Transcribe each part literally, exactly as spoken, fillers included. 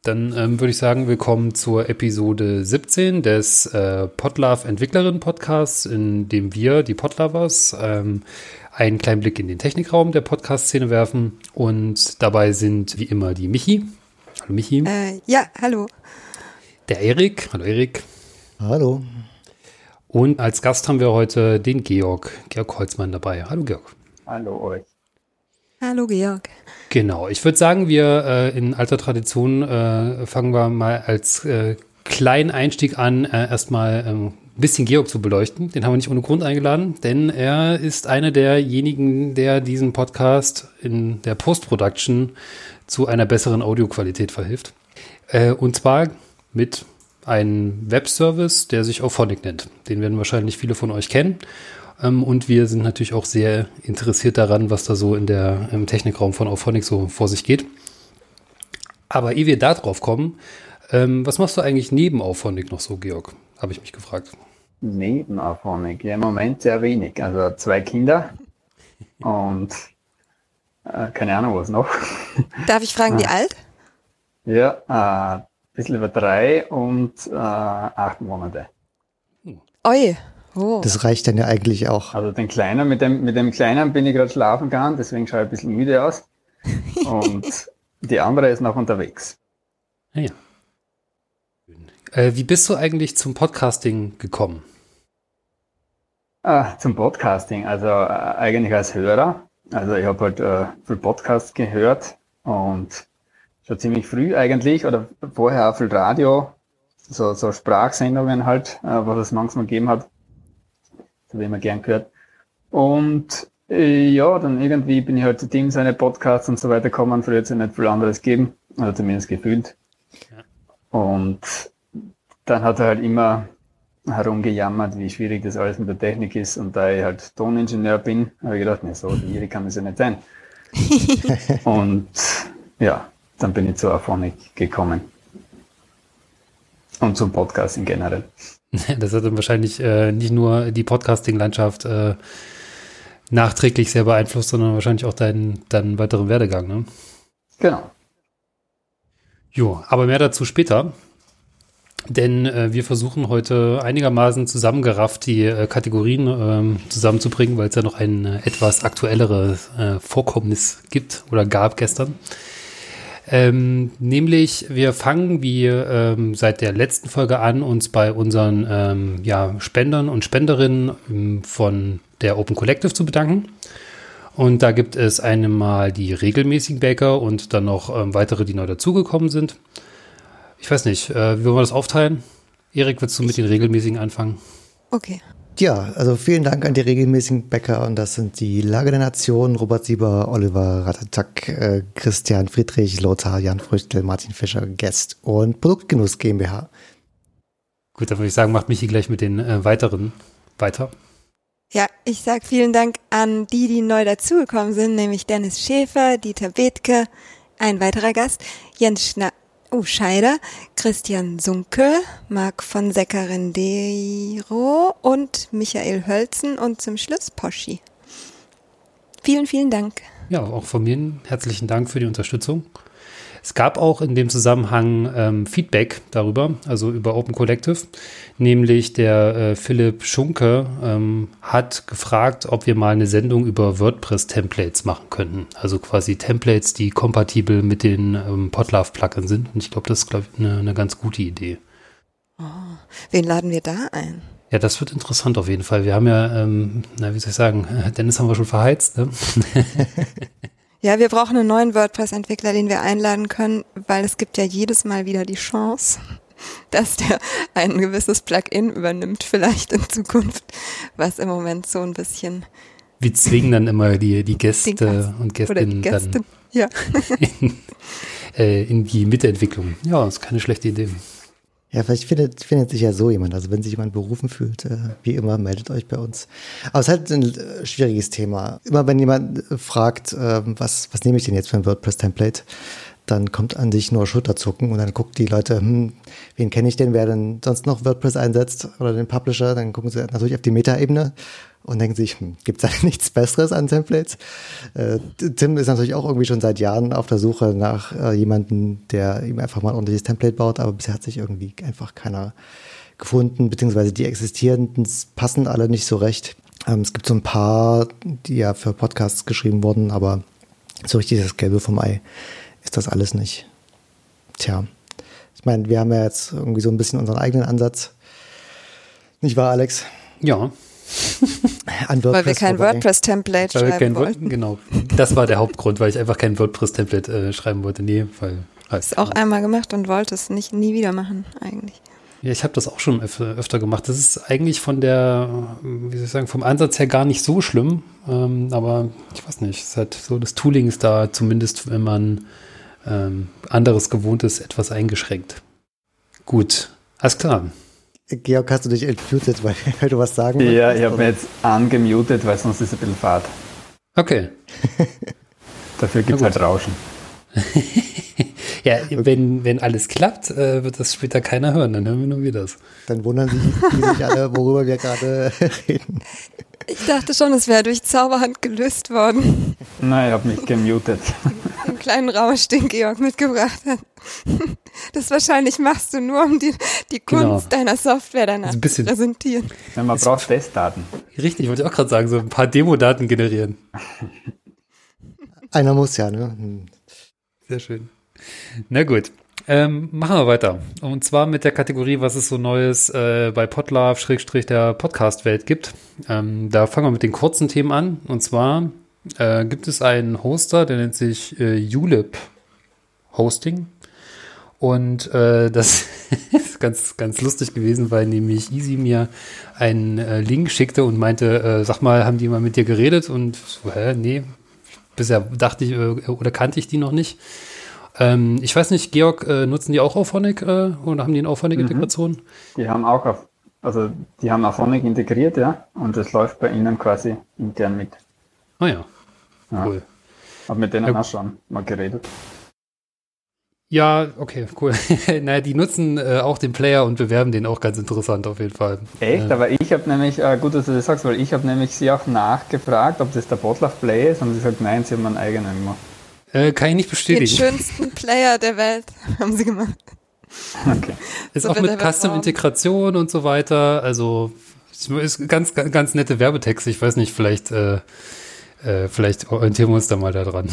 Dann ähm, würde ich sagen, willkommen zur Episode siebzehn des äh, Podlove Entwicklerinnen Podcasts, in dem wir, die Podlovers, ähm, einen kleinen Blick in den Technikraum der Podcast-Szene werfen. Und dabei sind wie immer die Michi. Hallo Michi. Äh, ja, hallo. Der Erik. Hallo Erik. Hallo. Und als Gast haben wir heute den Georg, Georg Holzmann dabei. Hallo Georg. Hallo euch. Hallo Georg. Genau, ich würde sagen, wir äh, in alter Tradition äh, fangen wir mal als äh, kleinen Einstieg an, äh, erstmal ähm, ein bisschen Georg zu beleuchten. Den haben wir nicht ohne Grund eingeladen, denn er ist einer derjenigen, der diesen Podcast in der Post-Production zu einer besseren Audioqualität verhilft. Äh, und zwar mit einem Webservice, der sich Auphonic nennt. Den werden wahrscheinlich viele von euch kennen. Und wir sind natürlich auch sehr interessiert daran, was da so in der, im Technikraum von Auphonic so vor sich geht. Aber ehe wir da drauf kommen, ähm, was machst du eigentlich neben Auphonic noch so, Georg? Habe ich mich gefragt. Neben Auphonic? Ja, im Moment sehr wenig. Also zwei Kinder und äh, keine Ahnung was noch. Darf ich fragen, wie alt? Ja, äh, ein bisschen über drei und äh, acht Monate. Oi. Oh. Das reicht dann ja eigentlich auch. Also den Kleinen, mit dem, mit dem Kleinen bin ich gerade schlafen gegangen, deswegen schaue ich ein bisschen müde aus. Und die andere ist noch unterwegs. Ja, ja. Äh, wie bist du eigentlich zum Podcasting gekommen? Ah, zum Podcasting, also äh, eigentlich als Hörer. Also ich habe halt äh, viel Podcasts gehört und schon ziemlich früh eigentlich, oder vorher auch viel Radio, so, so Sprachsendungen halt, äh, was es manchmal gegeben hat. Das habe ich immer gern gehört. Und äh, ja, dann irgendwie bin ich halt zu Team seine Podcasts und so weiter gekommen. Früher hat es ja nicht viel anderes gegeben, oder zumindest gefühlt. Ja. Und dann hat er halt immer herumgejammert, wie schwierig das alles mit der Technik ist. Und da ich halt Toningenieur bin, habe ich gedacht, nee, so schwierig kann das ja nicht sein. Und ja, dann bin ich zu Auphonic gekommen. Und zum Podcasting generell. Das hat dann wahrscheinlich äh, nicht nur die Podcasting-Landschaft äh, nachträglich sehr beeinflusst, sondern wahrscheinlich auch deinen, deinen weiteren Werdegang, ne? Genau. Jo, aber mehr dazu später. Denn äh, wir versuchen heute einigermaßen zusammengerafft die äh, Kategorien ähm, zusammenzubringen, weil es ja noch ein äh, etwas aktuelleres äh, Vorkommnis gibt oder gab gestern. Ähm, nämlich, wir fangen wie ähm, seit der letzten Folge an, uns bei unseren ähm, ja, Spendern und Spenderinnen ähm, von der Open Collective zu bedanken. Und da gibt es einmal die regelmäßigen Backer und dann noch ähm, weitere, die neu dazugekommen sind. Ich weiß nicht, äh, wie wollen wir das aufteilen? Erik, willst du mit den regelmäßigen anfangen? Okay. Ja, also vielen Dank an die regelmäßigen Bäcker und das sind die Lage der Nation, Robert Sieber, Oliver Ratatak, äh, Christian Friedrich, Lothar, Jan Früchtel, Martin Fischer, Guest und Produktgenuss GmbH. Gut, dann würde ich sagen, macht Michi gleich mit den äh, weiteren weiter. Ja, ich sage vielen Dank an die, die neu dazugekommen sind, nämlich Dennis Schäfer, Dieter Bethke, ein weiterer Gast, Jens Schna Oh, Scheider, Christian Sunkel, Marc von Secker-Rendero und Michael Hölzen und zum Schluss Poschi. Vielen, vielen Dank. Ja, auch von mir einen herzlichen Dank für die Unterstützung. Es gab auch in dem Zusammenhang ähm, Feedback darüber, also über Open Collective, nämlich der äh, Philipp Schunke ähm, hat gefragt, ob wir mal eine Sendung über WordPress-Templates machen könnten. Also quasi Templates, die kompatibel mit den ähm, Podlove-Plugins sind. Und ich glaube, das ist, glaube ich, eine, eine ganz gute Idee. Oh, wen laden wir da ein? Ja, das wird interessant auf jeden Fall. Wir haben ja, ähm, na, wie soll ich sagen, Dennis haben wir schon verheizt, ne? Ja, wir brauchen einen neuen WordPress-Entwickler, den wir einladen können, weil es gibt ja jedes Mal wieder die Chance, dass der ein gewisses Plugin übernimmt, vielleicht in Zukunft, was im Moment so ein bisschen... Wir zwingen dann immer die, die Gäste und Gästinnen die Gäste, dann ja. in, äh, in die Mitentwicklung. Ja, ist keine schlechte Idee. Ja, vielleicht findet, findet sich ja so jemand. Also wenn sich jemand berufen fühlt, äh, wie immer, meldet euch bei uns. Aber es ist halt ein äh, schwieriges Thema. Immer wenn jemand äh, fragt, äh, was, was nehme ich denn jetzt für ein WordPress-Template, dann kommt an sich nur Schulterzucken und dann gucken die Leute, hm, wen kenne ich denn, wer denn sonst noch WordPress einsetzt oder den Publisher, dann gucken sie natürlich auf die Meta-Ebene und denken sich, hm, gibt es da nichts Besseres an Templates? Äh, Tim ist natürlich auch irgendwie schon seit Jahren auf der Suche nach äh, jemandem, der ihm einfach mal ein ordentliches Template baut, aber bisher hat sich irgendwie einfach keiner gefunden, beziehungsweise die existierenden passen alle nicht so recht. Ähm, es gibt so ein paar, die ja für Podcasts geschrieben wurden, aber so richtig das Gelbe vom Ei ist das alles nicht. Tja, ich meine, wir haben ja jetzt irgendwie so ein bisschen unseren eigenen Ansatz. Nicht wahr, Alex? Ja. An weil wir kein WordPress-Template weil wir schreiben kein wollten. Word, genau. Das war der Hauptgrund, weil ich einfach kein WordPress-Template äh, schreiben wollte. Nee, weil halt. Ist auch einmal gemacht und wollte es nicht nie wieder machen, eigentlich. Ja, ich habe das auch schon öfter, öfter gemacht. Das ist eigentlich von der, wie soll ich sagen, vom Ansatz her gar nicht so schlimm. Ähm, aber ich weiß nicht, es ist halt so, das Tooling ist da zumindest, wenn man ähm, anderes gewohnt ist, etwas eingeschränkt. Gut, alles klar. Georg, hast du dich entmutet, weil, weil du was sagen Ja, wolltest, ich habe oder? mich jetzt angemutet, weil sonst ist es ein bisschen fad. Okay. Dafür gibt es Na halt gut. Rauschen. Ja, wenn, wenn alles klappt, äh, wird das später keiner hören, dann hören wir nur wir das. Dann wundern sich, die sich alle, worüber wir gerade reden. Ich dachte schon, es wäre durch Zauberhand gelöst worden. Nein, ich habe mich gemutet. Den kleinen Rausch, den Georg mitgebracht hat. Das wahrscheinlich machst du nur, um die, die Kunst Genau. deiner Software danach Also ein bisschen- zu präsentieren. Ja, man braucht Testdaten. Richtig, wollte ich auch gerade sagen, so ein paar Demodaten generieren. Einer muss ja, ne? Hm. Sehr schön. Na gut, ähm, machen wir weiter. Und zwar mit der Kategorie, was es so Neues äh, bei Podlove, Schrägstrich der Podcast-Welt gibt. Ähm, da fangen wir mit den kurzen Themen an. Und zwar äh, gibt es einen Hoster, der nennt sich äh, Julep Hosting. Und äh, das ist ganz, ganz lustig gewesen, weil nämlich Easy mir einen äh, Link schickte und meinte, äh, sag mal, haben die mal mit dir geredet? Und so, hä, nee, bisher dachte ich äh, oder kannte ich die noch nicht. Ähm, ich weiß nicht, Georg, äh, nutzen die auch Auphonic äh, oder haben die eine Auphonic-Integration? Die haben auch auf, also die haben Auphonic integriert, ja, und das läuft bei ihnen quasi intern mit. Ah ja, Ja. cool. Hab mit denen Ja. auch schon mal geredet. Ja, okay, cool. naja, die nutzen äh, auch den Player und bewerben den auch ganz interessant auf jeden Fall. Echt? Äh, Aber ich habe nämlich, äh, gut, dass du das sagst, weil ich habe nämlich sie auch nachgefragt, ob das der Podlove Play ist, und sie sagt, nein, sie haben einen eigenen gemacht. äh, kann ich nicht Den bestätigen. schönsten Player der Welt haben sie gemacht. Okay. Ist So auch wird mit er beworben. Custom-Integration und so weiter. Also es ist ganz, ganz, ganz nette Werbetexte. Ich weiß nicht, vielleicht, äh, äh, vielleicht orientieren wir uns da mal da dran.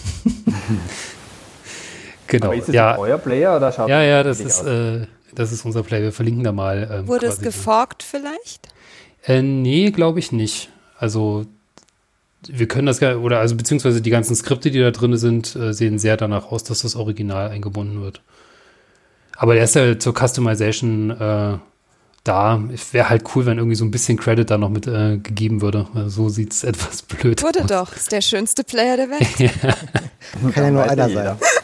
Genau. Aber ist das Ja, euer Player oder schaut ja, ja, das ähnlich ist, aus? äh, das ist unser Play. Wir verlinken da mal. Ähm, Wurde es quasi. geforkt vielleicht? Äh, nee, glaube ich nicht. Also wir können das gar, oder also beziehungsweise die ganzen Skripte, die da drin sind, äh, sehen sehr danach aus, dass das Original eingebunden wird. Aber der ist ja zur Customization äh, da. Es wäre halt cool, wenn irgendwie so ein bisschen Credit da noch mit äh, gegeben würde. Also so sieht es etwas blöd Wurde aus. doch. Ist der schönste Player der Welt. Kann ja Dann nur weiß einer jeder. sein.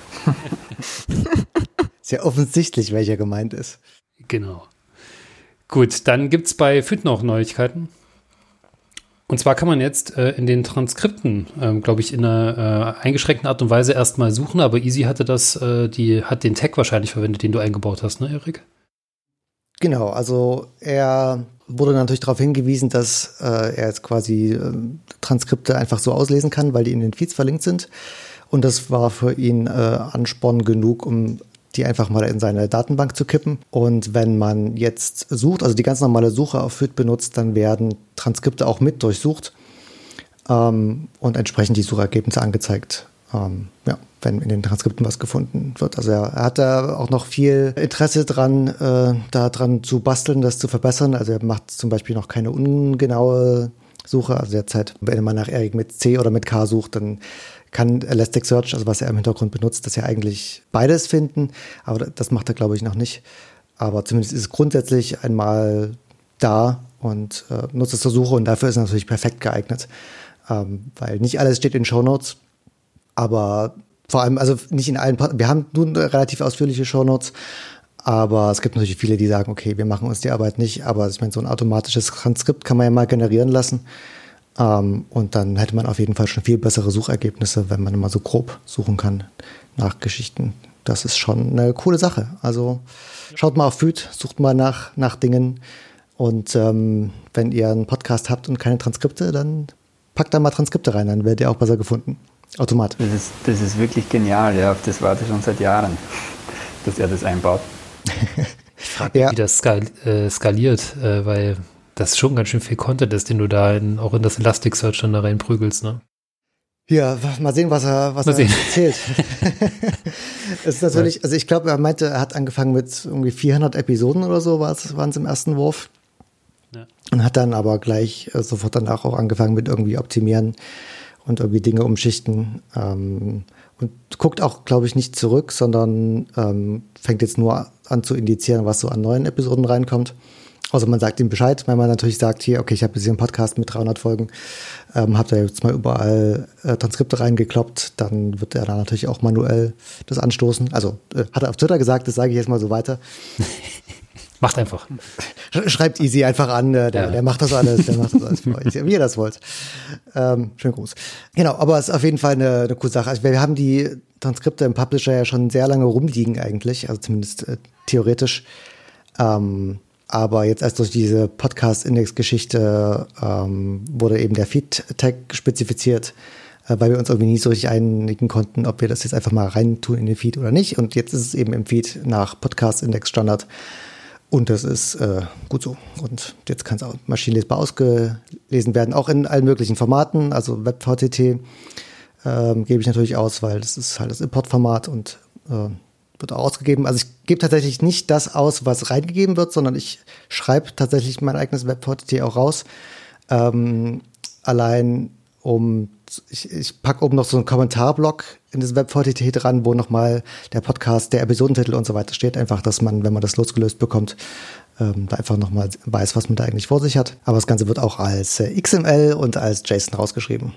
Ist ja offensichtlich, welcher gemeint ist. Genau. Gut, dann gibt es bei F I T noch Neuigkeiten. Und zwar kann man jetzt äh, in den Transkripten, ähm, glaube ich, in einer äh, eingeschränkten Art und Weise erstmal suchen, aber Easy hatte das, äh, die hat den Tag wahrscheinlich verwendet, den du eingebaut hast, ne, Erik? Genau, also er wurde natürlich darauf hingewiesen, dass äh, er jetzt quasi äh, Transkripte einfach so auslesen kann, weil die in den Feeds verlinkt sind. Und das war für ihn äh, Ansporn genug, um die einfach mal in seine Datenbank zu kippen. Und wenn man jetzt sucht, also die ganz normale Suche auf F I T benutzt, dann werden Transkripte auch mit durchsucht ähm, und entsprechend die Suchergebnisse angezeigt, ähm, ja, wenn in den Transkripten was gefunden wird. Also er, er hat da auch noch viel Interesse dran, äh, da dran zu basteln, das zu verbessern. Also er macht zum Beispiel noch keine ungenaue Suche. Also derzeit, wenn man nach Erik mit C oder mit K sucht, dann kann Elasticsearch, also was er im Hintergrund benutzt, das ja eigentlich beides finden, aber das macht er, glaube ich, noch nicht. Aber zumindest ist es grundsätzlich einmal da und äh, nutzt es zur Suche, und dafür ist es natürlich perfekt geeignet, ähm, weil nicht alles steht in Shownotes, aber vor allem, also nicht in allen, wir haben nun relativ ausführliche Shownotes, aber es gibt natürlich viele, die sagen, okay, wir machen uns die Arbeit nicht, aber ich meine, so ein automatisches Transkript kann man ja mal generieren lassen. Ähm, und dann hätte man auf jeden Fall schon viel bessere Suchergebnisse, wenn man mal so grob suchen kann nach Geschichten. Das ist schon eine coole Sache. Also schaut mal auf Feed, sucht mal nach, nach Dingen. Und ähm, wenn ihr einen Podcast habt und keine Transkripte, dann packt da mal Transkripte rein, dann werdet ihr auch besser gefunden. Automatisch. Das ist, das ist wirklich genial, ja. Auf das warte ich schon seit Jahren, dass er das einbaut. Ich frage mich, ja. wie das skal äh, skaliert, äh, weil das schon ganz schön viel Content ist, den du da in, auch in das Elasticsearch dann da reinprügelst, ne? Ja, mal sehen, was er, was mal er sehen. erzählt. Es ist natürlich, also ich glaube, er meinte, er hat angefangen mit irgendwie vierhundert Episoden oder so, waren es im ersten Wurf. Ja. Und hat dann aber gleich äh, sofort danach auch angefangen mit irgendwie optimieren und irgendwie Dinge umschichten. Ähm, und guckt auch, glaube ich, nicht zurück, sondern ähm, fängt jetzt nur an zu indizieren, was so an neuen Episoden reinkommt. Also man sagt ihm Bescheid, wenn man natürlich sagt, hier, okay, ich habe jetzt hier einen Podcast mit dreihundert Folgen, ähm, habt ihr jetzt mal überall äh, Transkripte reingekloppt, dann wird er da natürlich auch manuell das anstoßen. Also äh, hat er auf Twitter gesagt, das sage ich jetzt mal so weiter. Macht einfach. Schreibt Easy einfach an, äh, der, ja. der macht das alles, der macht das alles für euch, wie ihr das wollt. Ähm, schönen Gruß. Genau, aber es ist auf jeden Fall eine, eine coole Sache. Also wir haben die Transkripte im Publisher ja schon sehr lange rumliegen eigentlich, also zumindest äh, theoretisch. Ähm, aber jetzt erst durch diese Podcast-Index-Geschichte ähm, wurde eben der Feed-Tag spezifiziert, äh, weil wir uns irgendwie nie so richtig einigen konnten, ob wir das jetzt einfach mal reintun in den Feed oder nicht. Und jetzt ist es eben im Feed nach Podcast-Index-Standard. Und das ist äh, gut so. Und jetzt kann es auch maschinenlesbar ausgelesen werden, auch in allen möglichen Formaten. Also WebVTT ähm, gebe ich natürlich aus, weil das ist halt das Importformat und äh, wird auch ausgegeben. Also ich gebe tatsächlich nicht das aus, was reingegeben wird, sondern ich schreibe tatsächlich mein eigenes WebVTT auch raus. Ähm, allein um, ich, ich packe oben noch so einen Kommentarblock in das WebVTT dran, wo nochmal der Podcast, der Episodentitel und so weiter steht. Einfach, dass man, wenn man das losgelöst bekommt, ähm, da einfach nochmal weiß, was man da eigentlich vor sich hat. Aber das Ganze wird auch als äh, X M L und als JSON rausgeschrieben.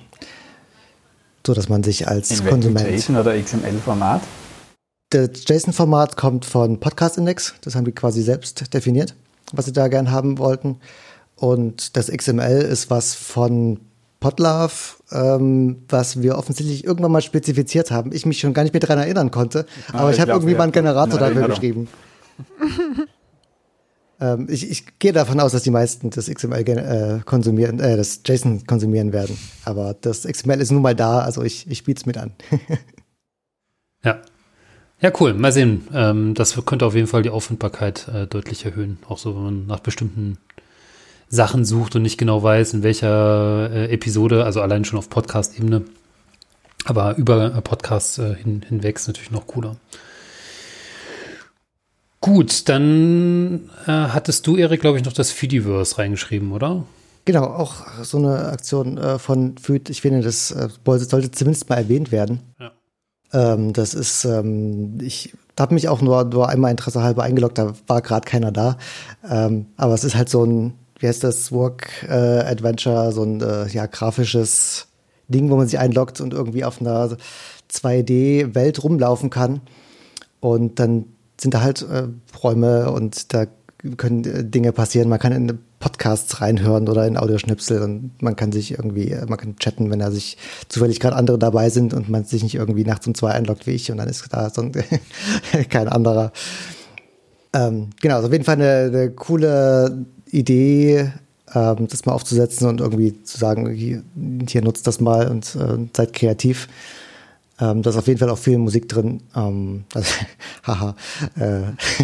So, dass man sich als in Konsument... JSON oder X M L-Format? Das JSON-Format kommt von Podcast Index. Das haben die quasi selbst definiert, was sie da gern haben wollten. Und das X M L ist was von Podlove, ähm, was wir offensichtlich irgendwann mal spezifiziert haben. Ich mich schon gar nicht mehr daran erinnern konnte. Ah, aber ich, ich habe irgendwie mal einen Generator dafür geschrieben. ähm, ich, ich gehe davon aus, dass die meisten das X M L äh, konsumieren, äh, das JSON konsumieren werden. Aber das X M L ist nun mal da, also ich, ich biete es mit an. Ja. Ja, cool. Mal sehen. Ähm, das könnte auf jeden Fall die Auffindbarkeit äh, deutlich erhöhen. Auch so, wenn man nach bestimmten Sachen sucht und nicht genau weiß, in welcher äh, Episode, also allein schon auf Podcast-Ebene. Aber über äh, Podcasts äh, hin, hinweg ist natürlich noch cooler. Gut, dann äh, hattest du, Erik, glaube ich, noch das Feediverse reingeschrieben, oder? Genau, auch so eine Aktion äh, von Feed. Ich finde, das äh, sollte zumindest mal erwähnt werden. Ja. Ähm, das ist, ähm, ich habe mich auch nur, nur einmal Interesse halber eingeloggt, da war gerade keiner da. Ähm, aber es ist halt so ein, wie heißt das, Work äh, Adventure, so ein äh, ja, grafisches Ding, wo man sich einloggt und irgendwie auf einer zwei D-Welt rumlaufen kann. Und dann sind da halt äh, Räume und da können äh, Dinge passieren. Man kann in Podcasts reinhören oder in Audioschnipsel und man kann sich irgendwie, man kann chatten, wenn da sich zufällig gerade andere dabei sind und man sich nicht irgendwie nachts um zwei einloggt wie ich und dann ist da so ein kein anderer. Ähm, genau, also auf jeden Fall eine, eine coole Idee, ähm, das mal aufzusetzen und irgendwie zu sagen, hier, hier nutzt das mal und äh, seid kreativ. Ähm, da ist auf jeden Fall auch viel Musik drin. Ähm, also, haha. Äh.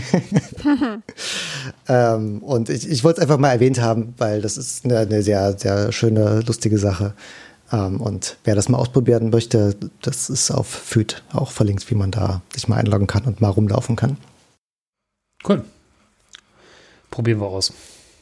ähm, und ich, ich wollte es einfach mal erwähnt haben, weil das ist eine, eine sehr, sehr schöne, lustige Sache. Ähm, und wer das mal ausprobieren möchte, das ist auf Feed auch verlinkt, wie man da sich mal einloggen kann und mal rumlaufen kann. Cool. Probieren wir aus.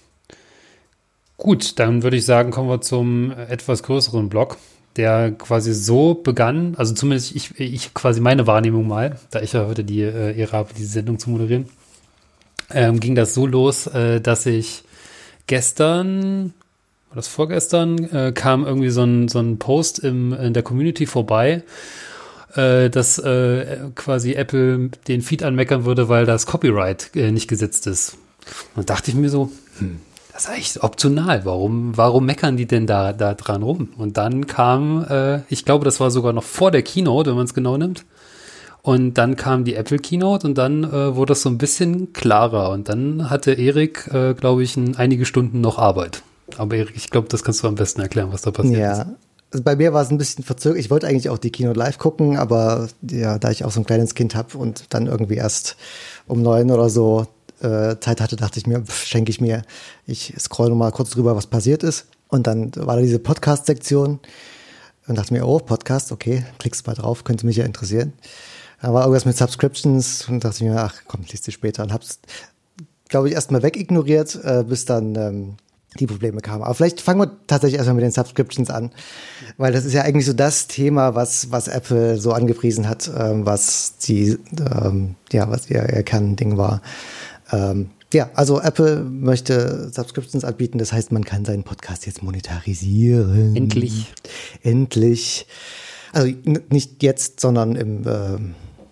Gut, dann würde ich sagen, kommen wir zum etwas größeren Block, der quasi so begann, also zumindest ich, ich quasi meine Wahrnehmung mal, da ich ja heute die äh, Ehre habe, diese Sendung zu moderieren, ähm, ging das so los, äh, dass ich gestern, war das vorgestern, äh, kam irgendwie so ein, so ein Post im, in der Community vorbei, äh, dass äh, quasi Apple den Feed anmeckern würde, weil das Copyright äh, nicht gesetzt ist. Und dachte ich mir so, hm, Das ist echt optional. Warum, warum meckern die denn da, da dran rum? Und dann kam, äh, ich glaube, das war sogar noch vor der Keynote, wenn man es genau nimmt. Und dann kam die Apple Keynote und dann äh, wurde das so ein bisschen klarer. Und dann hatte Erik, äh, glaube ich, ein, einige Stunden noch Arbeit. Aber Erik, ich glaube, das kannst du am besten erklären, was da passiert ja. ist. Also bei mir war es ein bisschen verzögert. Ich wollte eigentlich auch die Keynote live gucken, aber ja, da ich auch so ein kleines Kind habe und dann irgendwie erst um neun oder so äh, Zeit hatte, dachte ich mir, pff, schenke ich mir. Ich scroll noch mal kurz drüber, was passiert ist. Und dann war da diese Podcast-Sektion und dachte mir, oh, Podcast, okay, klickst mal drauf, könnte mich ja interessieren. Da war irgendwas mit Subscriptions und dachte ich mir, ach komm, liest sie später. Und hab's, glaube ich, erstmal wegignoriert, äh, bis dann ähm, die Probleme kamen. Aber vielleicht fangen wir tatsächlich erstmal mit den Subscriptions an, weil das ist ja eigentlich so das Thema, was was Apple so angepriesen hat, ähm, was die ähm, ja was ihr, ihr Kernding war. Ähm, ja, also Apple möchte Subscriptions anbieten, das heißt, man kann seinen Podcast jetzt monetarisieren. Endlich. Endlich. Also n- nicht jetzt, sondern im ähm,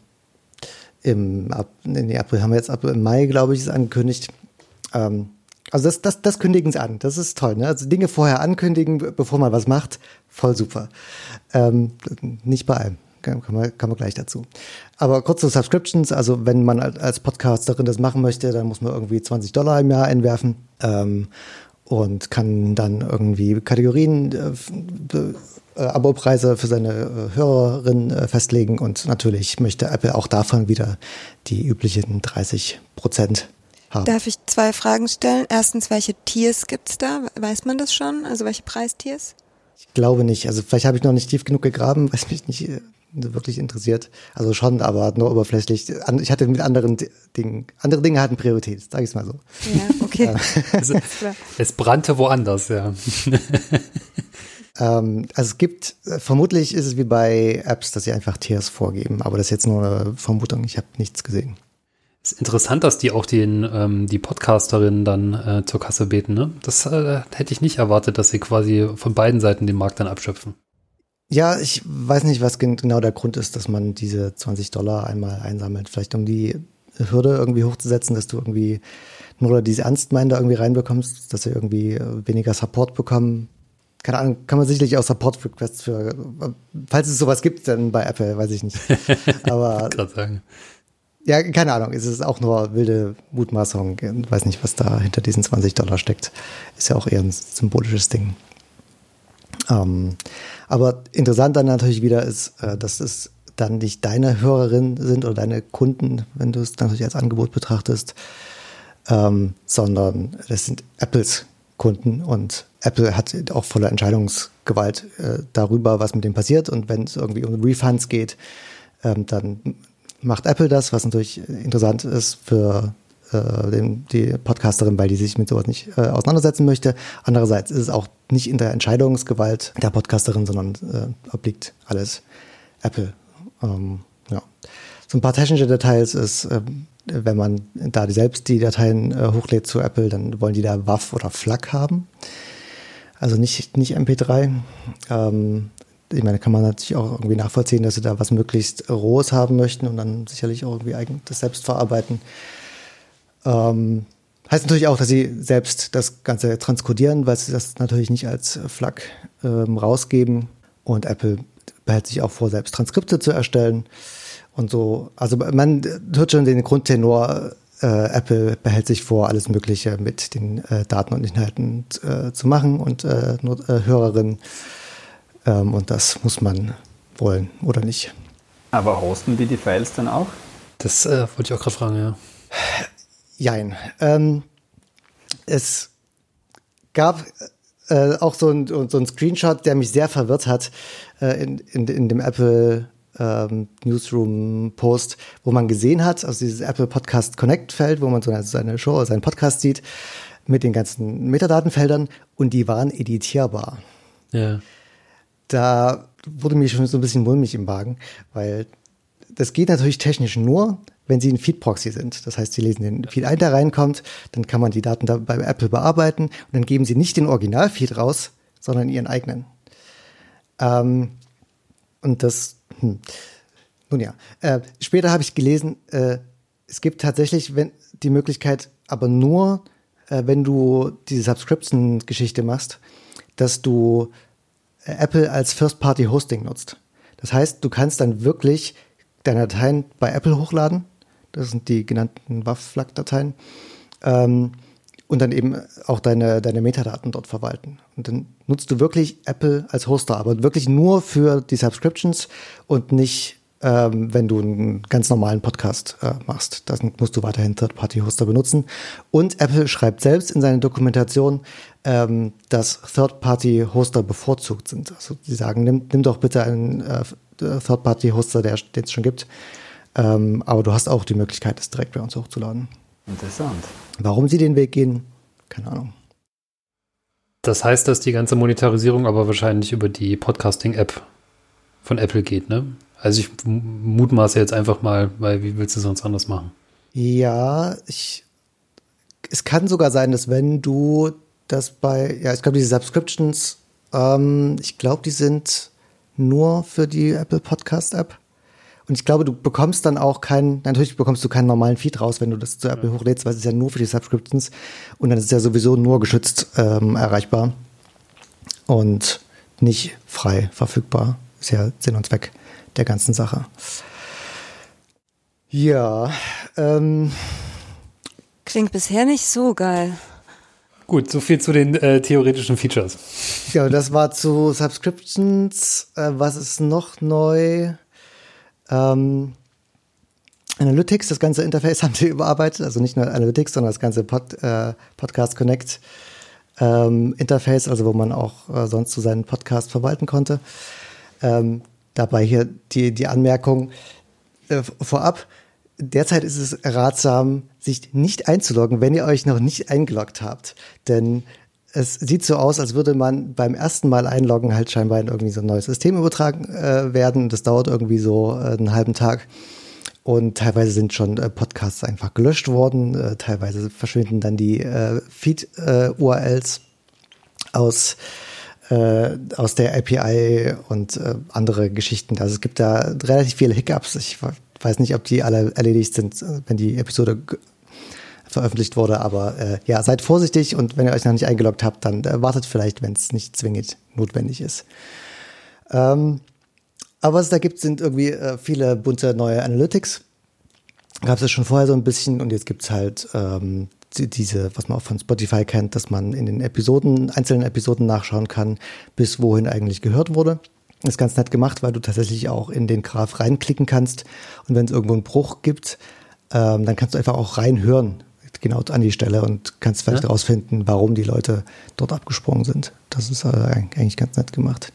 im ab, nee, April haben wir jetzt ab im Mai, glaube ich, ist angekündigt. Ähm, Also das, das, das kündigen sie an. Das ist toll. Ne? Also Dinge vorher ankündigen, bevor man was macht, voll super. Ähm, nicht bei allem. Kann man, kann man gleich dazu. Aber kurz zu Subscriptions. Also wenn man als Podcasterin das machen möchte, dann muss man irgendwie zwanzig Dollar im Jahr einwerfen ähm, und kann dann irgendwie Kategorien, äh, äh, Abopreise für seine äh, Hörerin äh, festlegen. Und natürlich möchte Apple auch davon wieder die üblichen dreißig Prozent haben. Darf ich zwei Fragen stellen? Erstens, welche Tiers gibt's da? Weiß man das schon? Also welche Preistiers? Ich glaube nicht. Also vielleicht habe ich noch nicht tief genug gegraben, weil es mich nicht äh, wirklich interessiert. Also schon, aber nur oberflächlich. Ich hatte mit anderen D- Dingen, andere Dinge hatten Priorität, sage ich es mal so. Ja, okay. Es, es brannte woanders, ja. ähm, also es gibt, äh, vermutlich ist es wie bei Apps, dass sie einfach Tiers vorgeben, aber das ist jetzt nur eine Vermutung. Ich habe nichts gesehen. Es ist interessant, dass die auch den, ähm, die Podcasterinnen dann äh, zur Kasse beten, ne? Das äh, hätte ich nicht erwartet, dass sie quasi von beiden Seiten den Markt dann abschöpfen. Ja, ich weiß nicht, was gen- genau der Grund ist, dass man diese zwanzig Dollar einmal einsammelt. Vielleicht um die Hürde irgendwie hochzusetzen, dass du irgendwie nur diese Ernstmeinde irgendwie reinbekommst, dass sie irgendwie äh, weniger Support bekommen. Keine Ahnung, kann man sicherlich auch Support-Requests für, äh, falls es sowas gibt, dann bei Apple, weiß ich nicht. Aber gerade sagen. ja, keine Ahnung, es ist auch nur wilde Mutmaßung. Ich weiß nicht, was da hinter diesen zwanzig Dollar steckt. Ist ja auch eher ein symbolisches Ding. Ähm, aber interessant dann natürlich wieder ist, äh, dass es dann nicht deine Hörerinnen sind oder deine Kunden, wenn du es natürlich als Angebot betrachtest, ähm, sondern das sind Apples Kunden und Apple hat auch volle Entscheidungsgewalt äh, darüber, was mit dem passiert, und wenn es irgendwie um Refunds geht, ähm, dann macht Apple das, was natürlich interessant ist für äh, den, die Podcasterin, weil die sich mit sowas nicht äh, auseinandersetzen möchte. Andererseits ist es auch nicht in der Entscheidungsgewalt der Podcasterin, sondern äh, obliegt alles Apple. Ähm, ja. So ein paar technische Details ist, äh, wenn man da selbst die Dateien äh, hochlädt zu Apple, dann wollen die da W A V oder F L A C haben. Also nicht, nicht M P drei. Ähm, ich meine, kann man natürlich auch irgendwie nachvollziehen, dass sie da was möglichst Rohes haben möchten und dann sicherlich auch irgendwie eigen, das selbst verarbeiten. Ähm, heißt natürlich auch, dass sie selbst das Ganze transkodieren, weil sie das natürlich nicht als F L A C ähm, rausgeben. Und Apple behält sich auch vor, selbst Transkripte zu erstellen. Und so, also man hört schon den Grundtenor, äh, Apple behält sich vor, alles Mögliche mit den äh, Daten und Inhalten äh, zu machen und äh, nur, äh, Hörerinnen. Ähm, und das muss man wollen oder nicht. Aber hosten die die Files dann auch? Das äh, wollte ich auch gerade fragen, ja. Jein. Ähm, es gab äh, auch so ein, so ein Screenshot, der mich sehr verwirrt hat äh, in, in, in dem Apple ähm, Newsroom-Post, wo man gesehen hat, also dieses Apple Podcast Connect-Feld, wo man so seine Show oder seinen Podcast sieht, mit den ganzen Metadatenfeldern, und die waren editierbar. Ja. Da wurde mir schon so ein bisschen mulmig im Magen, weil das geht natürlich technisch nur, wenn sie ein Feed-Proxy sind. Das heißt, sie lesen den Feed ein, der reinkommt, dann kann man die Daten da bei Apple bearbeiten und dann geben sie nicht den Original-Feed raus, sondern ihren eigenen. Ähm, und das, hm. nun ja. Äh, später habe ich gelesen, äh, es gibt tatsächlich wenn, die Möglichkeit, aber nur äh, wenn du diese Subscription-Geschichte machst, dass du äh, Apple als First-Party-Hosting nutzt. Das heißt, du kannst dann wirklich deine Dateien bei Apple hochladen. Das sind die genannten W A V-F L A G-Dateien. Ähm, und dann eben auch deine, deine Metadaten dort verwalten. Und dann nutzt du wirklich Apple als Hoster, aber wirklich nur für die Subscriptions und nicht, ähm, wenn du einen ganz normalen Podcast äh, machst. Dann musst du weiterhin Third-Party-Hoster benutzen. Und Apple schreibt selbst in seiner Dokumentation, ähm, dass Third-Party-Hoster bevorzugt sind. Also die sagen, nimm, nimm doch bitte einen äh, Third-Party-Hoster, den es schon gibt. Ähm, aber du hast auch die Möglichkeit, das direkt bei uns hochzuladen. Interessant. Warum sie den Weg gehen, keine Ahnung. Das heißt, dass die ganze Monetarisierung aber wahrscheinlich über die Podcasting-App von Apple geht, ne? Also ich mutmaße jetzt einfach mal, weil wie willst du es sonst anders machen? Ja, ich, es kann sogar sein, dass wenn du das bei, ja, ich glaube, diese Subscriptions, ähm, ich glaube, die sind nur für die Apple Podcast-App. Und ich glaube, du bekommst dann auch keinen, natürlich bekommst du keinen normalen Feed raus, wenn du das zu Apple hochlädst, weil es ist ja nur für die Subscriptions und dann ist es ja sowieso nur geschützt ähm, erreichbar und nicht frei verfügbar. Ist ja Sinn und Zweck der ganzen Sache. Ja, ähm. Klingt bisher nicht so geil. Gut, so viel zu den äh, theoretischen Features. Ja, das war zu Subscriptions. Äh, was ist noch neu? Ähm, Analytics, das ganze Interface haben sie überarbeitet, also nicht nur Analytics, sondern das ganze Pod, äh, Podcast Connect ähm, Interface, also wo man auch äh, sonst so seinen Podcast verwalten konnte. Ähm, dabei hier die, die Anmerkung äh, vorab, derzeit ist es ratsam, sich nicht einzuloggen, wenn ihr euch noch nicht eingeloggt habt, denn es sieht so aus, als würde man beim ersten Mal einloggen halt scheinbar in irgendwie so ein neues System übertragen äh, werden. Das dauert irgendwie so äh, einen halben Tag. Und teilweise sind schon äh, Podcasts einfach gelöscht worden. Äh, teilweise verschwinden dann die äh, Feed-U R Ls aus, äh, aus der A P I und äh, andere Geschichten. Also es gibt da relativ viele Hiccups. Ich weiß nicht, ob die alle erledigt sind, wenn die Episode g- veröffentlicht wurde, aber äh, ja, seid vorsichtig und wenn ihr euch noch nicht eingeloggt habt, dann äh, wartet vielleicht, wenn es nicht zwingend notwendig ist. Ähm, aber was es da gibt, sind irgendwie äh, viele bunte neue Analytics. Gab es ja schon vorher so ein bisschen und jetzt gibt es halt ähm, die, diese, was man auch von Spotify kennt, dass man in den Episoden, einzelnen Episoden nachschauen kann, bis wohin eigentlich gehört wurde. Das ist ganz nett gemacht, weil du tatsächlich auch in den Graph reinklicken kannst und wenn es irgendwo einen Bruch gibt, ähm, dann kannst du einfach auch reinhören, genau an die Stelle und kannst vielleicht ja. rausfinden, warum die Leute dort abgesprungen sind. Das ist äh, eigentlich ganz nett gemacht.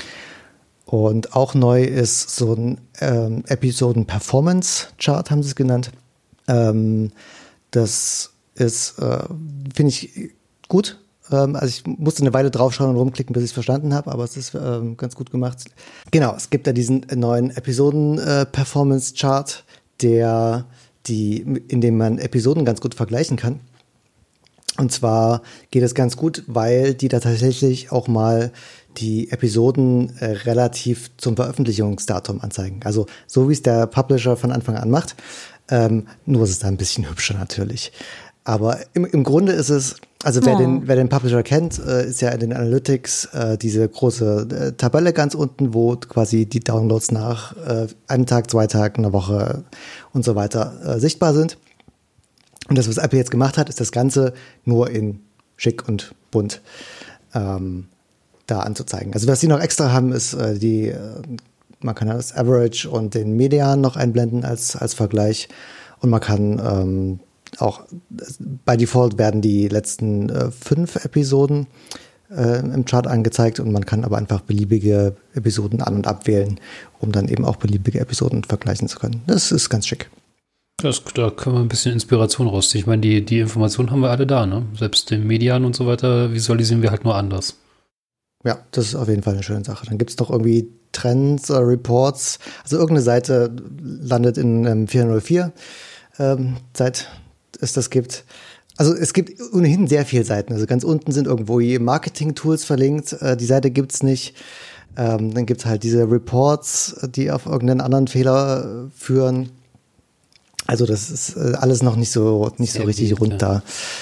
Und auch neu ist so ein ähm, Episoden-Performance-Chart, haben sie es genannt. Ähm, das ist, äh, finde ich, gut. Ähm, also ich musste eine Weile draufschauen und rumklicken, bis ich es verstanden habe, aber es ist ähm, ganz gut gemacht. Genau, es gibt da diesen neuen Episoden-Performance-Chart, der die, in dem man Episoden ganz gut vergleichen kann. Und zwar geht es ganz gut, weil die da tatsächlich auch mal die Episoden äh, relativ zum Veröffentlichungsdatum anzeigen. Also so wie es der Publisher von Anfang an macht, ähm, nur ist es da ein bisschen hübscher natürlich. Aber im, im Grunde ist es, also wer, oh. den, wer den Publisher kennt, äh, ist ja in den Analytics äh, diese große äh, Tabelle ganz unten, wo quasi die Downloads nach äh, einem Tag, zwei Tagen, einer Woche und so weiter äh, sichtbar sind. Und das, was Apple jetzt gemacht hat, ist das Ganze nur in schick und bunt ähm, da anzuzeigen. Also was sie noch extra haben, ist äh, die, äh, man kann das Average und den Median noch einblenden als, als Vergleich und man kann ähm, auch, bei Default werden die letzten äh, fünf Episoden äh, im Chart angezeigt und man kann aber einfach beliebige Episoden an- und abwählen, um dann eben auch beliebige Episoden vergleichen zu können. Das ist ganz schick. Das, da können wir ein bisschen Inspiration rausziehen. Ich meine, die, die Informationen haben wir alle da, ne? Selbst den Median und so weiter visualisieren wir halt nur anders. Ja, das ist auf jeden Fall eine schöne Sache. Dann gibt es noch irgendwie Trends oder Reports. Also irgendeine Seite landet in ähm, vier null vier, ähm, seit es das gibt. Also es gibt ohnehin sehr viele Seiten. Also ganz unten sind irgendwo Marketing-Tools verlinkt. Äh, die Seite gibt's nicht. Ähm, dann gibt's halt diese Reports, die auf irgendeinen anderen Fehler führen. Also das ist alles noch nicht so nicht so richtig rund da.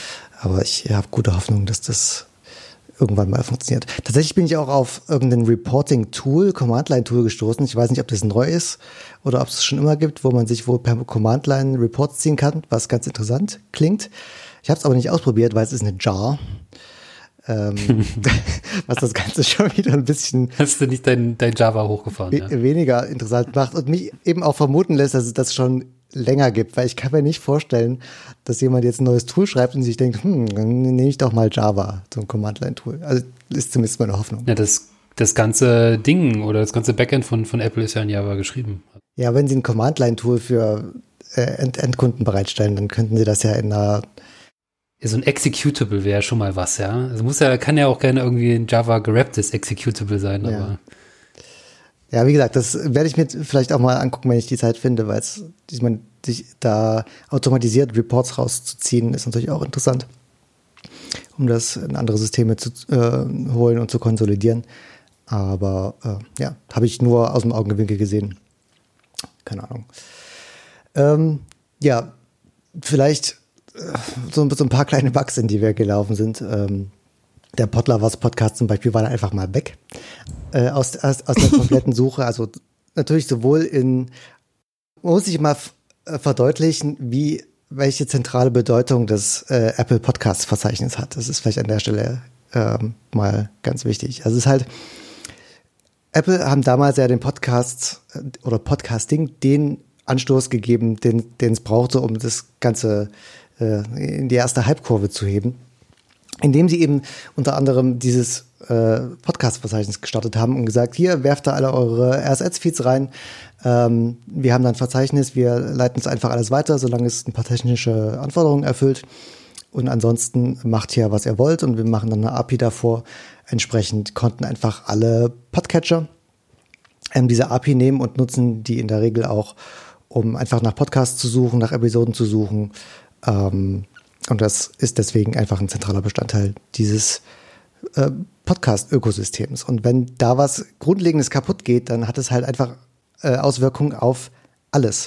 Aber ich habe gute Hoffnung, dass das irgendwann mal funktioniert. Tatsächlich bin ich auch auf irgendein Reporting-Tool, Command-Line-Tool gestoßen. Ich weiß nicht, ob das neu ist oder ob es es schon immer gibt, wo man sich wohl per Command-Line Reports ziehen kann, was ganz interessant klingt. Ich habe es aber nicht ausprobiert, weil es ist eine Jar. Ähm, was das Ganze schon wieder ein bisschen hast du nicht dein, dein Java hochgefahren, we- ja? weniger interessant macht und mich eben auch vermuten lässt, dass es das schon länger gibt, weil ich kann mir nicht vorstellen, dass jemand jetzt ein neues Tool schreibt und sich denkt, hm, dann nehme ich doch mal Java, so ein Command-Line-Tool. Also ist zumindest meine Hoffnung. Ja, das, das ganze Ding oder das ganze Backend von, von Apple ist ja in Java geschrieben. Ja, wenn sie ein Command-Line-Tool für äh, End- Endkunden bereitstellen, dann könnten sie das ja in einer Ja, so ein Executable wäre schon mal was, ja. Es muss ja, kann ja auch gerne irgendwie ein Java gerapptes Executable sein, Ja. aber. Ja, wie gesagt, das werde ich mir vielleicht auch mal angucken, wenn ich die Zeit finde, weil es, ich meine, sich da automatisiert Reports rauszuziehen, ist natürlich auch interessant, um das in andere Systeme zu äh, holen und zu konsolidieren. Aber äh, ja, habe ich nur aus dem Augenwinkel gesehen. Keine Ahnung. Ähm, ja, vielleicht äh, so, so ein paar kleine Bugs, in die wir gelaufen sind. Ähm, Der Podlovers-Podcast zum Beispiel war dann einfach mal weg äh, aus, aus, aus der kompletten Suche. Also natürlich sowohl in, man muss sich mal f- äh, verdeutlichen, wie welche zentrale Bedeutung das äh, Apple Podcast-Verzeichnis hat. Das ist vielleicht an der Stelle ähm, mal ganz wichtig. Also es ist halt, Apple haben damals ja den Podcast äh, oder Podcasting den Anstoß gegeben, den den es brauchte, um das Ganze äh, in die erste Hype-Kurve zu heben, indem sie eben unter anderem dieses äh, Podcast-Verzeichnis gestartet haben und gesagt, hier, werft da alle eure R S S-Feeds rein. Ähm, wir haben da ein Verzeichnis, wir leiten es einfach alles weiter, solange es ein paar technische Anforderungen erfüllt. Und ansonsten macht hier, was ihr wollt, und wir machen dann eine A P I davor. Entsprechend konnten einfach alle Podcatcher ähm, diese A P I nehmen und nutzen die in der Regel auch, um einfach nach Podcasts zu suchen, nach Episoden zu suchen. Ähm, Und das ist deswegen einfach ein zentraler Bestandteil dieses äh, Podcast-Ökosystems. Und wenn da was Grundlegendes kaputt geht, dann hat es halt einfach äh, Auswirkungen auf alles.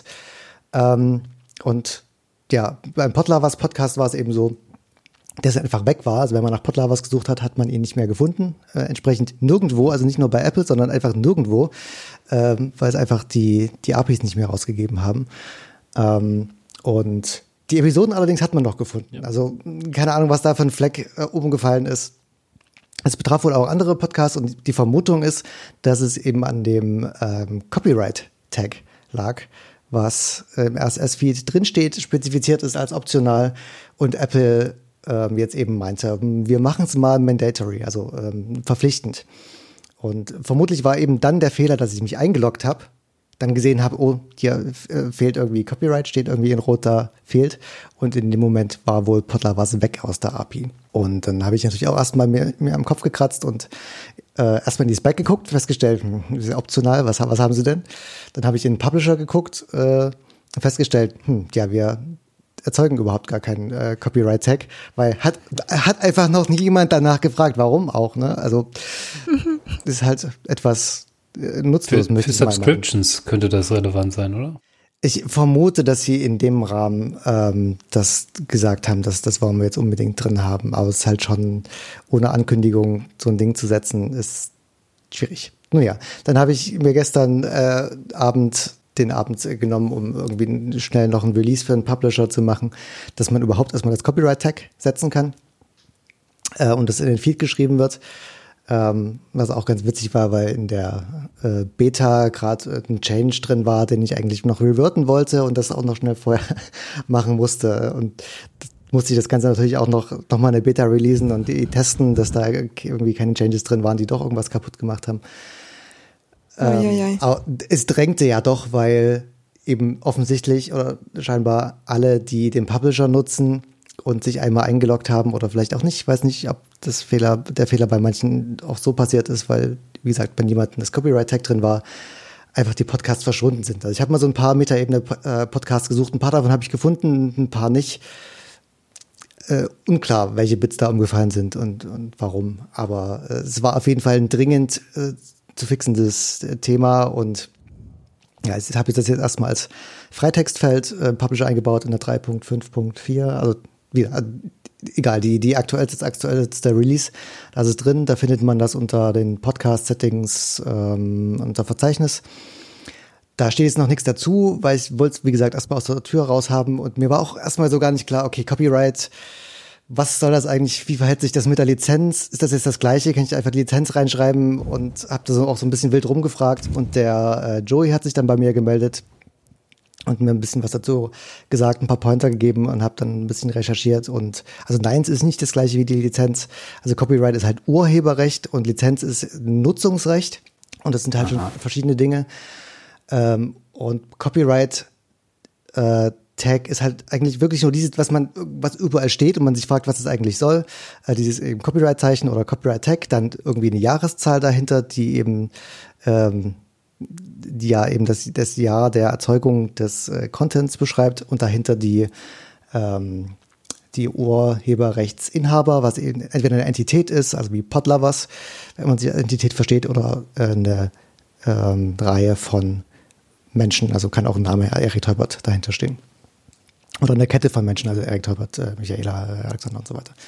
Ähm, und ja, beim Podlovers-Podcast war es eben so, dass er einfach weg war. Also wenn man nach Podlovers gesucht hat, hat man ihn nicht mehr gefunden. Äh, entsprechend nirgendwo, also nicht nur bei Apple, sondern einfach nirgendwo, ähm, weil es einfach die, die A P Is nicht mehr rausgegeben haben. Ähm, und die Episoden allerdings hat man noch gefunden. Ja. Also keine Ahnung, was da für ein Fleck äh, oben gefallen ist. Es betraf wohl auch andere Podcasts und die Vermutung ist, dass es eben an dem ähm, Copyright-Tag lag, was im R S S-Feed drinsteht, spezifiziert ist als optional und Apple ähm, jetzt eben meinte, wir machen es mal mandatory, also ähm, verpflichtend. Und vermutlich war eben dann der Fehler, dass ich mich eingeloggt habe, dann gesehen habe, oh, hier äh, fehlt irgendwie Copyright, steht irgendwie in Rot da, fehlt. Und in dem Moment war wohl Podlovers weg aus der A P I. Und dann habe ich natürlich auch erstmal mir, mir am Kopf gekratzt und äh, erstmal in die Spec geguckt, festgestellt, hm, das ist ja optional, was, was haben sie denn? Dann habe ich in den Publisher geguckt, äh, festgestellt, hm, ja, wir erzeugen überhaupt gar keinen äh, Copyright-Tag, weil hat, hat einfach noch nie jemand danach gefragt, warum auch, ne? Also, das ist halt etwas nutzlos. Für, für Subscriptions könnte das relevant sein, oder? Ich vermute, dass sie in dem Rahmen ähm, das gesagt haben, dass das wollen wir jetzt unbedingt drin haben. Aber es ist halt schon ohne Ankündigung so ein Ding zu setzen, ist schwierig. Nun ja, dann habe ich mir gestern äh, Abend den Abend genommen, um irgendwie schnell noch ein Release für einen Publisher zu machen, dass man überhaupt erstmal das Copyright-Tag setzen kann äh, und das in den Feed geschrieben wird. Ähm, was auch ganz witzig war, weil in der äh, Beta gerade ein Change drin war, den ich eigentlich noch reverten wollte und das auch noch schnell vorher machen musste. Und musste ich das Ganze natürlich auch noch, noch mal eine Beta releasen und die testen, dass da irgendwie keine Changes drin waren, die doch irgendwas kaputt gemacht haben. Ähm, aber es drängte ja doch, weil eben offensichtlich oder scheinbar alle, die den Publisher nutzen und sich einmal eingeloggt haben oder vielleicht auch nicht, ich weiß nicht, ob das Fehler, der Fehler bei manchen auch so passiert ist, weil, wie gesagt, bei niemandem das Copyright-Tag drin war, einfach die Podcasts verschwunden sind. Also ich habe mal so ein paar Metaebene-Podcasts gesucht, ein paar davon habe ich gefunden, ein paar nicht. Äh, unklar, welche Bits da umgefallen sind und, und warum. Aber äh, es war auf jeden Fall ein dringend äh, zu fixendes äh, Thema und ja, ich habe das jetzt erstmal als Freitextfeld äh, Publisher eingebaut in der drei Punkt fünf Punkt vier, also wieder, egal, die, die aktuellste, aktuellste Release, das ist drin, da findet man das unter den Podcast-Settings, ähm, unter Verzeichnis. Da steht jetzt noch nichts dazu, weil ich wollte es, wie gesagt, erstmal aus der Tür raus haben und mir war auch erstmal so gar nicht klar, okay, Copyright, was soll das eigentlich, wie verhält sich das mit der Lizenz? Ist das jetzt das Gleiche? Kann ich einfach die Lizenz reinschreiben? Und habe da so auch so ein bisschen wild rumgefragt und der äh, Joey hat sich dann bei mir gemeldet und mir ein bisschen was dazu gesagt, ein paar Pointer gegeben und habe dann ein bisschen recherchiert und also nein, es ist nicht das Gleiche wie die Lizenz. Also Copyright ist halt Urheberrecht und Lizenz ist Nutzungsrecht und das sind halt Aha. schon verschiedene Dinge. Ähm, und Copyright äh, Tag ist halt eigentlich wirklich nur dieses, was man, was überall steht und man sich fragt, was es eigentlich soll. Äh, dieses eben Copyright-Zeichen oder Copyright-Tag, dann irgendwie eine Jahreszahl dahinter, die eben, ähm, die ja eben das, das Jahr der Erzeugung des äh, Contents beschreibt und dahinter die, ähm, die Urheberrechtsinhaber, was eben entweder eine Entität ist, also wie Podlovers, wenn man sich als Entität versteht, oder äh, eine ähm, Reihe von Menschen, also kann auch ein Name Erik Teubert dahinter stehen. Oder eine Kette von Menschen, also Erik Teubert, äh, Michaela, äh, Alexander und so weiter.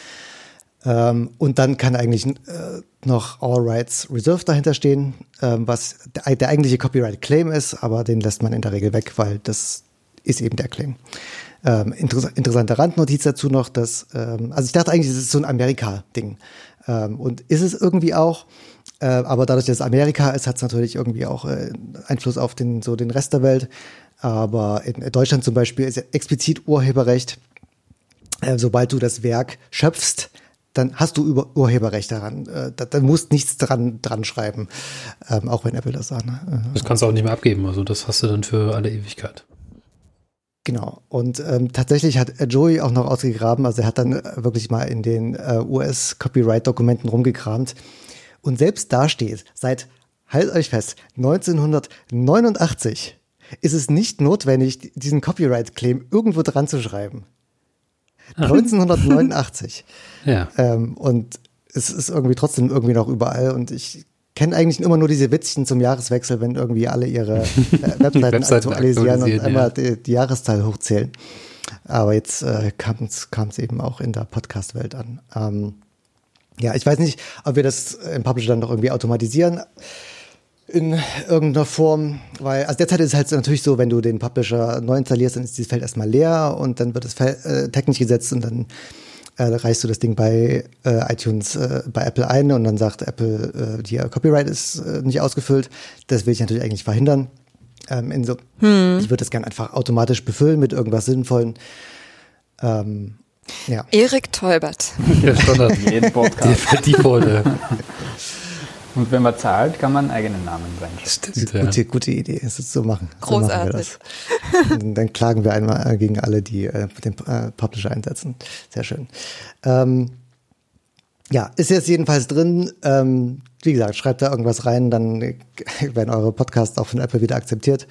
Ähm, und dann kann eigentlich äh, noch All Rights Reserved dahinter stehen, ähm, was der, der eigentliche Copyright Claim ist, aber den lässt man in der Regel weg, weil das ist eben der Claim. Ähm, inter- interessante Randnotiz dazu noch, dass, ähm, also ich dachte eigentlich, das ist so ein Amerika-Ding. Ähm, und ist es irgendwie auch, äh, aber dadurch, dass es Amerika ist, hat es natürlich irgendwie auch äh, Einfluss auf den, so den Rest der Welt. Aber in Deutschland zum Beispiel ist ja explizit Urheberrecht. Äh, sobald du das Werk schöpfst, dann hast du über Urheberrecht daran. Äh, da, da musst nichts dran, dran schreiben, ähm, auch wenn Apple das sagt. Ne? Das kannst du auch nicht mehr abgeben, also das hast du dann für alle Ewigkeit. Genau. Und ähm, tatsächlich hat Joey auch noch ausgegraben, also er hat dann äh, wirklich mal in den äh, U S-Copyright-Dokumenten rumgekramt. Und selbst da steht, seit, halt euch fest, neunzehnhundertneunundachtzig ist es nicht notwendig, diesen Copyright-Claim irgendwo dran zu schreiben. neunzehnhundertneunundachtzig. Ja. Ähm, und es ist irgendwie trotzdem irgendwie noch überall. Und ich kenne eigentlich immer nur diese Witzchen zum Jahreswechsel, wenn irgendwie alle ihre äh, Webseiten, Webseiten aktualisieren und einmal ja. die, die Jahreszahl hochzählen. Aber jetzt äh, kam es eben auch in der Podcast-Welt an. Ähm, ja, ich weiß nicht, ob wir das im Publisher dann noch irgendwie automatisieren in irgendeiner Form, weil, also derzeit ist es halt natürlich so, wenn du den Publisher neu installierst, dann ist dieses Feld erstmal leer und dann wird das Feld, äh, Tag nicht gesetzt und dann äh, reichst du das Ding bei äh, iTunes, äh, bei Apple ein und dann sagt Apple, äh, die Copyright ist äh, nicht ausgefüllt. Das will ich natürlich eigentlich verhindern. Ähm, in so, hm. Ich würde das gerne einfach automatisch befüllen mit irgendwas Sinnvollen. Ähm, ja. Erik Teubert. Ja, Standard. Jeden Podcast. Die, die Folge. Und wenn man zahlt, kann man einen eigenen Namen reinschreiben. Stimmt, ja. Gute, gute Idee, es ist so machen. Großartig. So machen wir das. Dann klagen wir einmal gegen alle, die äh, den äh, Publisher einsetzen. Sehr schön. Ähm, ja, ist jetzt jedenfalls drin. Ähm, wie gesagt, schreibt da irgendwas rein, dann werden eure Podcasts auch von Apple wieder akzeptiert.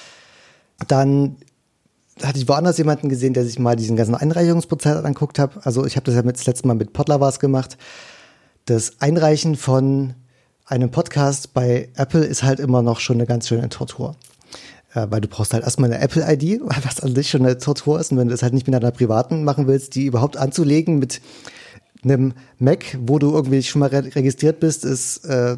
Dann hatte ich woanders jemanden gesehen, der sich mal diesen ganzen Einreichungsprozess angeguckt hat. Also ich habe das ja mit, das letzte Mal mit Podlovers gemacht. Das Einreichen von einem Podcast bei Apple ist halt immer noch schon eine ganz schöne Tortur. Äh, weil du brauchst halt erstmal eine Apple-I D, was an sich schon eine Tortur ist. Und wenn du das halt nicht mit einer privaten machen willst, die überhaupt anzulegen mit einem Mac, wo du irgendwie schon mal re- registriert bist, ist äh,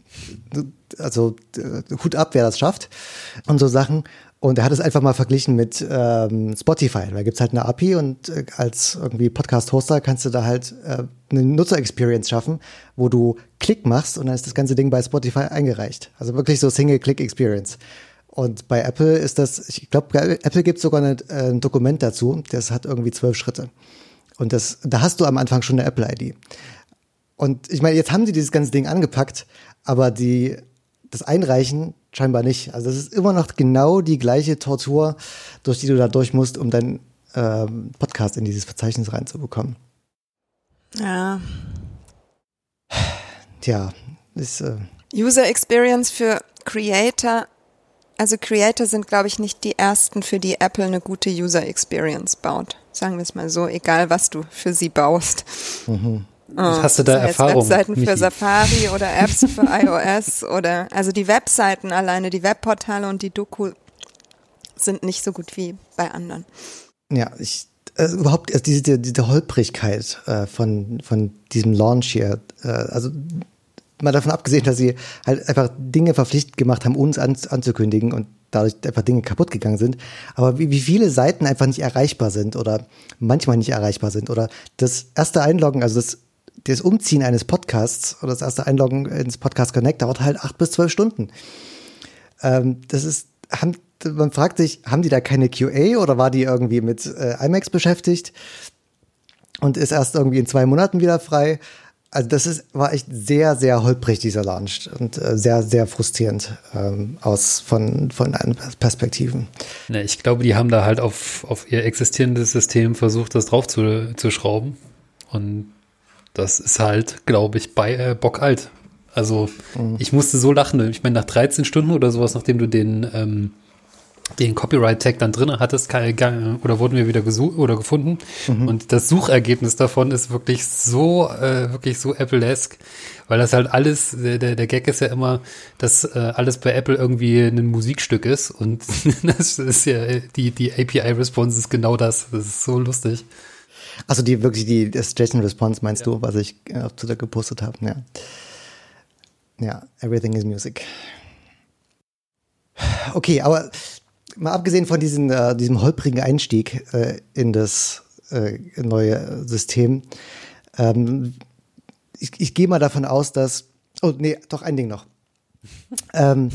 also äh, Hut ab, wer das schafft und so Sachen. Und er hat es einfach mal verglichen mit ähm, Spotify. Da gibt's halt eine A P I und äh, als irgendwie Podcast-Hoster kannst du da halt äh, eine Nutzer-Experience schaffen, wo du Klick machst und dann ist das ganze Ding bei Spotify eingereicht. Also wirklich so Single-Click-Experience. Und bei Apple ist das, ich glaube, bei Apple gibt es sogar eine, äh, ein Dokument dazu, das hat irgendwie zwölf Schritte. Und das, da hast du am Anfang schon eine Apple-I D. Und ich meine, jetzt haben sie dieses ganze Ding angepackt, aber die das Einreichen scheinbar nicht. Also das ist immer noch genau die gleiche Tortur, durch die du da durch musst, um deinen ähm, Podcast in dieses Verzeichnis reinzubekommen. Ja. Tja, ist äh User Experience für Creator. Also Creator sind, glaube ich, nicht die ersten, für die Apple eine gute User Experience baut. Sagen wir es mal so, egal was du für sie baust. Mhm. Was hast du da Erfahrung? Webseiten für Michi? Safari oder Apps für iOS oder, also die Webseiten alleine, die Webportale und die Doku sind nicht so gut wie bei anderen. Ja, ich, äh, überhaupt also diese, diese Holprigkeit äh, von, von diesem Launch hier, äh, also mal davon abgesehen, dass sie halt einfach Dinge verpflichtend gemacht haben, uns an, anzukündigen und dadurch einfach Dinge kaputt gegangen sind. Aber wie, wie viele Seiten einfach nicht erreichbar sind oder manchmal nicht erreichbar sind oder das erste Einloggen, also das, das Umziehen eines Podcasts oder das erste Einloggen ins Podcast Connect dauert halt acht bis zwölf Stunden. Ähm, das ist, haben, man fragt sich, haben die da keine Q A oder war die irgendwie mit äh, IMAX beschäftigt und ist erst irgendwie in zwei Monaten wieder frei? Also das ist, war echt sehr, sehr holprig, dieser Launch und äh, sehr, sehr frustrierend ähm, aus von, von allen Perspektiven. Ne, ich glaube, die haben da halt auf, auf ihr existierendes System versucht, das drauf zu, zu schrauben. Und das ist halt, glaube ich, bei äh, bockalt. Also mhm. ich musste so lachen. Ich meine, nach dreizehn Stunden oder sowas, nachdem du den ähm, den Copyright-Tag dann drin hattest, oder wurden wir wieder gesucht oder gefunden. Mhm. Und das Suchergebnis davon ist wirklich so, äh, wirklich so Apple-esque, weil das halt alles, der, der Gag ist ja immer, dass äh, alles bei Apple irgendwie ein Musikstück ist und das ist ja, die, die A P I-Response ist genau das. Das ist so lustig. Also die wirklich, die Suggestion-Response meinst ja. du, was ich auf Twitter gepostet habe, ja. Ja, everything is music. Okay, aber mal abgesehen von diesen, äh, diesem holprigen Einstieg äh, in das äh, neue System, ähm, ich, ich gehe mal davon aus, dass, oh nee, doch ein Ding noch. ähm,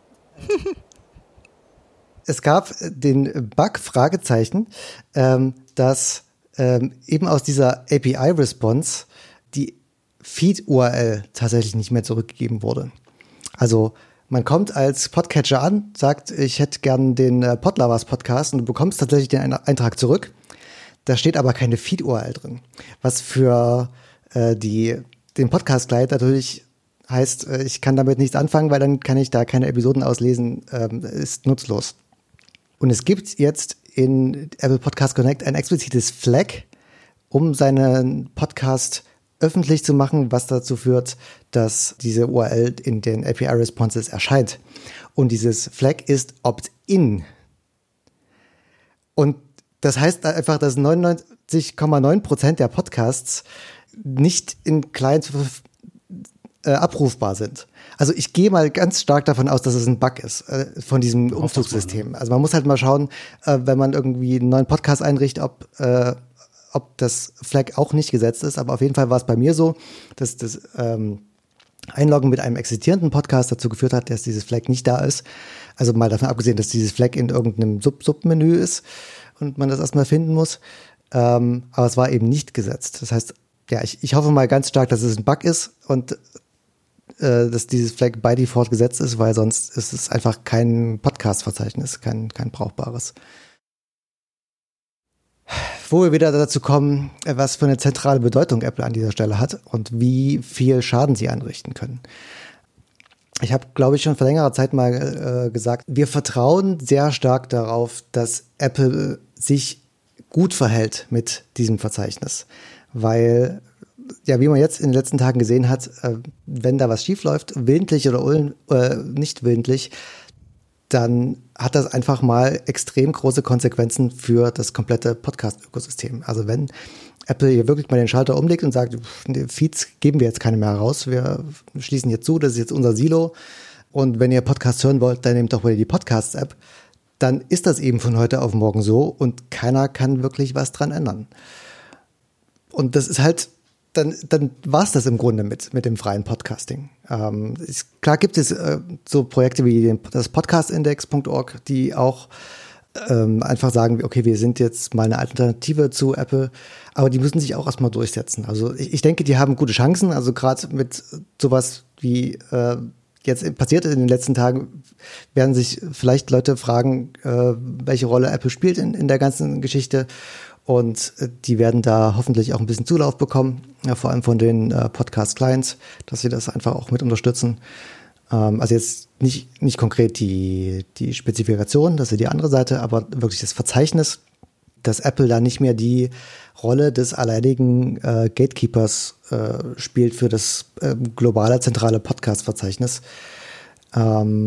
es gab den Bug, Fragezeichen, ähm, dass ähm, eben aus dieser A P I-Response die Feed-U R L tatsächlich nicht mehr zurückgegeben wurde. Also man kommt als Podcatcher an, sagt, ich hätte gern den äh, Podlovers Podcast und du bekommst tatsächlich den Eintrag zurück. Da steht aber keine Feed-U R L drin. Was für äh, die, den Podcast-Client natürlich heißt, äh, ich kann damit nichts anfangen, weil dann kann ich da keine Episoden auslesen, ähm, ist nutzlos. Und es gibt jetzt in Apple Podcast Connect ein explizites Flag, um seinen Podcast öffentlich zu machen, was dazu führt, dass diese U R L in den A P I-Responses erscheint. Und dieses Flag ist Opt-in. Und das heißt einfach, dass neunundneunzig Komma neun Prozent der Podcasts nicht in Clients äh, abrufbar sind. Also ich gehe mal ganz stark davon aus, dass es ein Bug ist äh, von diesem Umzugssystem. Also man muss halt mal schauen, äh, wenn man irgendwie einen neuen Podcast einrichtet, ob äh, ob das Flag auch nicht gesetzt ist, aber auf jeden Fall war es bei mir so, dass das ähm, Einloggen mit einem existierenden Podcast dazu geführt hat, dass dieses Flag nicht da ist. Also mal davon abgesehen, dass dieses Flag in irgendeinem Sub-Sub-Menü ist und man das erstmal finden muss. Ähm, aber es war eben nicht gesetzt. Das heißt, ja, ich, ich hoffe mal ganz stark, dass es ein Bug ist und äh, dass dieses Flag by Default gesetzt ist, weil sonst ist es einfach kein Podcast-Verzeichnis, kein, kein brauchbares. Wo wir wieder dazu kommen, was für eine zentrale Bedeutung Apple an dieser Stelle hat und wie viel Schaden sie anrichten können. Ich habe, glaube ich, schon vor längerer Zeit mal äh, gesagt, wir vertrauen sehr stark darauf, dass Apple sich gut verhält mit diesem Verzeichnis. Weil, ja, wie man jetzt in den letzten Tagen gesehen hat, äh, wenn da was schief läuft, willentlich oder un- äh, nicht willentlich, dann hat das einfach mal extrem große Konsequenzen für das komplette Podcast-Ökosystem. Also wenn Apple hier wirklich mal den Schalter umlegt und sagt, Feeds geben wir jetzt keine mehr raus, wir schließen jetzt zu, das ist jetzt unser Silo und wenn ihr Podcasts hören wollt, dann nehmt doch wieder die Podcasts-App, dann ist das eben von heute auf morgen so und keiner kann wirklich was dran ändern. Und das ist halt dann, dann war es das im Grunde mit, mit dem freien Podcasting. Ähm, ist, klar gibt es äh, so Projekte wie den, das podcastindex punkt org, die auch ähm, einfach sagen, okay, wir sind jetzt mal eine Alternative zu Apple, aber die müssen sich auch erstmal durchsetzen. Also ich, ich denke, die haben gute Chancen, also gerade mit sowas wie äh, jetzt passiert in den letzten Tagen, werden sich vielleicht Leute fragen, äh, welche Rolle Apple spielt in, in der ganzen Geschichte. Und die werden da hoffentlich auch ein bisschen Zulauf bekommen, ja, vor allem von den äh, Podcast-Clients, dass sie das einfach auch mit unterstützen. Ähm, also jetzt nicht, nicht konkret die, die Spezifikation, das ist die andere Seite, aber wirklich das Verzeichnis, dass Apple da nicht mehr die Rolle des alleinigen äh, Gatekeepers äh, spielt für das äh, globale, zentrale Podcast-Verzeichnis. Ähm,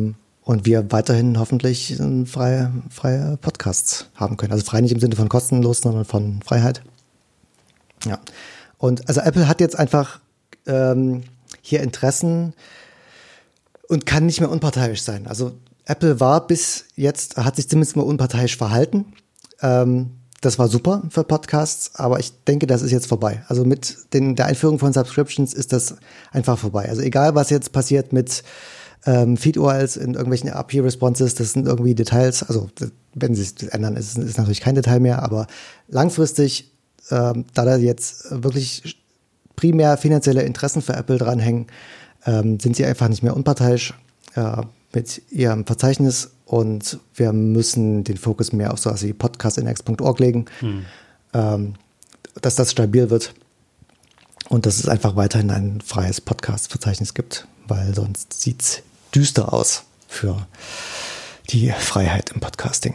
und wir weiterhin hoffentlich freie, freie Podcasts haben können. Also frei nicht im Sinne von kostenlos, sondern von Freiheit. Ja. Und also Apple hat jetzt einfach ähm, hier Interessen und kann nicht mehr unparteiisch sein. Also Apple war bis jetzt, hat sich zumindest mal unparteiisch verhalten. Ähm, das war super für Podcasts, aber ich denke, das ist jetzt vorbei. Also mit den, der Einführung von Subscriptions ist das einfach vorbei. Also egal, was jetzt passiert mit ähm, Feed-U R Ls in irgendwelchen A P I-Responses, das sind irgendwie Details. Also wenn sie es ändern, ist es natürlich kein Detail mehr, aber langfristig, ähm, da da jetzt wirklich primär finanzielle Interessen für Apple dranhängen, ähm, sind sie einfach nicht mehr unparteiisch äh, mit ihrem Verzeichnis und wir müssen den Fokus mehr auf sowas wie podcastindex punkt org legen, hm. ähm, dass das stabil wird und dass es einfach weiterhin ein freies Podcast-Verzeichnis gibt, weil sonst sieht es düster aus für die Freiheit im Podcasting.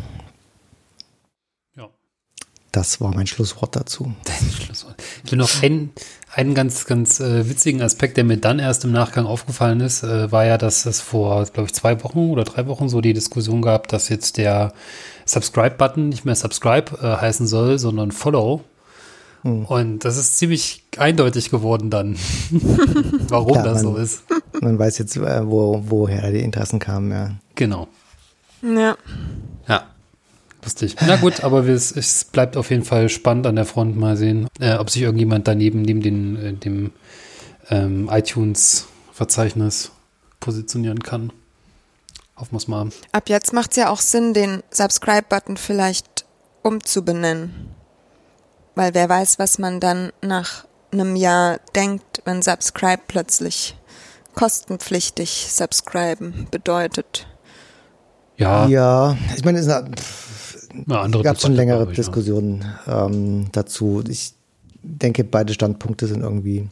Ja. Das war mein Schlusswort dazu. Schlusswort. Ich will noch einen, einen ganz, ganz äh, witzigen Aspekt, der mir dann erst im Nachgang aufgefallen ist, äh, war ja, dass es vor, glaube ich, zwei Wochen oder drei Wochen so die Diskussion gab, dass jetzt der Subscribe-Button nicht mehr Subscribe äh, heißen soll, sondern Follow. Hm. Und das ist ziemlich eindeutig geworden dann, warum Klar, das man, so ist. Man weiß jetzt, äh, wo, woher die Interessen kamen, ja. Genau. Ja. Ja. Lustig. Na gut, aber es, es bleibt auf jeden Fall spannend an der Front. Mal sehen, äh, ob sich irgendjemand daneben neben den, äh, dem ähm, iTunes-Verzeichnis positionieren kann. Hoffen wir es mal. Ab jetzt macht es ja auch Sinn, den Subscribe-Button vielleicht umzubenennen. Weil wer weiß, was man dann nach einem Jahr denkt, wenn Subscribe plötzlich kostenpflichtig subscriben bedeutet. Ja. Ja, ich meine, es ist eine, Na, andere es gab schon längere ich, Diskussionen ja. ähm, dazu. Ich denke, beide Standpunkte sind irgendwie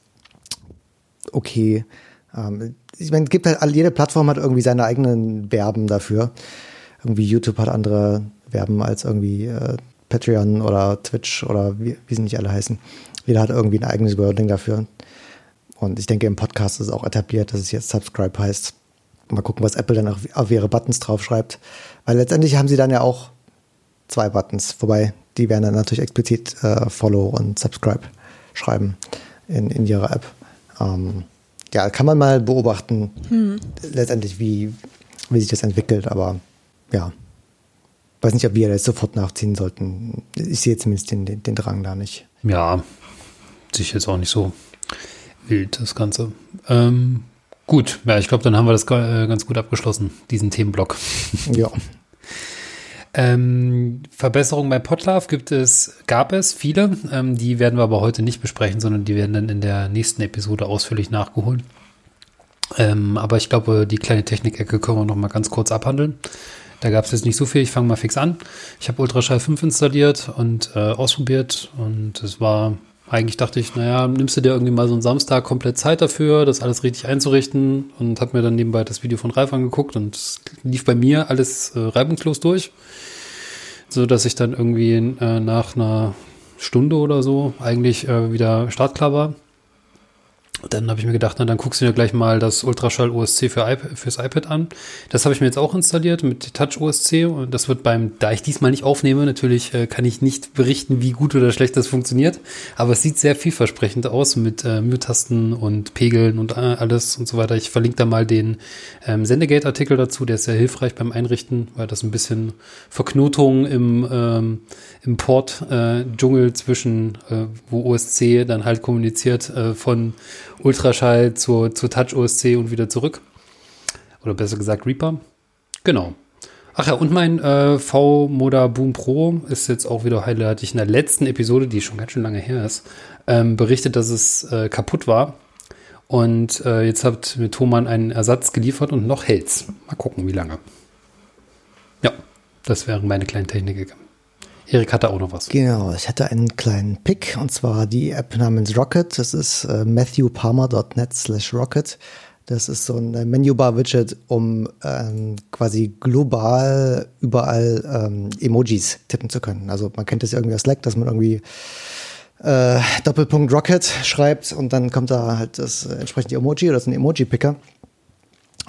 okay. Ähm, ich meine, es gibt halt, jede Plattform hat irgendwie seine eigenen Verben dafür. Irgendwie YouTube hat andere Verben als irgendwie äh, Patreon oder Twitch oder wie, wie sie nicht alle heißen. Jeder hat irgendwie ein eigenes Wording dafür. Und ich denke, im Podcast ist es auch etabliert, dass es jetzt Subscribe heißt. Mal gucken, was Apple dann auch auf ihre Buttons draufschreibt. Weil letztendlich haben sie dann ja auch zwei Buttons. Wobei, die werden dann natürlich explizit äh, Follow und Subscribe schreiben in, in ihrer App. Ähm, ja, kann man mal beobachten, hm. letztendlich, wie, wie sich das entwickelt. Aber ja, weiß nicht, ob wir das sofort nachziehen sollten. Ich sehe zumindest den, den, den Drang da nicht. Ja, sehe ich jetzt auch nicht so wild, das Ganze. Ähm, gut, ja, ich glaube, dann haben wir das ganz gut abgeschlossen, diesen Themenblock. Ja. ähm, Verbesserungen bei Podlove gibt es, gab es viele. Ähm, die werden wir aber heute nicht besprechen, sondern die werden dann in der nächsten Episode ausführlich nachgeholt. Ähm, aber ich glaube, die kleine Technik-Ecke können wir noch mal ganz kurz abhandeln. Da gab es jetzt nicht so viel, ich fange mal fix an. Ich habe Ultraschall fünf installiert und äh, ausprobiert und es war, eigentlich dachte ich, naja, nimmst du dir irgendwie mal so einen Samstag komplett Zeit dafür, das alles richtig einzurichten und habe mir dann nebenbei das Video von Ralf angeguckt und es lief bei mir alles äh, reibungslos durch, so dass ich dann irgendwie äh, nach einer Stunde oder so eigentlich äh, wieder startklar war. Dann habe ich mir gedacht, na, dann guckst du dir gleich mal das Ultraschall O S C für iP- fürs iPad an. Das habe ich mir jetzt auch installiert mit Touch O S C und das wird beim, da ich diesmal nicht aufnehme, natürlich äh, kann ich nicht berichten, wie gut oder schlecht das funktioniert, aber es sieht sehr vielversprechend aus mit äh, Mute-Tasten und Pegeln und äh, alles und so weiter. Ich verlinke da mal den ähm, Sendegate-Artikel dazu, der ist sehr hilfreich beim Einrichten, weil das ein bisschen Verknotung im, ähm, im Port-Dschungel äh, zwischen, äh, wo O S C dann halt kommuniziert, äh, von Ultraschall zur, zur Touch O S C und wieder zurück. Oder besser gesagt Reaper. Genau. Ach ja, und mein äh, V-Moda Boom Pro ist jetzt auch wieder heile, hatte ich in der letzten Episode, die schon ganz schön lange her ist, ähm, berichtet, dass es äh, kaputt war. Und äh, jetzt hat mir Thomann einen Ersatz geliefert und noch hält's. Mal gucken, wie lange. Ja, das wären meine kleinen Techniken. Erik hatte auch noch was. Genau, ich hatte einen kleinen Pick und zwar die App namens Rocket. Das ist äh, matthewpalmer dot net slash rocket. Das ist so ein äh, Menübar-Widget, um ähm, quasi global überall ähm, Emojis tippen zu können. Also man kennt das irgendwie aus Slack, dass man irgendwie äh, Doppelpunkt Rocket schreibt und dann kommt da halt das äh, entsprechende Emoji oder so ein Emoji-Picker.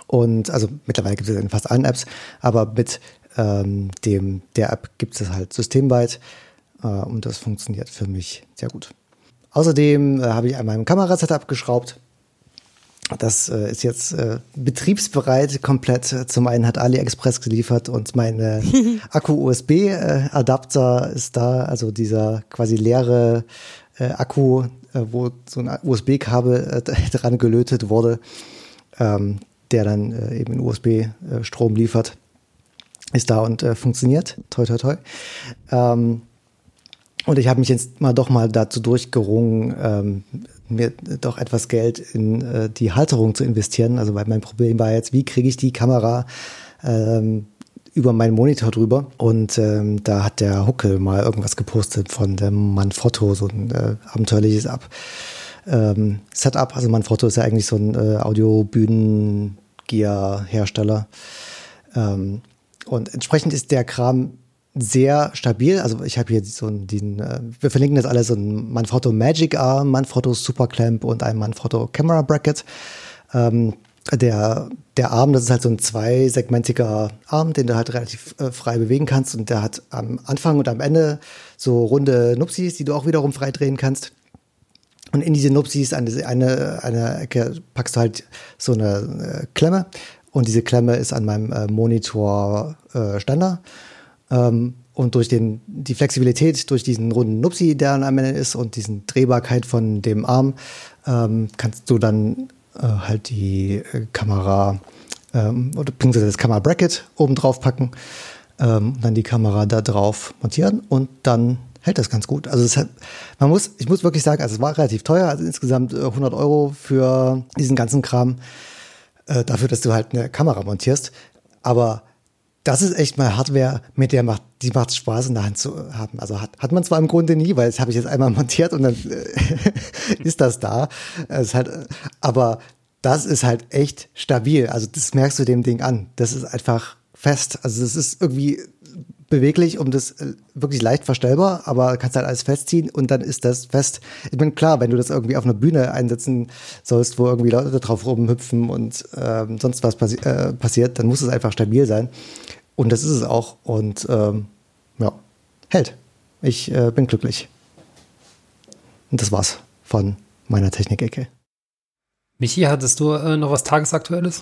Und also mittlerweile gibt es in fast allen Apps, aber mit ähm, dem der App gibt es halt systemweit äh, und das funktioniert für mich sehr gut. Außerdem äh, habe ich an meinem Kamerasetup geschraubt. Das äh, ist jetzt äh, betriebsbereit komplett. Zum einen hat AliExpress geliefert und mein äh, Akku-U S B-Adapter ist da, also dieser quasi leere äh, Akku, äh, wo so ein U S B-Kabel äh, dran gelötet wurde, ähm, der dann äh, eben U S B-Strom liefert, ist da und äh, funktioniert. Toi, toi, toi. Ähm, und ich habe mich jetzt mal doch mal dazu durchgerungen, ähm, mir doch etwas Geld in äh, die Halterung zu investieren. Also weil mein Problem war jetzt, wie kriege ich die Kamera ähm, über meinen Monitor drüber? Und ähm, da hat der Huckel mal irgendwas gepostet von dem Manfrotto, so ein äh, abenteuerliches Ab ähm, Setup. Also Manfrotto ist ja eigentlich so ein äh, Audio-Bühnen-Gear-Hersteller. Ähm, und entsprechend ist der Kram sehr stabil. Also ich habe hier so einen, den, äh, wir verlinken das alles, so ein Manfrotto Magic Arm, Manfrotto Super Clamp und ein Manfrotto Camera Bracket. Ähm, der, der Arm, das ist halt so ein zweisegmentiger Arm, den du halt relativ äh, frei bewegen kannst und der hat am Anfang und am Ende so runde Nupsis, die du auch wiederum frei drehen kannst. Und in diese Nupsis, eine, eine, eine Ecke packst du halt so eine äh, Klemme und diese Klemme ist an meinem äh, Monitor äh, Ständer. Ähm, und durch den, die Flexibilität, durch diesen runden Nupsi, der am Ende ist und diesen Drehbarkeit von dem Arm, ähm, kannst du dann äh, halt die äh, Kamera ähm, oder beziehungsweise das Kamera-Bracket oben drauf packen, ähm, dann die Kamera da drauf montieren und dann hält das ganz gut. Also es hat, man muss, ich muss wirklich sagen, also es war relativ teuer, also insgesamt äh, hundert Euro für diesen ganzen Kram, äh, dafür, dass du halt eine Kamera montierst, aber das ist echt mal Hardware, mit der macht, die macht Spaß in der Hand zu haben. Also hat, hat man zwar im Grunde nie, weil das habe ich jetzt einmal montiert und dann äh, ist das da. Es ist halt, aber das ist halt echt stabil. Also das merkst du dem Ding an. Das ist einfach fest. Also es ist irgendwie beweglich und das wirklich leicht verstellbar, aber kannst halt alles festziehen und dann ist das fest. Ich bin klar, wenn du das irgendwie auf einer Bühne einsetzen sollst, wo irgendwie Leute drauf rumhüpfen und ähm, sonst was passi- äh, passiert, dann muss es einfach stabil sein. Und das ist es auch. Und ähm, ja, hält. Ich äh, bin glücklich. Und das war's von meiner Technik-Ecke. Michi, hattest du äh, noch was Tagesaktuelles?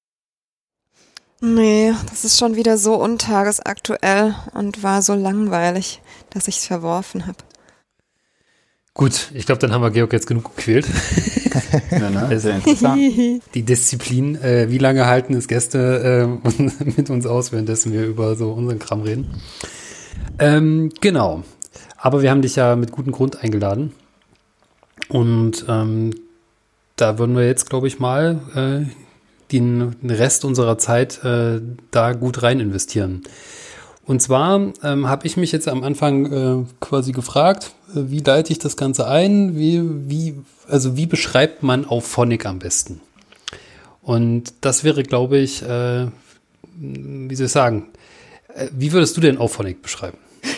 Nee, das ist schon wieder so untagesaktuell und war so langweilig, dass ich es verworfen habe. Gut, ich glaube, dann haben wir Georg jetzt genug gequält. Ja, ne? Sehr interessant. Die Disziplin, äh, wie lange halten es Gäste äh, mit uns aus, währenddessen wir über so unseren Kram reden. Ähm, genau, aber wir haben dich ja mit gutem Grund eingeladen und ähm, da würden wir jetzt, glaube ich, mal äh, den Rest unserer Zeit äh, da gut rein investieren. Und zwar ähm, habe ich mich jetzt am Anfang äh, quasi gefragt, äh, wie leite ich das Ganze ein? Wie, wie, also wie beschreibt man Auphonic am besten? Und das wäre, glaube ich, äh, wie soll ich sagen, äh, wie würdest du denn Auphonic beschreiben?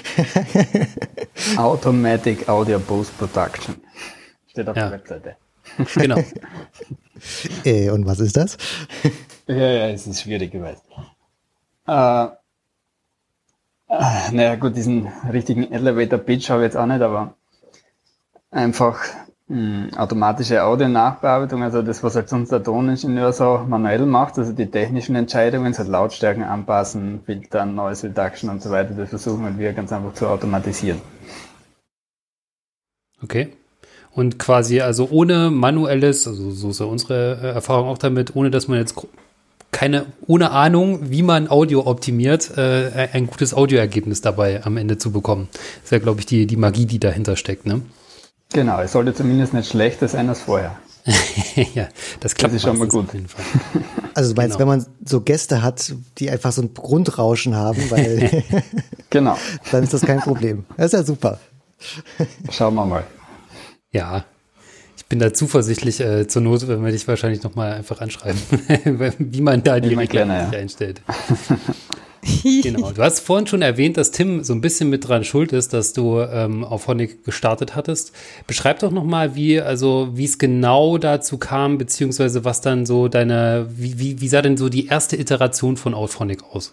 Automatic Audio Post Production. Steht auf Ja. der Webseite. Genau. äh, und was ist das? Ja, ja, es ist schwierig gewesen. Äh, äh, naja, gut, diesen richtigen Elevator-Pitch habe ich jetzt auch nicht, aber einfach mh, automatische Audio-Nachbearbeitung, also das, was halt sonst der Toningenieur so manuell macht, also die technischen Entscheidungen, so Lautstärken anpassen, filtern, Noise Reduction und so weiter, das versuchen halt wir ganz einfach zu automatisieren. Okay. Und quasi also ohne manuelles, also so ist ja unsere äh, Erfahrung auch damit, ohne dass man jetzt gro- keine, ohne Ahnung, wie man Audio optimiert, äh, ein gutes Audioergebnis dabei am Ende zu bekommen. Das ist ja, glaube ich, die, die Magie, die dahinter steckt, ne? Genau, es sollte zumindest nicht schlechter sein als vorher. Ja, das klappt Das ist schon mal meistens gut. auf jeden Fall. Also du meinst, Genau. wenn man so Gäste hat, die einfach so ein Grundrauschen haben, weil Genau, dann ist das kein Problem. Das ist ja super. schauen wir mal. Ja, ich bin da zuversichtlich. Äh, zur Not werden wir dich wahrscheinlich nochmal einfach anschreiben, wie man da die Immer Regler gerne, ja. einstellt. Genau. Du hast vorhin schon erwähnt, dass Tim so ein bisschen mit dran schuld ist, dass du ähm, Auphonic gestartet hattest. Beschreib doch nochmal, wie, also, wie es genau dazu kam, beziehungsweise was dann so deine, wie, wie, wie sah denn so die erste Iteration von Auphonic aus?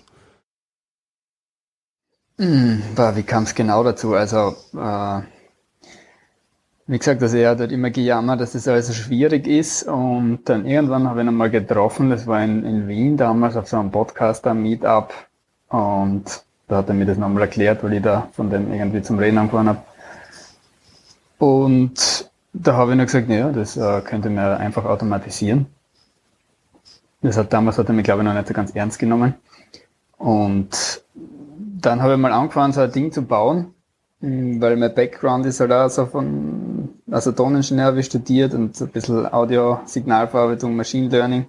Hm, wie kam es genau dazu? Also, äh, wie gesagt, also er hat halt immer gejammert, dass das alles so schwierig ist, und dann irgendwann habe ich ihn mal getroffen, das war in, in Wien damals auf so einem Podcaster-Meetup, und da hat er mir das nochmal erklärt, weil ich da von dem irgendwie zum Reden angefangen habe. Und da habe ich nur gesagt, ja, das äh, könnte man einfach automatisieren. Das hat damals hat er mich, glaube ich, noch nicht so ganz ernst genommen. Und dann habe ich mal angefangen, so ein Ding zu bauen, weil mein Background ist halt auch so von, also Toningenieur habe ich studiert und so ein bisschen Audio-Signalverarbeitung, Machine Learning.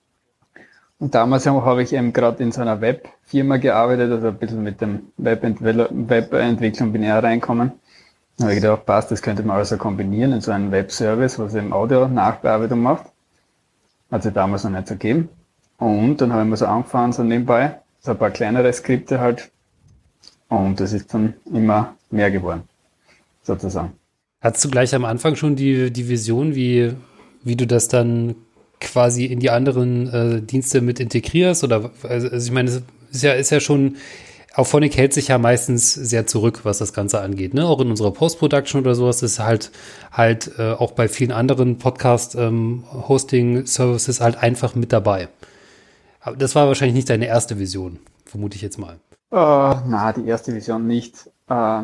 Und damals habe ich eben gerade in so einer Webfirma gearbeitet, also ein bisschen mit dem Webentwicklung bin ich auch reingekommen. Da habe ich gedacht, passt, das könnte man also kombinieren in so einen Webservice, was eben Audio-Nachbearbeitung macht. Hat sich damals noch nicht so gegeben. Und dann habe ich mal so angefangen, so nebenbei, so ein paar kleinere Skripte halt. Und das ist dann immer mehr geworden, sozusagen. Hattest du gleich am Anfang schon die, die Vision, wie, wie du das dann quasi in die anderen äh, Dienste mit integrierst? Oder, also, also ich meine, es ist ja, ist ja schon, Auphonic hält sich ja meistens sehr zurück, was das Ganze angeht, ne? Auch in unserer Post-Production oder sowas ist halt, halt äh, auch bei vielen anderen Podcast-Hosting-Services ähm, halt einfach mit dabei. Aber das war wahrscheinlich nicht deine erste Vision, vermute ich jetzt mal. Uh, na, die erste Vision nicht. Uh,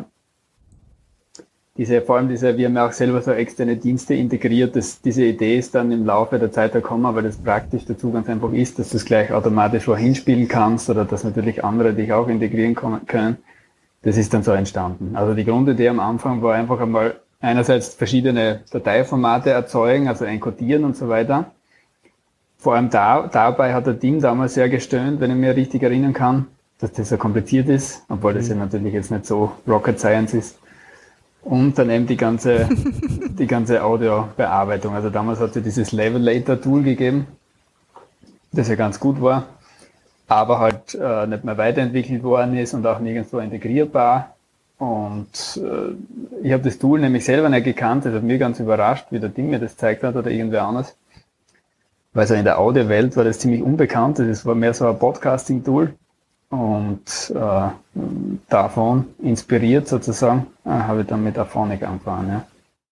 diese, vor allem diese, wir haben ja auch selber so externe Dienste integriert, das, diese Idee ist dann im Laufe der Zeit gekommen, weil das praktisch dazu ganz einfach ist, dass du es gleich automatisch wohin spielen kannst oder dass natürlich andere dich auch integrieren können. Das ist dann so entstanden. Also die Grundidee am Anfang war einfach einmal einerseits verschiedene Dateiformate erzeugen, also encodieren und so weiter. Vor allem da, dabei hat der Team damals sehr gestöhnt, wenn ich mich richtig erinnern kann, dass das so kompliziert ist, obwohl das ja natürlich jetzt nicht so Rocket Science ist. Und dann eben die ganze, die ganze Audiobearbeitung. Also damals hat es ja dieses Levelator-Tool gegeben, das ja ganz gut war, aber halt äh, nicht mehr weiterentwickelt worden ist und auch nirgendwo integrierbar. Und äh, ich habe das Tool nämlich selber nicht gekannt, das hat mich ganz überrascht, wie der Ding mir das gezeigt hat oder irgendwer anders. Weil so in der Audio-Welt war das ziemlich unbekannt, das war mehr so ein Podcasting-Tool. Und äh, davon inspiriert sozusagen äh, habe ich dann mit Auphonic angefangen, ja.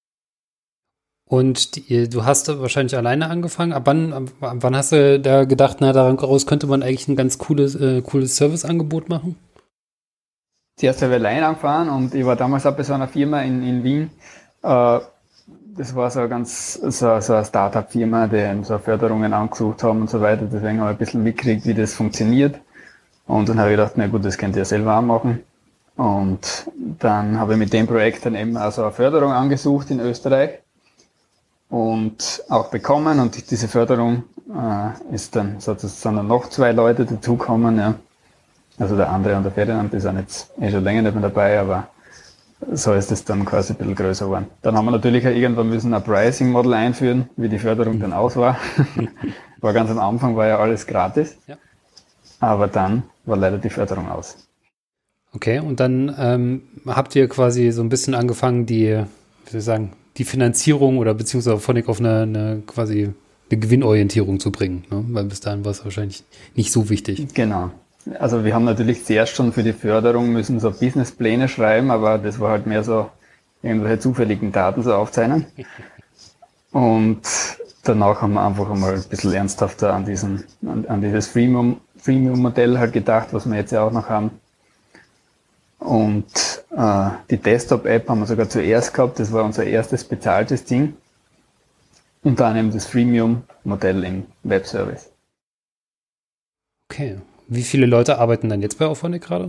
Und die, du hast wahrscheinlich alleine angefangen. Ab wann, ab wann hast du da gedacht, na, daraus könnte man eigentlich ein ganz cooles, äh, cooles Serviceangebot machen? Zuerst habe ich alleine angefangen und ich war damals auch bei so einer Firma in, in Wien. Äh, das war so eine ganz so, so eine Startup-Firma, die so Förderungen angesucht haben und so weiter. Deswegen habe ich ein bisschen mitgekriegt, wie das funktioniert. Und dann habe ich gedacht, na gut, das könnt ihr selber auch machen. Und dann habe ich mit dem Projekt dann eben also eine Förderung angesucht in Österreich und auch bekommen. Und diese Förderung äh, ist dann sozusagen noch zwei Leute dazugekommen, ja. Also der André und der Ferdinand, die sind jetzt eh schon länger nicht mehr dabei, aber so ist es dann quasi ein bisschen größer geworden. Dann haben wir natürlich auch irgendwann müssen ein Pricing-Model einführen, wie die Förderung dann aus war. War ganz am Anfang, war ja alles gratis. Ja. Aber dann war leider die Förderung aus. Okay, und dann ähm, habt ihr quasi so ein bisschen angefangen, die, wie soll ich sagen, die Finanzierung oder beziehungsweise Auphonic auf eine, eine quasi eine Gewinnorientierung zu bringen, ne? Weil bis dahin war es wahrscheinlich nicht so wichtig. Genau. Also wir haben natürlich zuerst schon für die Förderung müssen so Businesspläne schreiben, aber das war halt mehr so irgendwelche zufälligen Daten so aufzeichnen. Und danach haben wir einfach einmal ein bisschen ernsthafter an diesen, an, an dieses Freemium Freemium-Modell halt gedacht, was wir jetzt ja auch noch haben. Und äh, die Desktop-App haben wir sogar zuerst gehabt, das war unser erstes bezahltes Ding. Und dann eben das Freemium-Modell im Webservice. Okay. Wie viele Leute arbeiten dann jetzt bei Auphonic gerade?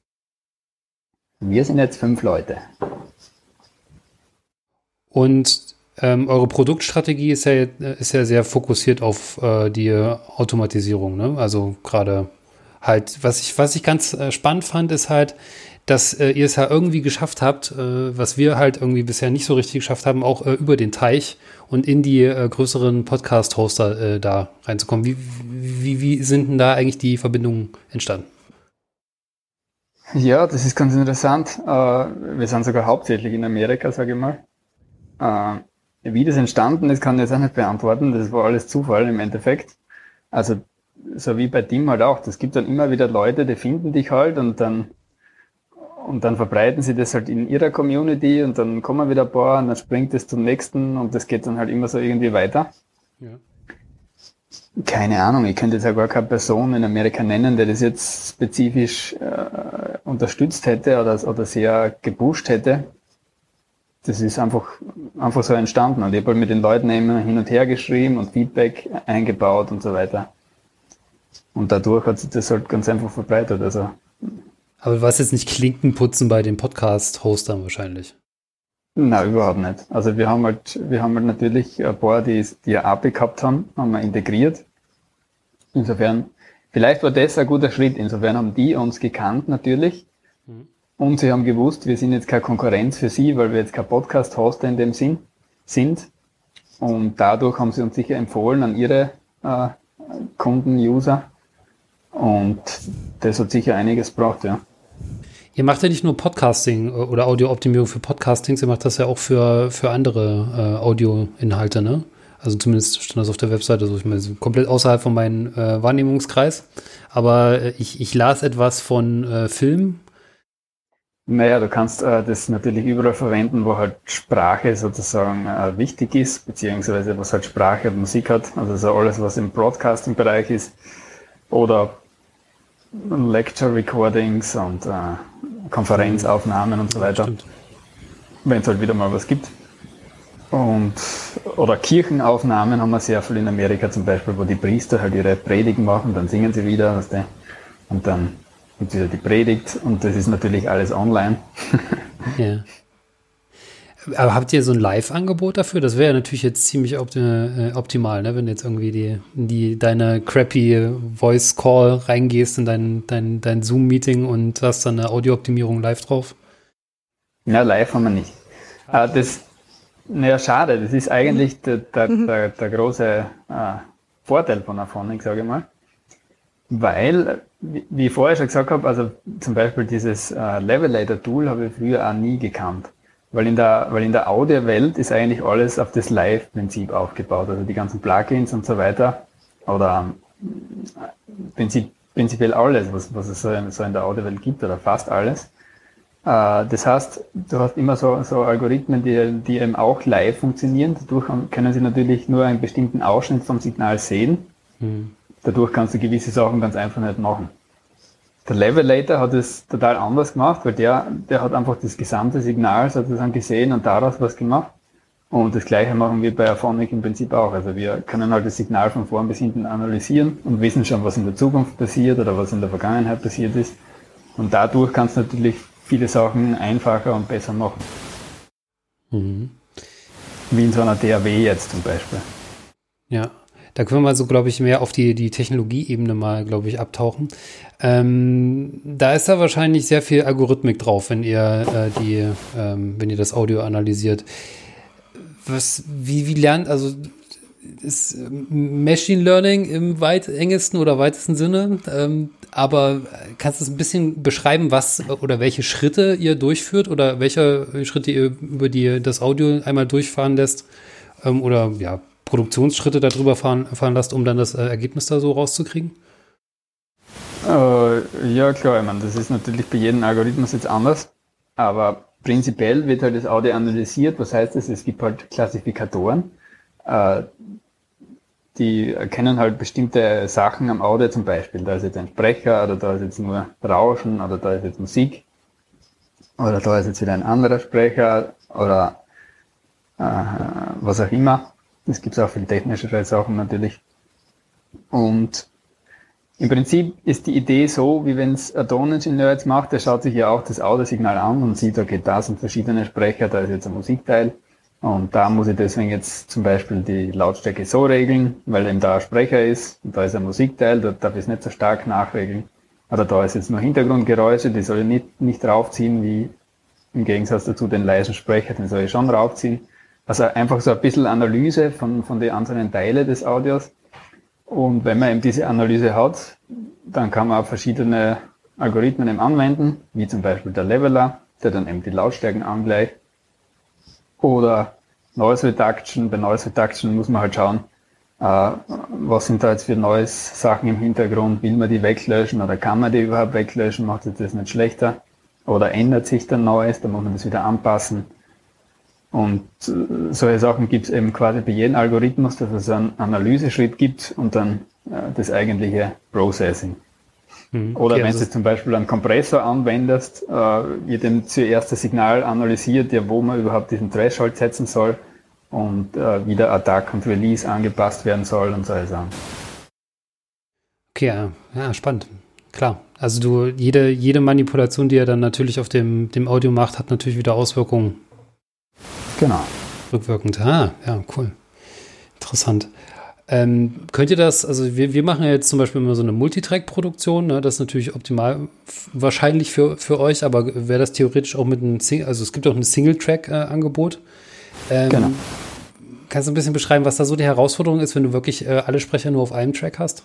Wir sind jetzt fünf Leute. Und Ähm, eure Produktstrategie ist ja, ist ja sehr fokussiert auf äh, die Automatisierung, ne? Also gerade halt, was ich, was ich ganz äh, spannend fand, ist halt, dass äh, ihr es ja irgendwie geschafft habt, äh, was wir halt irgendwie bisher nicht so richtig geschafft haben, auch äh, über den Teich und in die äh, größeren Podcast-Hoster äh, da reinzukommen. Wie, wie, wie sind denn da eigentlich die Verbindungen entstanden? Ja, das ist ganz interessant. Äh, wir sind sogar hauptsächlich in Amerika, sage ich mal. Äh, wie das entstanden ist, kann ich jetzt auch nicht beantworten. Das war alles Zufall im Endeffekt. Also so wie bei Tim halt auch. Es gibt dann immer wieder Leute, die finden dich halt und dann und dann verbreiten sie das halt in ihrer Community und dann kommen wieder ein paar und dann springt es zum nächsten und das geht dann halt immer so irgendwie weiter. Ja. Keine Ahnung, ich könnte jetzt ja gar keine Person in Amerika nennen, der das jetzt spezifisch äh, unterstützt hätte oder, oder sehr gepusht hätte. Das ist einfach, einfach so entstanden und ich habe halt mit den Leuten immer hin und her geschrieben und Feedback eingebaut und so weiter. Und dadurch hat sich das halt ganz einfach verbreitet. Also. Aber du warst jetzt nicht Klinken putzen bei den Podcast-Hostern wahrscheinlich? Nein, überhaupt nicht. Also wir haben halt, wir haben halt natürlich ein paar, die, die eine A P I gehabt haben, haben wir integriert. Insofern, vielleicht war das ein guter Schritt. Insofern haben die uns gekannt natürlich. Mhm. Und sie haben gewusst, wir sind jetzt keine Konkurrenz für sie, weil wir jetzt kein Podcast-Hoster in dem Sinn sind. Und dadurch haben sie uns sicher empfohlen an ihre äh, Kunden, User. Und das hat sicher einiges gebraucht, ja. Ihr macht ja nicht nur Podcasting oder Audiooptimierung für Podcastings, ihr macht das ja auch für, für andere äh, Audioinhalte, ne? Also zumindest stand das auf der Webseite, also ich meine, komplett außerhalb von meinem äh, Wahrnehmungskreis. Aber äh, ich, ich las etwas von äh, Film. Naja, du kannst äh, das natürlich überall verwenden, wo halt Sprache sozusagen äh, wichtig ist, beziehungsweise was halt Sprache und Musik hat. Also so alles, was im Broadcasting-Bereich ist. Oder Lecture Recordings und äh, Konferenzaufnahmen und so weiter, wenn es halt wieder mal was gibt. Und oder Kirchenaufnahmen haben wir sehr viel in Amerika zum Beispiel, wo die Priester halt ihre Predigen machen, dann singen sie wieder, weißt du, und dann gibt es wieder die Predigt und das ist natürlich alles online. Ja. Aber habt ihr so ein Live-Angebot dafür? Das wäre ja natürlich jetzt ziemlich optim- äh, optimal, ne? Wenn du jetzt irgendwie die, die deine crappy Voice-Call reingehst in dein, dein, dein Zoom-Meeting und hast dann eine Audiooptimierung live drauf. Ja, live haben wir nicht. Äh, das, naja, schade. Das ist eigentlich der, der, der, der große äh, Vorteil von Auphonic, sage ich mal. Weil, wie, wie ich vorher schon gesagt habe, also zum Beispiel dieses äh, Levelator-Tool habe ich früher auch nie gekannt. Weil in der, weil in der Audio-Welt ist eigentlich alles auf das Live-Prinzip aufgebaut. Also die ganzen Plugins und so weiter. Oder Prinzip, prinzipiell alles, was, was es so in, so in der Audio-Welt gibt, oder fast alles. Äh, das heißt, du hast immer so, so Algorithmen, die, die eben auch live funktionieren. Dadurch können sie natürlich nur einen bestimmten Ausschnitt vom Signal sehen. Mhm. Dadurch kannst du gewisse Sachen ganz einfach nicht machen. Der Levelator hat es total anders gemacht, weil der, der hat einfach das gesamte Signal sozusagen gesehen und daraus was gemacht. Und das Gleiche machen wir bei Auphonic im Prinzip auch. Also wir können halt das Signal von vorn bis hinten analysieren und wissen schon, was in der Zukunft passiert oder was in der Vergangenheit passiert ist. Und dadurch kannst du natürlich viele Sachen einfacher und besser machen. Mhm. Wie in so einer D A W jetzt zum Beispiel. Ja. Da können wir mal so, glaube ich, mehr auf die, die Technologieebene mal, glaube ich, abtauchen. Ähm, da ist da wahrscheinlich sehr viel Algorithmik drauf, wenn ihr äh, die, ähm, wenn ihr das Audio analysiert. Was, wie, wie lernt, also ist Machine Learning im weit engesten oder weitesten Sinne, ähm, aber kannst du es ein bisschen beschreiben, was oder welche Schritte ihr durchführt oder welche Schritte ihr über die das Audio einmal durchfahren lässt ähm, oder ja, Produktionsschritte darüber fahren, fahren lasst, um dann das äh, Ergebnis da so rauszukriegen? Äh, ja, klar, ich meine, das ist natürlich bei jedem Algorithmus jetzt anders, aber prinzipiell wird halt das Audio analysiert. Was heißt das? Es gibt halt Klassifikatoren, äh, die erkennen halt bestimmte Sachen am Audio, zum Beispiel, da ist jetzt ein Sprecher oder da ist jetzt nur Rauschen oder da ist jetzt Musik oder da ist jetzt wieder ein anderer Sprecher oder äh, was auch immer. Es gibt auch viele technischere Sachen natürlich. Und im Prinzip ist die Idee so, wie wenn es ein Toningenieur jetzt macht, der schaut sich ja auch das Audiosignal an und sieht, okay, da sind verschiedene Sprecher, da ist jetzt ein Musikteil und da muss ich deswegen jetzt zum Beispiel die Lautstärke so regeln, weil eben da ein Sprecher ist und da ist ein Musikteil, da darf ich es nicht so stark nachregeln. Oder da ist jetzt nur Hintergrundgeräusche, die soll ich nicht, nicht raufziehen, wie im Gegensatz dazu den leisen Sprecher, den soll ich schon raufziehen. Also einfach so ein bisschen Analyse von, von den einzelnen Teilen des Audios. Und wenn man eben diese Analyse hat, dann kann man auch verschiedene Algorithmen eben anwenden, wie zum Beispiel der Leveler, der dann eben die Lautstärken angleicht. Oder Noise Reduction. Bei Noise Reduction muss man halt schauen, äh, was sind da jetzt für Noise Sachen im Hintergrund, will man die weglöschen oder kann man die überhaupt weglöschen, macht sich das nicht schlechter. Oder ändert sich der Noise, dann muss man das wieder anpassen. Und äh, solche Sachen gibt es eben quasi bei jedem Algorithmus, dass es einen Analyseschritt gibt und dann äh, das eigentliche Processing. Mhm, Oder okay, wenn also du zum Beispiel einen Kompressor anwendest, äh, wird eben zuerst das Signal analysiert, ja, wo man überhaupt diesen Threshold setzen soll und äh, wie der Attack und Release angepasst werden soll und solche Sachen. Okay, ja, ja, spannend. Klar. Also du, jede, jede Manipulation, die er dann natürlich auf dem, dem Audio macht, hat natürlich wieder Auswirkungen. Genau. Rückwirkend. Ah, ja, cool. Interessant. Ähm, könnt ihr das, also wir, wir machen ja jetzt zum Beispiel immer so eine Multitrack-Produktion, ne? Das ist natürlich optimal f- wahrscheinlich für, für euch, aber wäre das theoretisch auch mit einem Single, also es gibt auch ein Single-Track-Angebot. Ähm, genau. Kannst du ein bisschen beschreiben, was da so die Herausforderung ist, wenn du wirklich äh, alle Sprecher nur auf einem Track hast?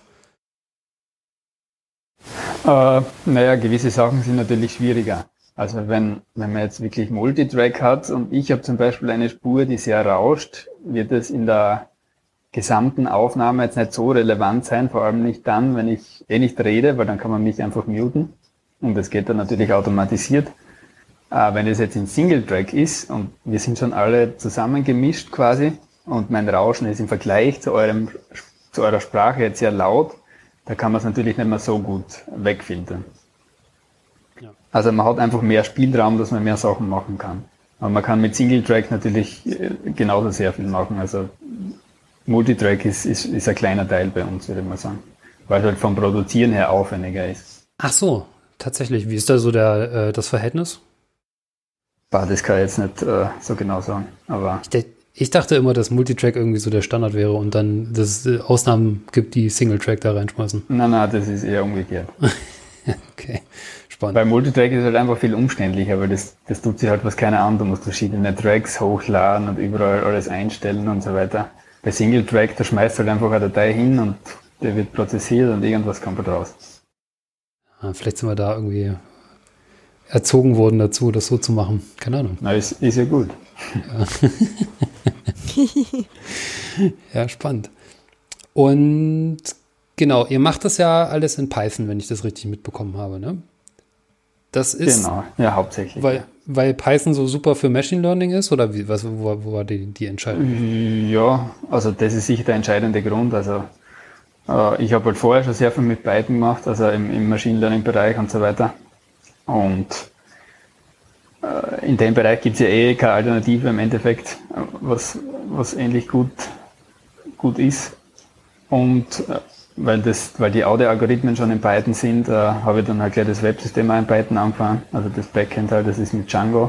Äh, naja, gewisse Sachen sind natürlich schwieriger. Also wenn, wenn man jetzt wirklich Multitrack hat und ich habe zum Beispiel eine Spur, die sehr rauscht, wird es in der gesamten Aufnahme jetzt nicht so relevant sein, vor allem nicht dann, wenn ich eh nicht rede, weil dann kann man mich einfach muten und das geht dann natürlich automatisiert. Äh, wenn es jetzt ein Single-Track ist und wir sind schon alle zusammengemischt quasi und mein Rauschen ist im Vergleich zu eurem, zu eurer Sprache jetzt sehr laut, da kann man es natürlich nicht mehr so gut wegfiltern. Ja. Also man hat einfach mehr Spielraum, dass man mehr Sachen machen kann. Aber man kann mit Single-Track natürlich genauso sehr viel machen. Also Multitrack ist, ist, ist ein kleiner Teil bei uns, würde ich mal sagen. Weil es halt vom Produzieren her aufwendiger ist. Ach so, tatsächlich. Wie ist da so der, äh, das Verhältnis? Bah, das kann ich jetzt nicht äh, so genau sagen. Aber ich, de- ich dachte immer, dass Multitrack irgendwie so der Standard wäre und dann, dass es äh, Ausnahmen gibt, die Single-Track da reinschmeißen. Nein, nein, das ist eher umgekehrt. Okay, spannend. Bei Multitrack ist halt einfach viel umständlicher, weil das, das tut sich halt was keiner an. Du musst verschiedene Tracks hochladen und überall alles einstellen und so weiter. Bei Single-Track, da schmeißt halt einfach eine Datei hin und der wird prozessiert und irgendwas kommt halt raus. Ja, vielleicht sind wir da irgendwie erzogen worden dazu, das so zu machen. Keine Ahnung. Na, ist, ist ja gut. Ja. Ja, spannend. Und genau, ihr macht das ja alles in Python, wenn ich das richtig mitbekommen habe, ne? Das ist, genau, ja, hauptsächlich. Weil, weil Python so super für Machine Learning ist, oder wie, was, wo, wo war die, die Entscheidung? Ja, also das ist sicher der entscheidende Grund. Also äh, ich habe halt vorher schon sehr viel mit Python gemacht, also im, im Machine Learning Bereich und so weiter. Und äh, in dem Bereich gibt es ja eh keine Alternative im Endeffekt, was, was ähnlich gut, gut ist. Und äh, weil das, weil die Audio-Algorithmen schon in Python sind, äh, habe ich dann halt gleich das Websystem auch in Python angefangen. Also das Backend halt, das ist mit Django.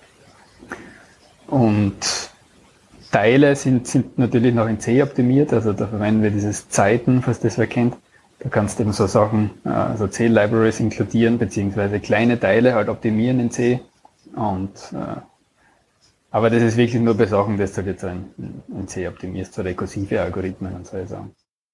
Und Teile sind, sind natürlich noch in C optimiert, also da verwenden wir dieses Zeiten, falls das wer kennt. Da kannst du eben so Sachen, äh, also C-Libraries inkludieren, beziehungsweise kleine Teile halt optimieren in C. Und äh, aber das ist wirklich nur bei Sachen, dass du halt jetzt in, in C optimierst, so rekursive Algorithmen und so Sachen.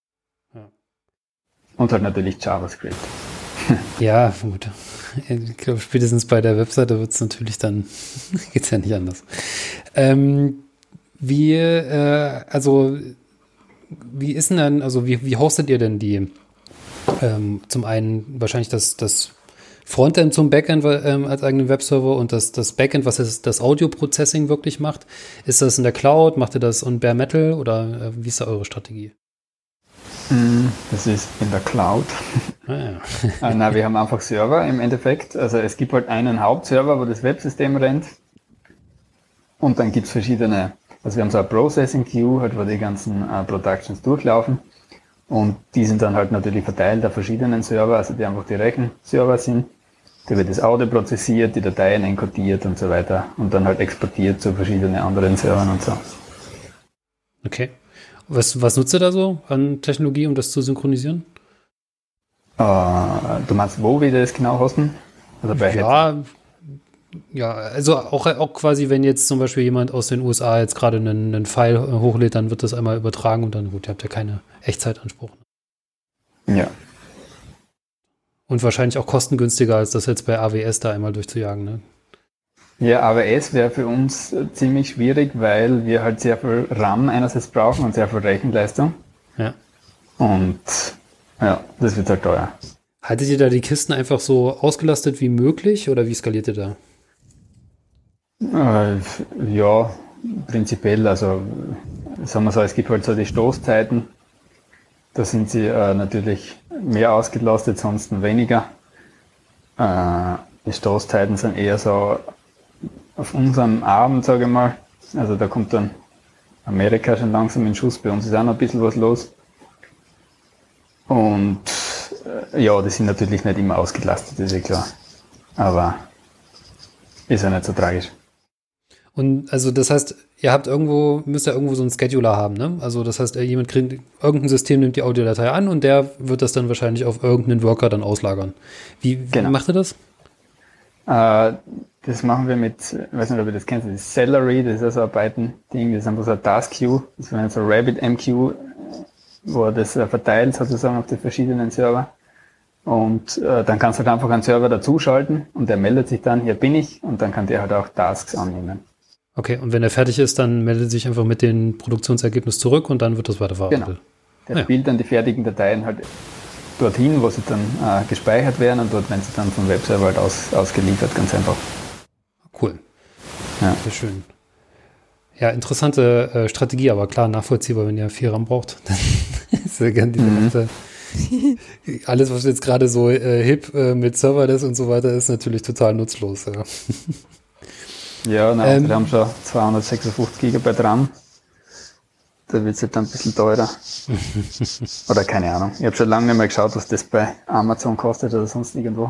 Und halt natürlich JavaScript. Ja, gut. Ich glaube, spätestens bei der Webseite wird es natürlich dann, geht's ja nicht anders. Ähm, wie, äh, also, wie ist denn dann, also wie, wie hostet ihr denn die, ähm, zum einen wahrscheinlich das, das Frontend zum Backend ähm, als eigenen Webserver und das, das Backend, was das, das Audio-Processing wirklich macht? Ist das in der Cloud? Macht ihr das on Bare Metal oder äh, wie ist da eure Strategie? Das ist in der Cloud. Ah, ja. äh, nein, wir haben einfach Server im Endeffekt. Also es gibt halt einen Hauptserver, wo das Websystem rennt. Und dann gibt es verschiedene, also wir haben so eine Processing Queue, halt, wo die ganzen äh, Productions durchlaufen. Und die sind dann halt natürlich verteilt auf verschiedenen Server, also die einfach die Rechenserver sind. Da wird das Audio prozessiert, die Dateien encodiert und so weiter. Und dann halt exportiert zu verschiedenen anderen Servern und so. Okay. Was, was nutzt ihr da so an Technologie, um das zu synchronisieren? Äh, du meinst, wo wir das genau hosten? Also bei ja, ja, also auch, auch quasi, wenn jetzt zum Beispiel jemand aus den U S A jetzt gerade einen, einen File hochlädt, dann wird das einmal übertragen und dann, gut, ihr habt ja keine Echtzeitanspruch. Ja. Und wahrscheinlich auch kostengünstiger, als das jetzt bei A W S da einmal durchzujagen, ne? Ja, A W S wäre für uns ziemlich schwierig, weil wir halt sehr viel RAM einerseits brauchen und sehr viel Rechenleistung. Ja. Und ja, das wird halt teuer. Haltet ihr da die Kisten einfach so ausgelastet wie möglich oder wie skaliert ihr da? Äh, ja, prinzipiell, also sagen wir so, es gibt halt so die Stoßzeiten. Da sind sie äh, natürlich mehr ausgelastet, sonst weniger. Äh, die Stoßzeiten sind eher so auf unserem Abend, sage ich mal. Also da kommt dann Amerika schon langsam in Schuss. Bei uns ist auch noch ein bisschen was los. Und äh, ja, die sind natürlich nicht immer ausgelastet, ist ja klar. Aber ist ja nicht so tragisch. Und also das heißt, ihr habt irgendwo, müsst ja irgendwo so einen Scheduler haben, ne? Also das heißt, jemand kriegt, irgendein System nimmt die Audiodatei an und der wird das dann wahrscheinlich auf irgendeinen Worker dann auslagern. Wie, wie genau. macht ihr das? Äh, das machen wir mit, ich weiß nicht, ob ihr das kennt, das ist Celery, das ist also ein Python-Ding, das ist einfach so ein Task-Queue, das ist so ein RabbitMQ, wo er das verteilt sozusagen auf die verschiedenen Server. Und äh, dann kannst du halt einfach einen Server dazuschalten und der meldet sich dann, hier bin ich, und dann kann der halt auch Tasks annehmen. Okay, und wenn er fertig ist, dann meldet sich einfach mit dem Produktionsergebnis zurück und dann wird das weiterverarbeitet. Genau. Der ja. spielt dann die fertigen Dateien halt dorthin, wo sie dann äh, gespeichert werden, und dort werden sie dann vom Webserver halt aus, ausgeliefert, ganz einfach. Cool. Ja. Sehr schön. Ja, interessante äh, Strategie, aber klar, nachvollziehbar, wenn ihr viel RAM braucht. Dann ist ja gern diese Mhm. ganze, alles, was jetzt gerade so äh, hip äh, mit Serverless und so weiter ist, natürlich total nutzlos. Ja. Ja, nein, Ähm, wir haben schon zweihundertsechsundfünfzig Gigabyte RAM. Da wird es halt dann ein bisschen teurer. Oder keine Ahnung. Ich habe schon lange nicht mehr geschaut, was das bei Amazon kostet oder sonst irgendwo.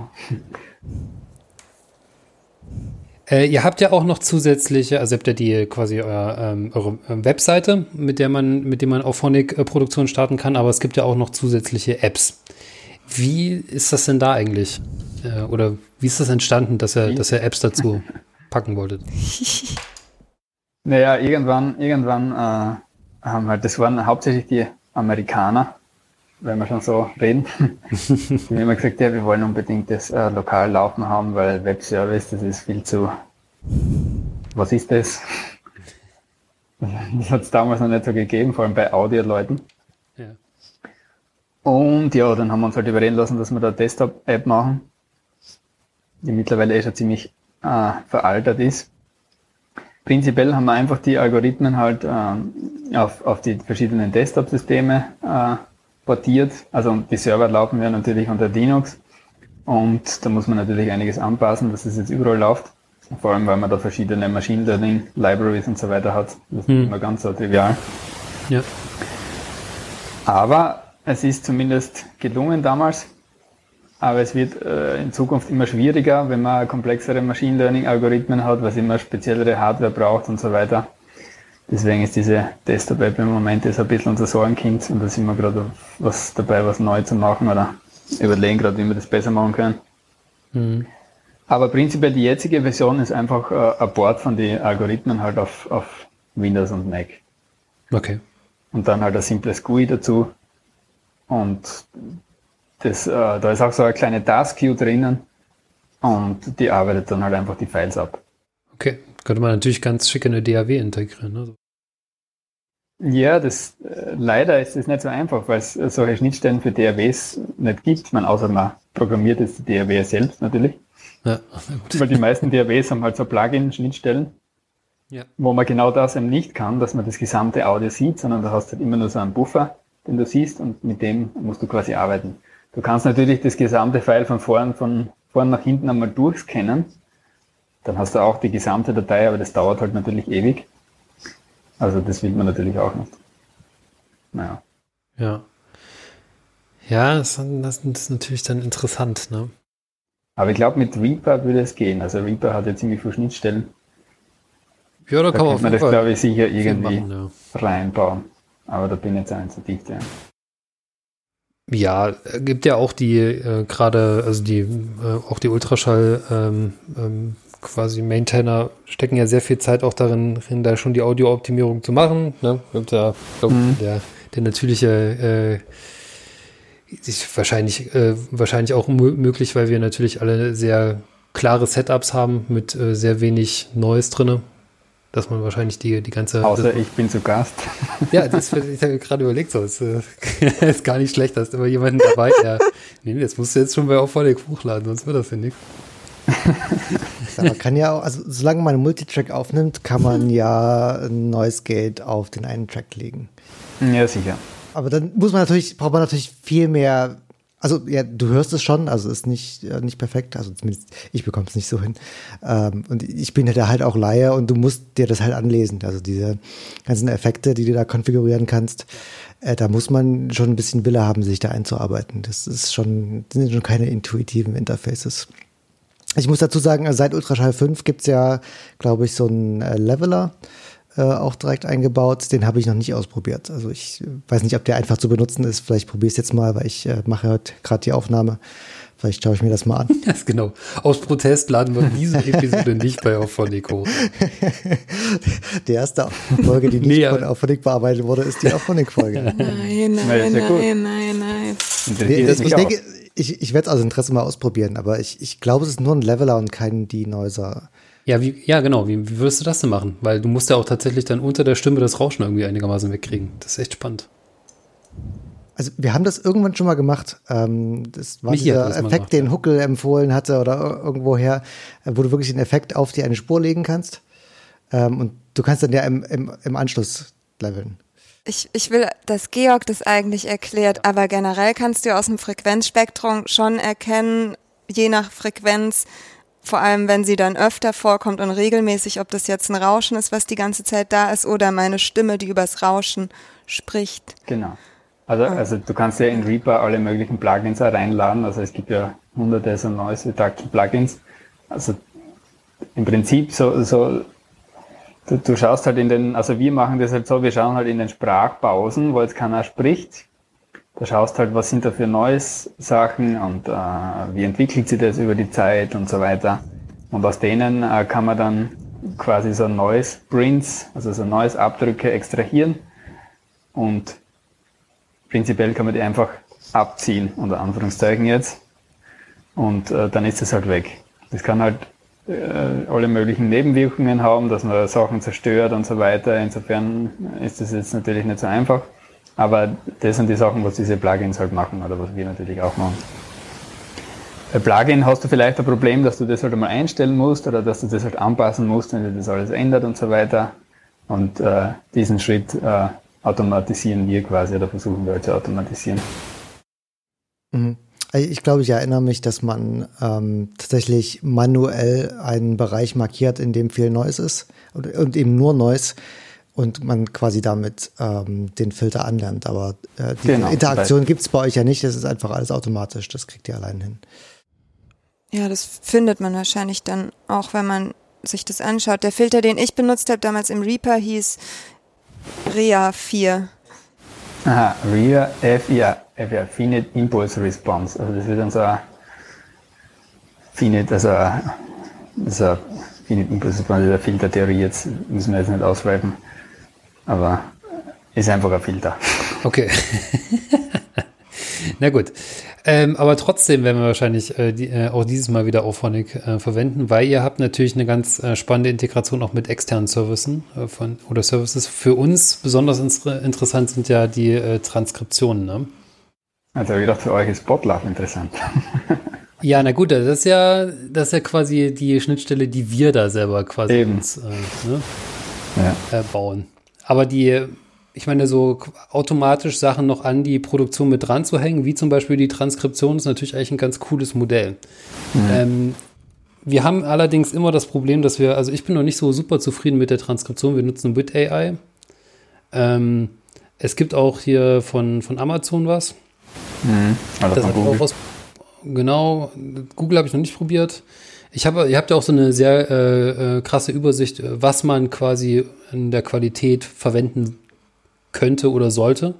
Äh, ihr habt ja auch noch zusätzliche, also habt ihr die quasi euer, ähm, eure ähm, Webseite, mit der man, mit der man Auphonic-Produktion starten kann, aber es gibt ja auch noch zusätzliche Apps. Wie ist das denn da eigentlich? Äh, oder wie ist das entstanden, dass ihr, dass ihr Apps dazu packen wolltet? Naja, irgendwann, irgendwann äh, haben halt, das waren hauptsächlich die Amerikaner, wenn wir schon so reden, die haben immer gesagt, ja, wir wollen unbedingt das äh, lokal laufen haben, weil Webservice, das ist viel zu, was ist das? Das hat es damals noch nicht so gegeben, vor allem bei Audio-Leuten. Ja. Und ja, dann haben wir uns halt überreden lassen, dass wir da eine Desktop-App machen, die mittlerweile eh schon ziemlich äh, veraltet ist. Prinzipiell haben wir einfach die Algorithmen halt äh, auf, auf die verschiedenen Desktop-Systeme äh, portiert. Also die Server laufen ja natürlich unter Linux, und da muss man natürlich einiges anpassen, dass es jetzt überall läuft. Vor allem, weil man da verschiedene Machine Learning Libraries und so weiter hat. Das ist Hm. nicht immer ganz so trivial. Ja. Aber es ist zumindest gelungen damals. Aber es wird äh, in Zukunft immer schwieriger, wenn man komplexere Machine Learning Algorithmen hat, was immer speziellere Hardware braucht und so weiter. Deswegen ist diese Desktop-App im Moment ist ein bisschen unser Sorgenkind, und da sind wir gerade was dabei, was neu zu machen, oder überlegen gerade, wie wir das besser machen können. Mhm. Aber prinzipiell die jetzige Version ist einfach äh, ein Port von den Algorithmen halt auf, auf Windows und Mac. Okay. Und dann halt ein simples G U I dazu. Und das, äh, da ist auch so eine kleine Task-Queue drinnen, und die arbeitet dann halt einfach die Files ab. Okay. Könnte man natürlich ganz schick in eine D A W integrieren. Ne? Ja, das äh, leider ist das nicht so einfach, weil es solche Schnittstellen für D A Ws nicht gibt. Man, außer man programmiert jetzt die D A W selbst natürlich. Ja. Weil die meisten D A Ws haben halt so Plugin-Schnittstellen, Ja. wo man genau das eben nicht kann, dass man das gesamte Audio sieht, sondern du hast halt immer nur so einen Buffer, den du siehst, und mit dem musst du quasi arbeiten. Du kannst natürlich das gesamte File von vorn, von vorn nach hinten einmal durchscannen. Dann hast du auch die gesamte Datei, aber das dauert halt natürlich ewig. Also das will man natürlich auch nicht. Naja. Ja. Ja, das, das ist natürlich dann interessant, ne? Aber ich glaube, mit Reaper würde es gehen. Also Reaper hat ja ziemlich viele Schnittstellen. Ja, da Da kann man kann auf man jeden das, Fall glaube ich, sicher viel irgendwie machen, ja. reinbauen. Aber da bin ich jetzt auch nicht so dicht, ja. Ja, gibt ja auch die äh, gerade, also die äh, auch die Ultraschall ähm, ähm, quasi Maintainer stecken ja sehr viel Zeit auch darin, in da schon die Audiooptimierung zu machen. Ne? Gibt ja, glaub, Mhm. der, der natürliche äh, ist wahrscheinlich, äh, wahrscheinlich auch mö- möglich, weil wir natürlich alle sehr klare Setups haben mit äh, sehr wenig Neues drin, dass man wahrscheinlich die, die ganze... Außer das, ich bin zu Gast. Ja, das, ich habe gerade überlegt, so, ist, äh, ist gar nicht schlecht, da ist immer jemanden dabei, der, nee, das musst du jetzt schon bei Auphonic hochladen, sonst wird das ja nichts. Ja, man kann ja auch, also solange man einen Multitrack aufnimmt, kann man ja ein neues Gate auf den einen Track legen. Ja, sicher. Aber dann muss man natürlich, braucht man natürlich viel mehr, also ja, du hörst es schon, also ist nicht, äh, nicht perfekt, also zumindest ich bekomme es nicht so hin. Ähm, und ich bin ja da halt auch Laie und du musst dir das halt anlesen. Also diese ganzen Effekte, die du da konfigurieren kannst, äh, da muss man schon ein bisschen Wille haben, sich da einzuarbeiten. Das ist schon, das sind schon keine intuitiven Interfaces. Ich muss dazu sagen, seit Ultraschall fünf gibt's ja, glaube ich, so einen äh, Leveler äh, auch direkt eingebaut. Den habe ich noch nicht ausprobiert. Also ich weiß nicht, ob der einfach zu benutzen ist. Vielleicht probiere ich es jetzt mal, weil ich äh, mache heute gerade die Aufnahme. Vielleicht schaue ich mir das mal an. Ja, genau. Aus Protest laden wir diese Episode nicht bei Auphonic hoch. Die erste Folge, die nicht nee, von Auphonic bearbeitet wurde, ist die Auphonic-Folge. Nein, nein, nein, nein, nein, nein. Nee, ich, ich denke, ich, ich werde es aus Interesse mal ausprobieren, aber ich, ich glaube, es ist nur ein Leveler und kein Denoiser. Ja, wie, ja, genau. Wie, wie würdest du das denn machen? Weil du musst ja auch tatsächlich dann unter der Stimme das Rauschen irgendwie einigermaßen wegkriegen. Das ist echt spannend. Also wir haben das irgendwann schon mal gemacht. Ähm, das war Michi dieser das Effekt, gemacht, den ja. Huckel empfohlen hatte oder irgendwoher, wo du wirklich den Effekt auf die eine Spur legen kannst. Ähm, und du kannst dann ja im, im, im Anschluss leveln. Ich, ich will, dass Georg das eigentlich erklärt, aber generell kannst du aus dem Frequenzspektrum schon erkennen, je nach Frequenz, vor allem wenn sie dann öfter vorkommt und regelmäßig, ob das jetzt ein Rauschen ist, was die ganze Zeit da ist, oder meine Stimme, die übers Rauschen spricht. Genau. Also, also du kannst ja in Reaper alle möglichen Plugins reinladen. Also es gibt ja hunderte so Noise Reduction Plugins. Also im Prinzip so, so du, du schaust halt in den, also wir machen das halt so, wir schauen halt in den Sprachpausen, wo jetzt keiner spricht. Da schaust halt, was sind da für Noise-Sachen und äh, wie entwickelt sich das über die Zeit und so weiter. Und aus denen äh, kann man dann quasi so Noise-Prints, also so Noise-Abdrücke extrahieren und prinzipiell kann man die einfach abziehen, unter Anführungszeichen jetzt, und äh, dann ist es halt weg. Das kann halt äh, alle möglichen Nebenwirkungen haben, dass man Sachen zerstört und so weiter. Insofern ist das jetzt natürlich nicht so einfach, aber das sind die Sachen, was diese Plugins halt machen oder was wir natürlich auch machen. Bei Plugin hast du vielleicht ein Problem, dass du das halt einmal einstellen musst oder dass du das halt anpassen musst, wenn sich das alles ändert und so weiter. Und äh, diesen Schritt äh, automatisieren wir quasi oder versuchen wir halt zu automatisieren. Mhm. Ich glaube, ich erinnere mich, dass man ähm, tatsächlich manuell einen Bereich markiert, in dem viel Noise ist und, und eben nur Noise und man quasi damit ähm, den Filter anlernt. Aber äh, die genau, Interaktion gibt es bei euch ja nicht, das ist einfach alles automatisch, das kriegt ihr allein hin. Ja, das findet man wahrscheinlich dann auch, wenn man sich das anschaut. Der Filter, den ich benutzt habe damals im Reaper, hieß R E A vier. Aha, R E A, F I A, F I A, Finite Impulse Response. Also das wird dann so ein Finite, also ein Finite Impulse Response, der Filtertheorie, jetzt müssen wir jetzt nicht ausschreiben, aber ist einfach ein Filter. Okay. Na gut. Ähm, aber trotzdem werden wir wahrscheinlich äh, die, äh, auch dieses Mal wieder Auphonic äh, verwenden, weil ihr habt natürlich eine ganz äh, spannende Integration auch mit externen Services äh, von, oder Services. Für uns besonders ins- interessant sind ja die äh, Transkriptionen, ne? Also habe ich gedacht, für euch ist Botlab interessant. Ja, na gut, das ist ja, das ist ja quasi die Schnittstelle, die wir da selber quasi Eben. uns äh, ne, Ja. äh, bauen. Aber die, ich meine, so automatisch Sachen noch an die Produktion mit dran zu hängen, wie zum Beispiel die Transkription, ist natürlich eigentlich ein ganz cooles Modell. Mhm. Ähm, wir haben allerdings immer das Problem, dass wir, also ich bin noch nicht so super zufrieden mit der Transkription, wir nutzen Wit A I. Ähm, es gibt auch hier von, von Amazon was. Mhm. Also Das von hab ich Google. auch aus, genau, Google habe ich noch nicht probiert. Ich habe, ihr habt ja auch so eine sehr äh, äh, krasse Übersicht, äh, was man quasi in der Qualität verwenden könnte oder sollte.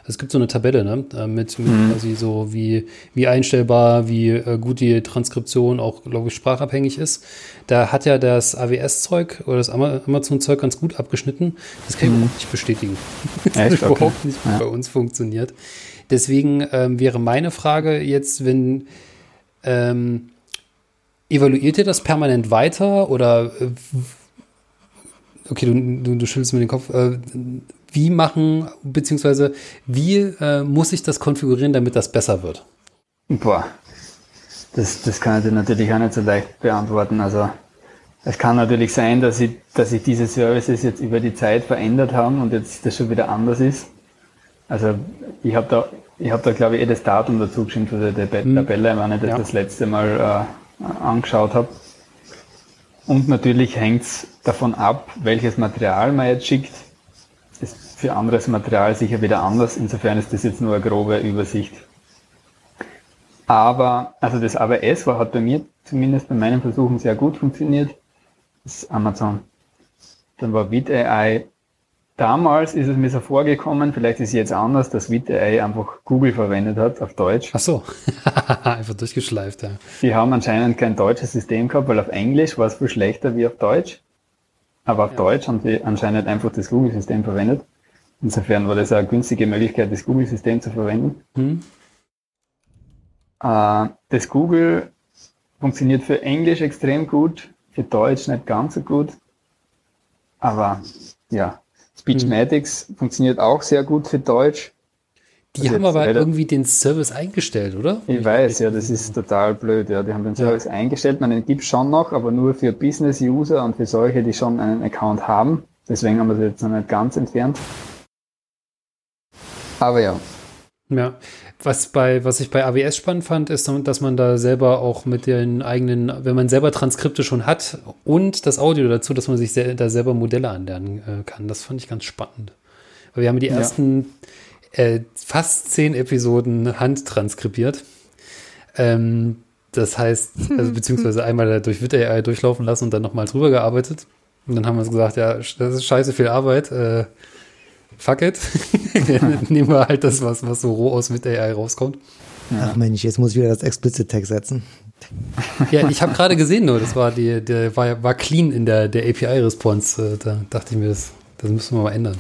Es gibt so eine Tabelle, ne? Äh, mit, mit mhm. quasi so, wie, wie einstellbar, wie äh, gut die Transkription auch, glaube ich, sprachabhängig ist. Da hat ja das A W S-Zeug oder das Amazon-Zeug ganz gut abgeschnitten. Das kann ich mhm. auch nicht bestätigen. Das hat okay. überhaupt nicht ja. bei uns funktioniert. Deswegen ähm, wäre meine Frage jetzt, wenn ähm, evaluiert ihr das permanent weiter oder äh, okay, du, du, du schüttelst mir den Kopf. Äh, wie machen, beziehungsweise wie äh, muss ich das konfigurieren, damit das besser wird? Boah, das, das kann ich dir natürlich auch nicht so leicht beantworten. Also es kann natürlich sein, dass ich, dass sich diese Services jetzt über die Zeit verändert haben und jetzt das schon wieder anders ist. Also ich habe da, ich habe da glaube ich eh das Datum dazu geschrieben für die Tabelle, wenn ich das ja. das letzte Mal äh, angeschaut habe. Und natürlich hängt es davon ab, welches Material man jetzt schickt. Ist für anderes Material sicher wieder anders. Insofern ist das jetzt nur eine grobe Übersicht. Aber, also das A W S war, hat bei mir zumindest bei meinen Versuchen sehr gut funktioniert. Das ist Amazon. Dann war vidAI. Damals ist es mir so vorgekommen, vielleicht ist es jetzt anders, dass vidAI einfach Google verwendet hat auf Deutsch. Ach so, einfach durchgeschleift, ja. Die haben anscheinend kein deutsches System gehabt, weil auf Englisch war es viel schlechter wie auf Deutsch. Aber auf ja. Deutsch haben sie anscheinend einfach das Google-System verwendet. Insofern war das eine günstige Möglichkeit, das Google-System zu verwenden. Hm. Äh, das Google funktioniert für Englisch extrem gut, für Deutsch nicht ganz so gut. Aber ja, Speechmatics hm. funktioniert auch sehr gut für Deutsch. Die also haben aber irgendwie den Service eingestellt, oder? Ich weiß, ja, das ist total blöd. Ja, die haben den Service ja. eingestellt. Man, den gibt es schon noch, aber nur für Business-User und für solche, die schon einen Account haben. Deswegen haben wir das jetzt noch nicht ganz entfernt. Aber ja. Ja, was bei, was ich bei A W S spannend fand, ist, dass man da selber auch mit den eigenen, wenn man selber Transkripte schon hat und das Audio dazu, dass man sich se- da selber Modelle anlernen äh, kann. Das fand ich ganz spannend. Weil wir haben die ersten ja. äh, fast zehn Episoden handtranskribiert. Ähm, das heißt, also beziehungsweise einmal durch vidAI durchlaufen lassen und dann nochmal drüber gearbeitet. Und dann haben wir uns gesagt, ja, das ist scheiße viel Arbeit. Äh, fuck it. Nehmen wir halt das, was, was so roh aus vidAI rauskommt. Ja. Ach Mensch, jetzt muss ich wieder das Explicit-Tag setzen. Ja, ich habe gerade gesehen, nur das war die, der war, war clean in der, der A P I-Response. Da dachte ich mir, das, das müssen wir mal ändern.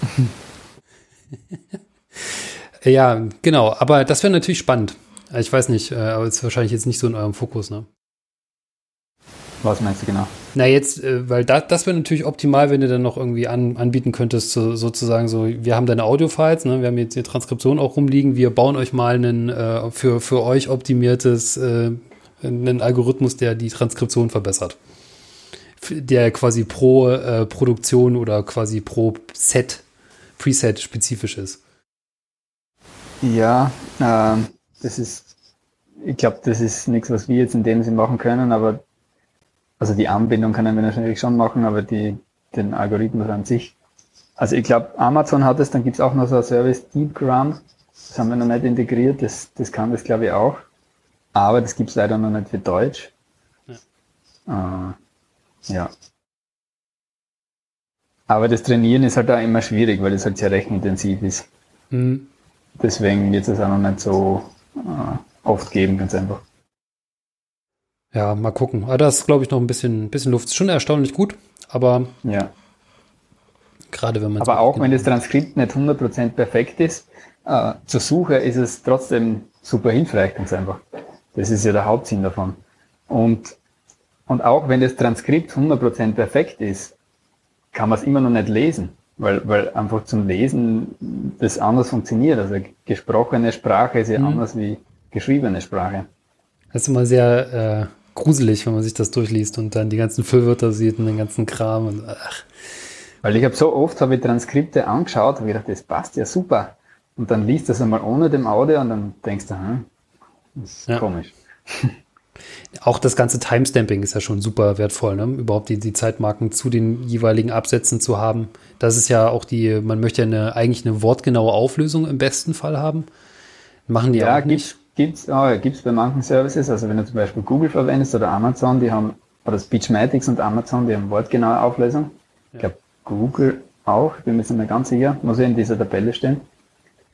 Ja, genau. Aber das wäre natürlich spannend. Ich weiß nicht, aber es ist wahrscheinlich jetzt nicht so in eurem Fokus, ne? Was meinst du genau? Na jetzt, weil da, das wäre natürlich optimal, wenn du dann noch irgendwie an, anbieten könntest, so, sozusagen so, wir haben deine Audio-Files, ne, wir haben jetzt die Transkription auch rumliegen, wir bauen euch mal einen äh, für, für euch optimiertes, äh, einen Algorithmus, der die Transkription verbessert. Der quasi pro äh, Produktion oder quasi pro Set, Preset spezifisch ist. Ja, äh, das ist, ich glaube, das ist nichts, was wir jetzt in dem Sinne machen können, aber also die Anbindung können wir natürlich schon machen, aber die, den Algorithmus an sich. Also ich glaube, Amazon hat es, dann gibt es auch noch so ein Service, DeepGram. Das haben wir noch nicht integriert, das, das kann das glaube ich auch. Aber das gibt es leider noch nicht für Deutsch. Ja. Äh, ja. Aber das Trainieren ist halt auch immer schwierig, weil das halt sehr rechenintensiv ist. Mhm. Deswegen wird es auch noch nicht so äh, oft geben, ganz einfach. Ja, mal gucken. Aber da ist, glaube ich, noch ein bisschen, bisschen Luft. Ist schon erstaunlich gut, aber ja. Gerade wenn man aber auch wenn das Transkript nicht hundert Prozent perfekt ist, äh, zur Suche ist es trotzdem super hilfreich, ganz einfach. Das ist ja der Hauptsinn davon. Und, und auch wenn das Transkript hundert Prozent perfekt ist, kann man es immer noch nicht lesen, weil, weil einfach zum Lesen das anders funktioniert. Also gesprochene Sprache ist ja mhm. anders wie geschriebene Sprache. Das ist immer sehr äh, gruselig, wenn man sich das durchliest und dann die ganzen Füllwörter sieht und den ganzen Kram. Und, ach. Weil ich habe so oft habe ich Transkripte angeschaut, habe ich gedacht, das passt ja super. Und dann liest das einmal ohne dem Audio und dann denkst du, hm, das ist ja. komisch. Auch das ganze Timestamping ist ja schon super wertvoll, ne? Überhaupt die, die Zeitmarken zu den jeweiligen Absätzen zu haben. Das ist ja auch die, man möchte ja eine, eigentlich eine wortgenaue Auflösung im besten Fall haben. Machen die ja, auch nicht. Gibt's, oh, gibt's bei manchen Services, also wenn du zum Beispiel Google verwendest oder Amazon, die haben, oder Speechmatics und Amazon, die haben wortgenaue Auflösung. Ja. Ich glaube, Google auch, ich bin mir jetzt nicht mehr ganz sicher, muss ja in dieser Tabelle stehen.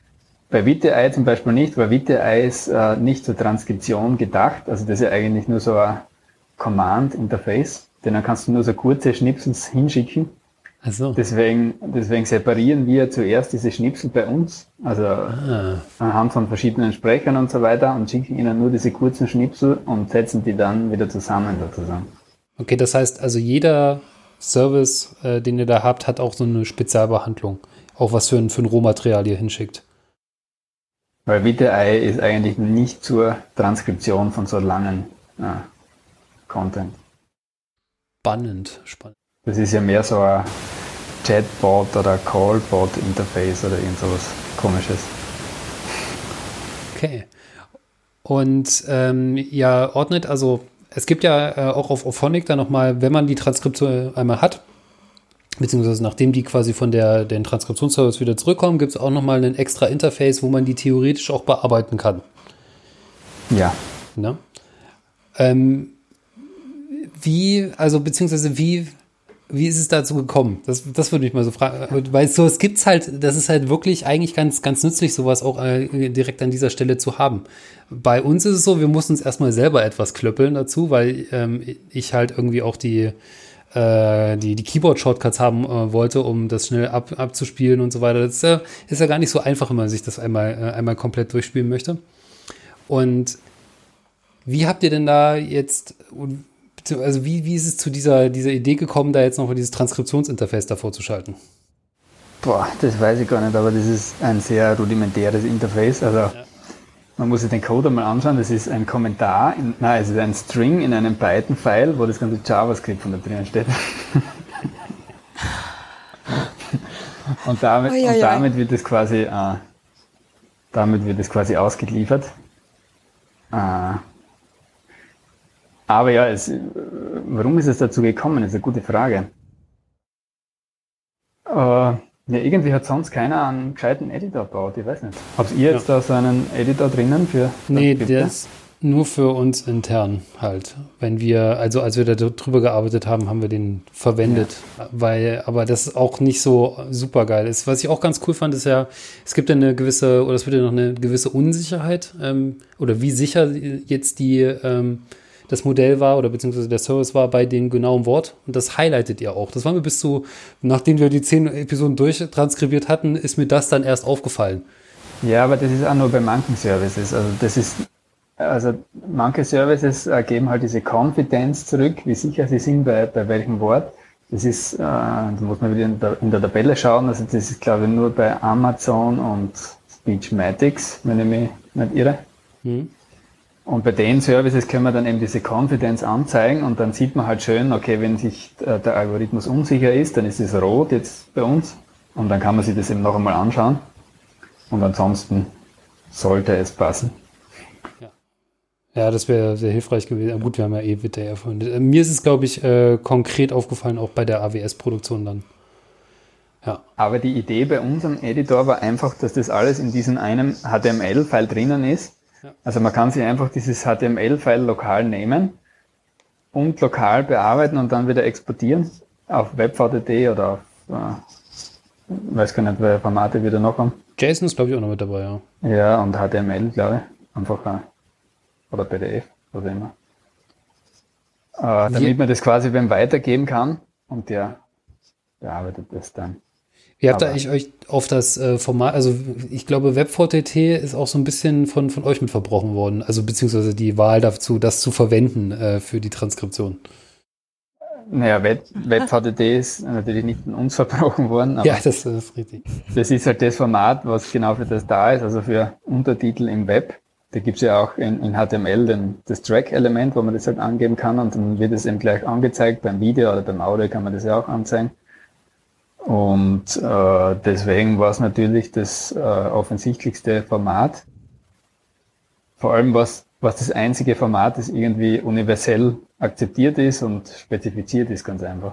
bei VitaEye zum Beispiel nicht, weil VitaEye ist äh, nicht zur Transkription gedacht. Also das ist ja eigentlich nur so ein Command-Interface, denn dann kannst du nur so kurze Schnipsels hinschicken. Ach so. Deswegen, deswegen separieren wir zuerst diese Schnipsel bei uns, also Ah. anhand von verschiedenen Sprechern und so weiter, und schicken ihnen nur diese kurzen Schnipsel und setzen die dann wieder zusammen sozusagen. Okay, das heißt also, jeder Service, äh, den ihr da habt, hat auch so eine Spezialbehandlung. Auch was für ein, für ein Rohmaterial ihr hinschickt. Weil VitaEye ist eigentlich nicht zur Transkription von so langen äh, Content. Spannend, spannend. Das ist ja mehr so ein Chatbot oder Callbot-Interface oder irgend sowas Komisches. Okay. Und ähm, ihr ordnet, also es gibt ja äh, auch auf Auphonic dann nochmal, wenn man die Transkription einmal hat, beziehungsweise nachdem die quasi von der den Transkriptionsservice wieder zurückkommen, gibt es auch nochmal ein extra Interface, wo man die theoretisch auch bearbeiten kann. Ja. Ne? Ähm, wie, also beziehungsweise wie Wie ist es dazu gekommen? Das, das würde mich mal so fragen. Weil so, es gibt's halt, das ist halt wirklich eigentlich ganz, ganz nützlich, sowas auch äh, direkt an dieser Stelle zu haben. Bei uns ist es so, wir mussten uns erstmal selber etwas klöppeln dazu, weil ähm, ich halt irgendwie auch die, äh, die, die Keyboard-Shortcuts haben äh, wollte, um das schnell ab, abzuspielen und so weiter. Das ist ja, ist ja gar nicht so einfach, wenn man sich das einmal, äh, einmal komplett durchspielen möchte. Und wie habt ihr denn da jetzt, also wie, wie ist es zu dieser, dieser Idee gekommen, da jetzt noch dieses Transkriptionsinterface davor zu schalten? Boah, das weiß ich gar nicht, aber das ist ein sehr rudimentäres Interface. Also ja. Man muss sich den Code einmal anschauen. Das ist ein Kommentar, in, nein, es ist ein String in einem Python-File, wo das ganze JavaScript von da drinnen steht. und, damit, oh, ja, und damit ja. wird das quasi, äh, damit wird das quasi ausgeliefert. Äh, Aber ja, es, warum ist es dazu gekommen, ist eine gute Frage. Äh, ja, irgendwie hat sonst keiner einen gescheiten Editor gebaut, ich weiß nicht. Habt ihr jetzt ja. da so einen Editor drinnen für? Nee, der ist nur für uns intern halt. Wenn wir, also als wir da drüber gearbeitet haben, haben wir den verwendet, ja. weil, aber das auch nicht so super geil ist. Was ich auch ganz cool fand, ist ja, es gibt ja eine gewisse, oder es wird ja noch eine gewisse Unsicherheit, ähm, oder wie sicher jetzt die, ähm, das Modell war oder beziehungsweise der Service war bei dem genauen Wort, und das highlightet ihr auch. Das war mir bis zu, nachdem wir die zehn Episoden durchtranskribiert hatten, ist mir das dann erst aufgefallen. Ja, aber das ist auch nur bei manchen Services. Also das ist, also manche Services äh, geben halt diese Confidence zurück, wie sicher sie sind bei, bei welchem Wort. Das ist, äh, da muss man wieder in der, in der Tabelle schauen. Also das ist, glaube ich, nur bei Amazon und Speechmatics, wenn ich mich nicht irre. Hm. Und bei den Services können wir dann eben diese Confidence anzeigen und dann sieht man halt schön, okay, wenn sich äh, der Algorithmus unsicher ist, dann ist es rot jetzt bei uns und dann kann man sich das eben noch einmal anschauen und ansonsten sollte es passen. Ja, ja, das wäre sehr hilfreich gewesen. Gut, wir haben ja eh Vita erfunden. Mir ist es, glaube ich, äh, konkret aufgefallen, auch bei der A W S-Produktion dann. Ja. Aber die Idee bei unserem Editor war einfach, dass das alles in diesem einen H T M L-File drinnen ist. Also man kann sich einfach dieses H T M L-File lokal nehmen und lokal bearbeiten und dann wieder exportieren auf WebVTT oder auf, äh, weiß gar nicht, welche Formate wir da noch haben. JSON ist, glaube ich, auch noch mit dabei, ja. Ja, und H T M L, glaube ich, einfach, äh, oder P D F, was immer. Äh, damit man das quasi beim weitergeben kann und der bearbeitet das dann. Wie habt ihr eigentlich euch auf das äh, Format, also ich glaube, WebVTT ist auch so ein bisschen von, von euch mit verbrochen worden, also beziehungsweise die Wahl dazu, das zu verwenden äh, für die Transkription. Naja, Web, WebVTT ist natürlich nicht von uns verbrochen worden, aber ja, das ist richtig. Das ist halt das Format, was genau für das da ist, also für Untertitel im Web. Da gibt's ja auch in, in H T M L den, das Track-Element, wo man das halt angeben kann und dann wird es eben gleich angezeigt, beim Video oder beim Audio kann man das ja auch anzeigen. Und äh, deswegen war es natürlich das äh, offensichtlichste Format. Vor allem, was, was das einzige Format ist, irgendwie universell akzeptiert ist und spezifiziert ist, ganz einfach.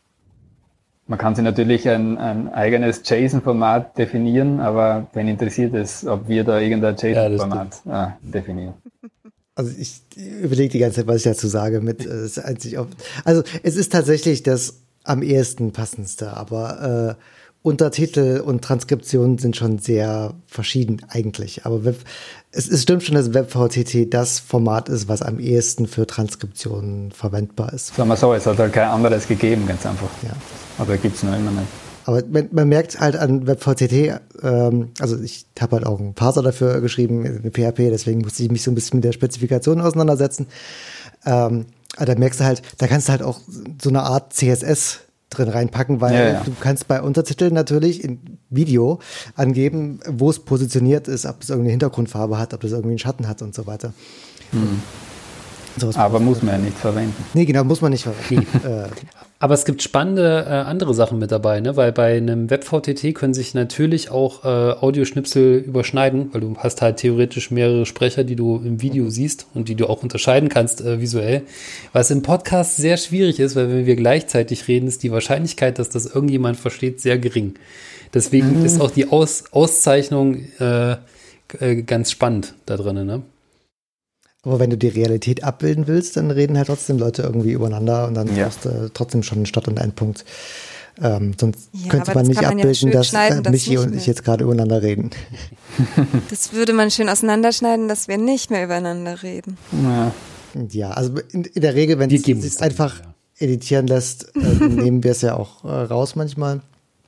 Man kann sich natürlich ein, ein eigenes JSON-Format definieren, aber wen interessiert es, ob wir da irgendein JSON-Format ja, äh, definieren? Also ich überlege die ganze Zeit, was ich dazu sage. Mit, äh, einzig auf, also es ist tatsächlich das am ehesten passendste, aber äh, Untertitel und Transkription sind schon sehr verschieden eigentlich. Aber Web, es, es stimmt schon, dass WebVTT das Format ist, was am ehesten für Transkriptionen verwendbar ist. Sagen wir so, es hat halt kein anderes gegeben, ganz einfach. Ja. Aber gibt es noch immer nicht. Aber man, man merkt halt an WebVTT, ähm, also ich habe halt auch einen Parser dafür geschrieben, in P H P, deswegen musste ich mich so ein bisschen mit der Spezifikation auseinandersetzen. Ähm, aber da merkst du halt, da kannst du halt auch so eine Art C S S drin reinpacken, weil ja, ja. du kannst bei Untertiteln natürlich in Video angeben, wo es positioniert ist, ob es irgendeine Hintergrundfarbe hat, ob das irgendwie einen Schatten hat und so weiter. Mhm. Aber muss man ja nicht verwenden. Nee, genau, muss man nicht verwenden. äh, Aber es gibt spannende äh, andere Sachen mit dabei, ne? Weil bei einem WebVTT können sich natürlich auch äh, Audioschnipsel überschneiden, weil du hast halt theoretisch mehrere Sprecher, die du im Video siehst und die du auch unterscheiden kannst äh, visuell. Was im Podcast sehr schwierig ist, weil wenn wir gleichzeitig reden, ist die Wahrscheinlichkeit, dass das irgendjemand versteht, sehr gering. Deswegen mhm. ist auch die Aus- Auszeichnung äh, äh, ganz spannend da drin, ne? Aber wenn du die Realität abbilden willst, dann reden halt trotzdem Leute irgendwie übereinander und dann ja. brauchst du trotzdem schon einen Start- und Endpunkt. Ähm, sonst ja, könnte man nicht man abbilden, ja dass äh, Michi und ich jetzt gerade übereinander reden. Das würde man schön auseinanderschneiden, dass wir nicht mehr übereinander reden. Ja, ja also in, in der Regel, wenn es sich einfach ja. editieren lässt, äh, nehmen wir es ja auch äh, raus manchmal.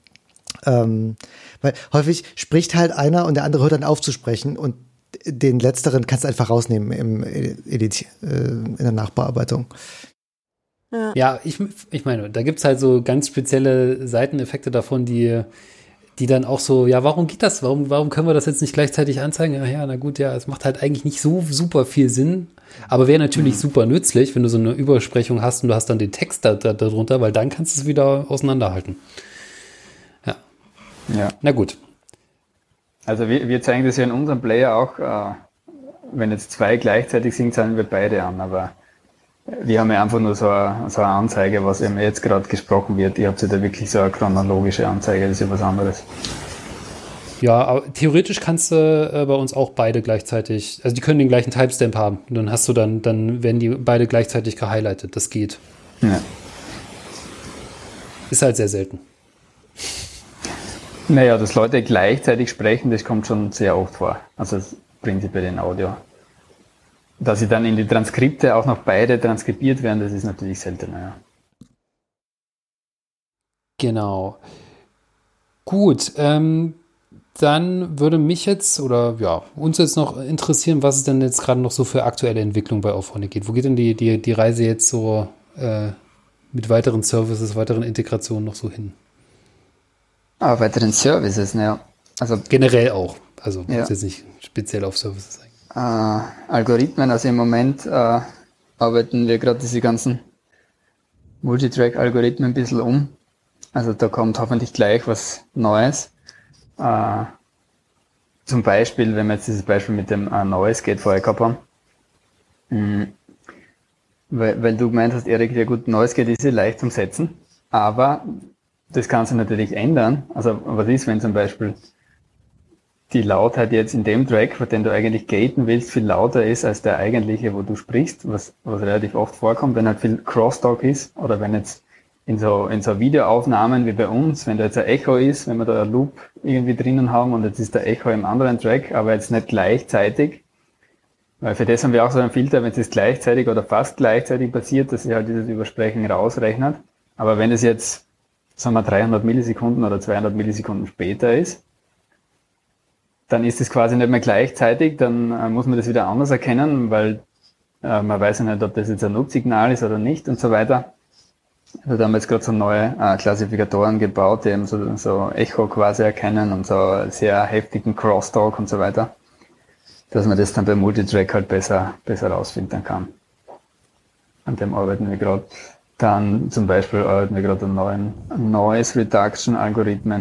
Ähm, weil häufig spricht halt einer und der andere hört dann auf zu sprechen und den letzteren kannst du einfach rausnehmen im Edit, äh, in der Nachbearbeitung. Ja, ja ich, ich meine, da gibt es halt so ganz spezielle Seiteneffekte davon, die, die dann auch so, ja, warum geht das? Warum, warum können wir das jetzt nicht gleichzeitig anzeigen? Ja, ja, na gut, ja, es macht halt eigentlich nicht so super viel Sinn, aber wäre natürlich mhm. super nützlich, wenn du so eine Übersprechung hast und du hast dann den Text da, da, darunter, weil dann kannst du es wieder auseinanderhalten. Ja. Ja. Na gut. Also wir, wir zeigen das ja in unserem Player auch, äh, wenn jetzt zwei gleichzeitig sind, zeigen wir beide an, aber wir haben ja einfach nur so eine, so eine Anzeige, was eben jetzt gerade gesprochen wird. Ihr habt ja da wirklich so eine chronologische Anzeige, das ist ja was anderes. Ja, aber theoretisch kannst du äh, bei uns auch beide gleichzeitig, also die können den gleichen Timestamp haben. Und dann hast du dann, dann werden die beide gleichzeitig gehighlightet. Das geht. Ja. Ist halt sehr selten. Naja, dass Leute gleichzeitig sprechen, das kommt schon sehr oft vor. Also prinzipiell in Audio. Dass sie dann in die Transkripte auch noch beide transkribiert werden, das ist natürlich seltener, ja. Genau. Gut, ähm, dann würde mich jetzt oder ja, uns jetzt noch interessieren, was es denn jetzt gerade noch so für aktuelle Entwicklung bei Auphonic geht. Wo geht denn die, die, die Reise jetzt so äh, mit weiteren Services, weiteren Integrationen noch so hin? Ah, weiteren Services, naja. Also generell auch. Also ja. Muss jetzt nicht speziell auf Services sein. Äh, Algorithmen, also im Moment äh, arbeiten wir gerade diese ganzen Multitrack-Algorithmen ein bisschen um. Also da kommt hoffentlich gleich was Neues. Äh, zum Beispiel, wenn wir jetzt dieses Beispiel mit dem äh, Noise Gate vorher gehabt haben. Mhm. Weil, weil du gemeint hast, Erik, ja gut, Noise Gate ist ja leicht zum Setzen, aber das kann sich natürlich ändern. Also was ist, wenn zum Beispiel die Lautheit jetzt in dem Track, für den du eigentlich gaten willst, viel lauter ist als der eigentliche, wo du sprichst, was, was relativ oft vorkommt, wenn halt viel Crosstalk ist oder wenn jetzt in so, in so Videoaufnahmen wie bei uns, wenn da jetzt ein Echo ist, wenn wir da ein Loop irgendwie drinnen haben und jetzt ist der Echo im anderen Track, aber jetzt nicht gleichzeitig, weil für das haben wir auch so einen Filter, wenn es jetzt gleichzeitig oder fast gleichzeitig passiert, dass sich halt dieses Übersprechen rausrechnet. Aber wenn es jetzt, sagen wir, dreihundert Millisekunden oder zweihundert Millisekunden später ist, dann ist es quasi nicht mehr gleichzeitig, dann äh, muss man das wieder anders erkennen, weil äh, man weiß ja nicht, ob das jetzt ein Nutzsignal ist oder nicht und so weiter. Also da haben wir jetzt gerade so neue äh, Klassifikatoren gebaut, die eben so, so Echo quasi erkennen und so sehr heftigen Crosstalk und so weiter, dass man das dann beim Multitrack halt besser, besser rausfiltern kann. An dem arbeiten wir gerade. Dann zum Beispiel arbeiten wir gerade an neuen Noise Reduction Algorithmen.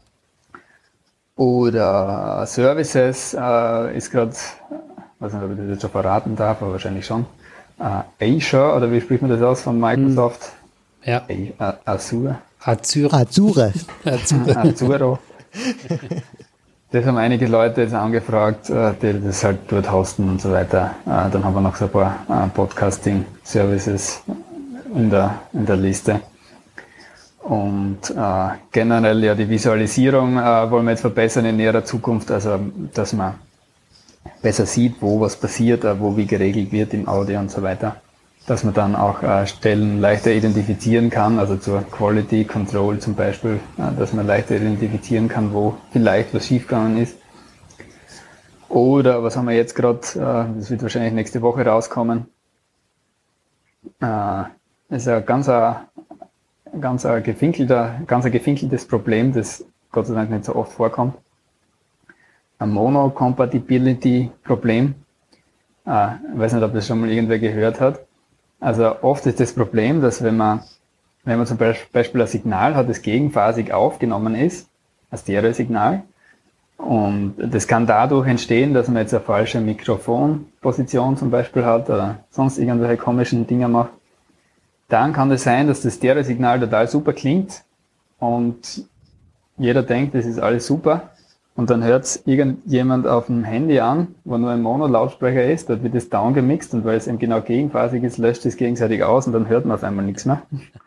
Oder Services äh, ist gerade, weiß nicht, ob ich das jetzt schon verraten darf, aber wahrscheinlich schon. Äh, Azure, oder wie spricht man das aus von Microsoft? Ja. A- Azure. Azure. Azure. Azure. Azure. Das haben einige Leute jetzt angefragt, äh, die das halt dort hosten und so weiter. Äh, dann haben wir noch so ein paar äh, Podcasting-Services in der, in der Liste. Und äh, generell ja die Visualisierung äh, wollen wir jetzt verbessern in näherer Zukunft, also dass man besser sieht, wo was passiert, äh, wo wie geregelt wird im Audio und so weiter. Dass man dann auch äh, Stellen leichter identifizieren kann, also zur Quality Control zum Beispiel, äh, dass man leichter identifizieren kann, wo vielleicht was schiefgegangen ist. Oder was haben wir jetzt gerade, äh, das wird wahrscheinlich nächste Woche rauskommen, äh, das ist ein ganz ein, ganz ein gefinkelter, ganz ein gefinkeltes Problem, das Gott sei Dank nicht so oft vorkommt. Ein Mono-Compatibility-Problem. Äh, ich weiß nicht, ob das schon mal irgendwer gehört hat. Also oft ist das Problem, dass wenn man, wenn man zum Beispiel ein Signal hat, das gegenphasig aufgenommen ist, ein Stereosignal, und das kann dadurch entstehen, dass man jetzt eine falsche Mikrofonposition zum Beispiel hat oder sonst irgendwelche komischen Dinge macht. Dann kann es sein, dass das Stereosignal total super klingt und jeder denkt, das ist alles super. Und dann hört es irgendjemand auf dem Handy an, wo nur ein Mono-Lautsprecher ist, dort wird es down gemixt und weil es eben genau gegenphasig ist, löscht es gegenseitig aus und dann hört man auf einmal nichts mehr.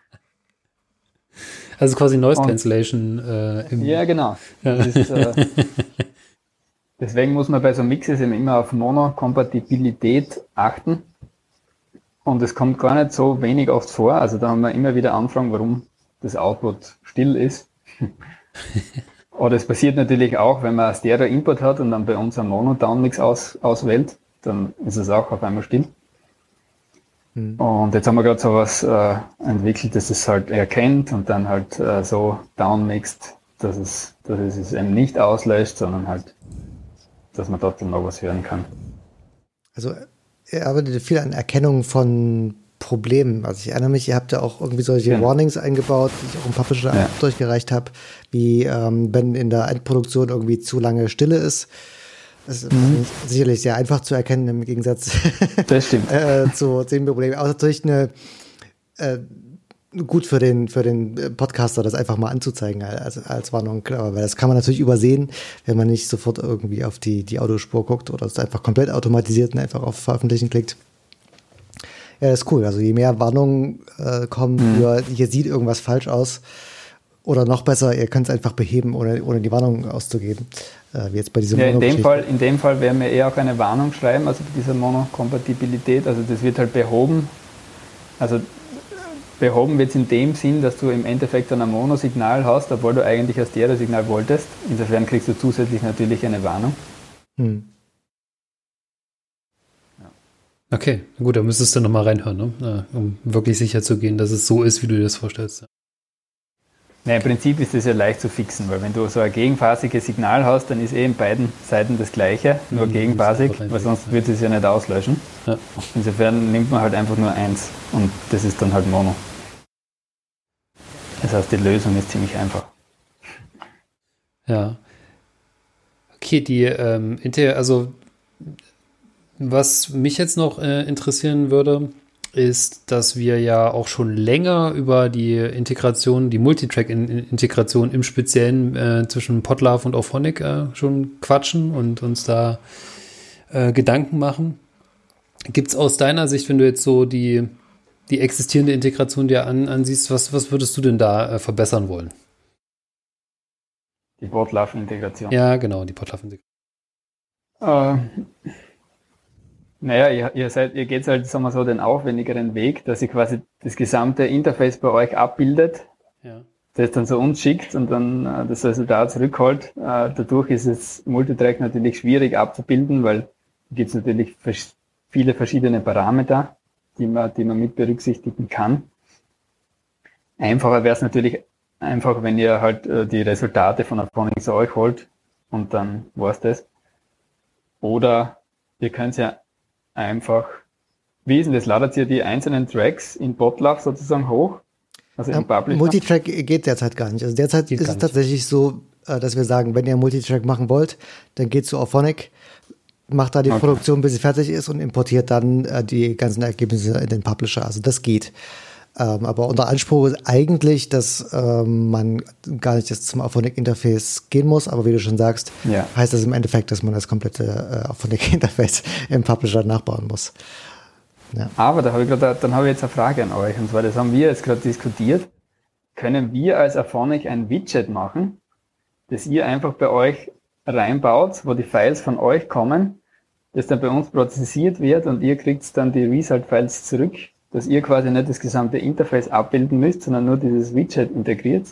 Also quasi Noise Cancellation. Äh, im ja, genau. Ja. Das ist, äh, deswegen muss man bei so Mixes eben immer auf Mono-Kompatibilität achten. Und es kommt gar nicht so wenig oft vor. Also da haben wir immer wieder Anfragen, warum das Output still ist. Oder es passiert natürlich auch, wenn man ein Stereo-Input hat und dann bei uns ein Mono-Downmix aus, auswählt, dann ist es auch auf einmal still. Mhm. Und jetzt haben wir gerade so was äh, entwickelt, dass es halt erkennt und dann halt äh, so downmixt, dass es, dass es es eben nicht auslöscht, sondern halt, dass man dort dann noch was hören kann. Also ihr arbeitet viel an Erkennung von Problemen. Also ich erinnere mich, ihr habt ja auch irgendwie solche ja. Warnings eingebaut, die ich auch im Publisher ja. durchgereicht habe, wie ähm, wenn in der Endproduktion irgendwie zu lange Stille ist. Das ist mhm. sicherlich sehr einfach zu erkennen im Gegensatz das stimmt. äh, zu dem Problem. Auch natürlich eine äh, gut für den für den Podcaster, das einfach mal anzuzeigen als, als Warnung, klar, weil das kann man natürlich übersehen, wenn man nicht sofort irgendwie auf die die Audiospur guckt oder es einfach komplett automatisiert und einfach auf Veröffentlichen klickt. Ja, das ist cool. Also je mehr Warnungen äh, kommen, mhm. für hier sieht irgendwas falsch aus oder noch besser, ihr könnt es einfach beheben, ohne ohne die Warnung auszugeben. Äh, wie jetzt bei diesem ja, in dem Fall in dem Fall werden wir eher auch eine Warnung schreiben, also bei dieser Monokompatibilität, also das wird halt behoben. Also behoben wird es in dem Sinn, dass du im Endeffekt dann ein Monosignal hast, obwohl du eigentlich ein Stereosignal wolltest. Insofern kriegst du zusätzlich natürlich eine Warnung. Hm. Okay, gut, dann müsstest du nochmal reinhören, ne? Ja, um wirklich sicher zu gehen, dass es so ist, wie du dir das vorstellst. Ja, im Prinzip ist das ja leicht zu fixen, weil wenn du so ein gegenphasiges Signal hast, dann ist eh in beiden Seiten das gleiche, nur mhm, gegenphasig, weil sonst wird es ja nicht auslöschen. Ja. Insofern nimmt man halt einfach nur eins und das ist dann halt Mono. Das heißt, die Lösung ist ziemlich einfach. Ja. Okay, die ähm, Inter, also was mich jetzt noch äh, interessieren würde, ist, dass wir ja auch schon länger über die Integration, die Multitrack-Integration im Speziellen äh, zwischen Podlove und Auphonic äh, schon quatschen und uns da äh, Gedanken machen. Gibt es aus deiner Sicht, wenn du jetzt so die, die existierende Integration dir an, ansiehst, was, was würdest du denn da äh, verbessern wollen? Die Podlove-Integration. Ja, genau, die Podlove-Integration. Äh. Naja, ihr, ihr, seid, ihr geht halt, sagen wir so, den aufwendigeren Weg, dass ihr quasi das gesamte Interface bei euch abbildet, ja. das dann so uns schickt und dann äh, das Resultat zurückholt. Äh, dadurch ist es Multitrack natürlich schwierig abzubilden, weil da gibt es natürlich vers- viele verschiedene Parameter, die man, die man mit berücksichtigen kann. Einfacher wäre es natürlich einfach, wenn ihr halt äh, die Resultate von Auphonic zu euch holt und dann war's das. Oder ihr könnt ja einfach, wie ist denn das? Ladet ihr die einzelnen Tracks in Podlove sozusagen hoch? Also ja, im Publisher? Multitrack geht derzeit gar nicht. Also derzeit geht ist es tatsächlich so, dass wir sagen, wenn ihr Multitrack machen wollt, dann geht zu Auphonic, macht da die okay. Produktion, bis sie fertig ist und importiert dann äh, die ganzen Ergebnisse in den Publisher. Also das geht. Ähm, aber unser Anspruch ist eigentlich, dass ähm, man gar nicht jetzt zum Auphonic-Interface gehen muss, aber wie du schon sagst, ja. heißt das im Endeffekt, dass man das komplette äh, Auphonic-Interface im Publisher nachbauen muss. Ja. Aber da habe ich grad, dann habe ich jetzt eine Frage an euch, und zwar, das haben wir jetzt gerade diskutiert. können wir als Auphonic ein Widget machen, das ihr einfach bei euch reinbaut, wo die Files von euch kommen, das dann bei uns prozessiert wird und ihr kriegt dann die Result-Files zurück, dass ihr quasi nicht das gesamte Interface abbilden müsst, sondern nur dieses Widget integriert.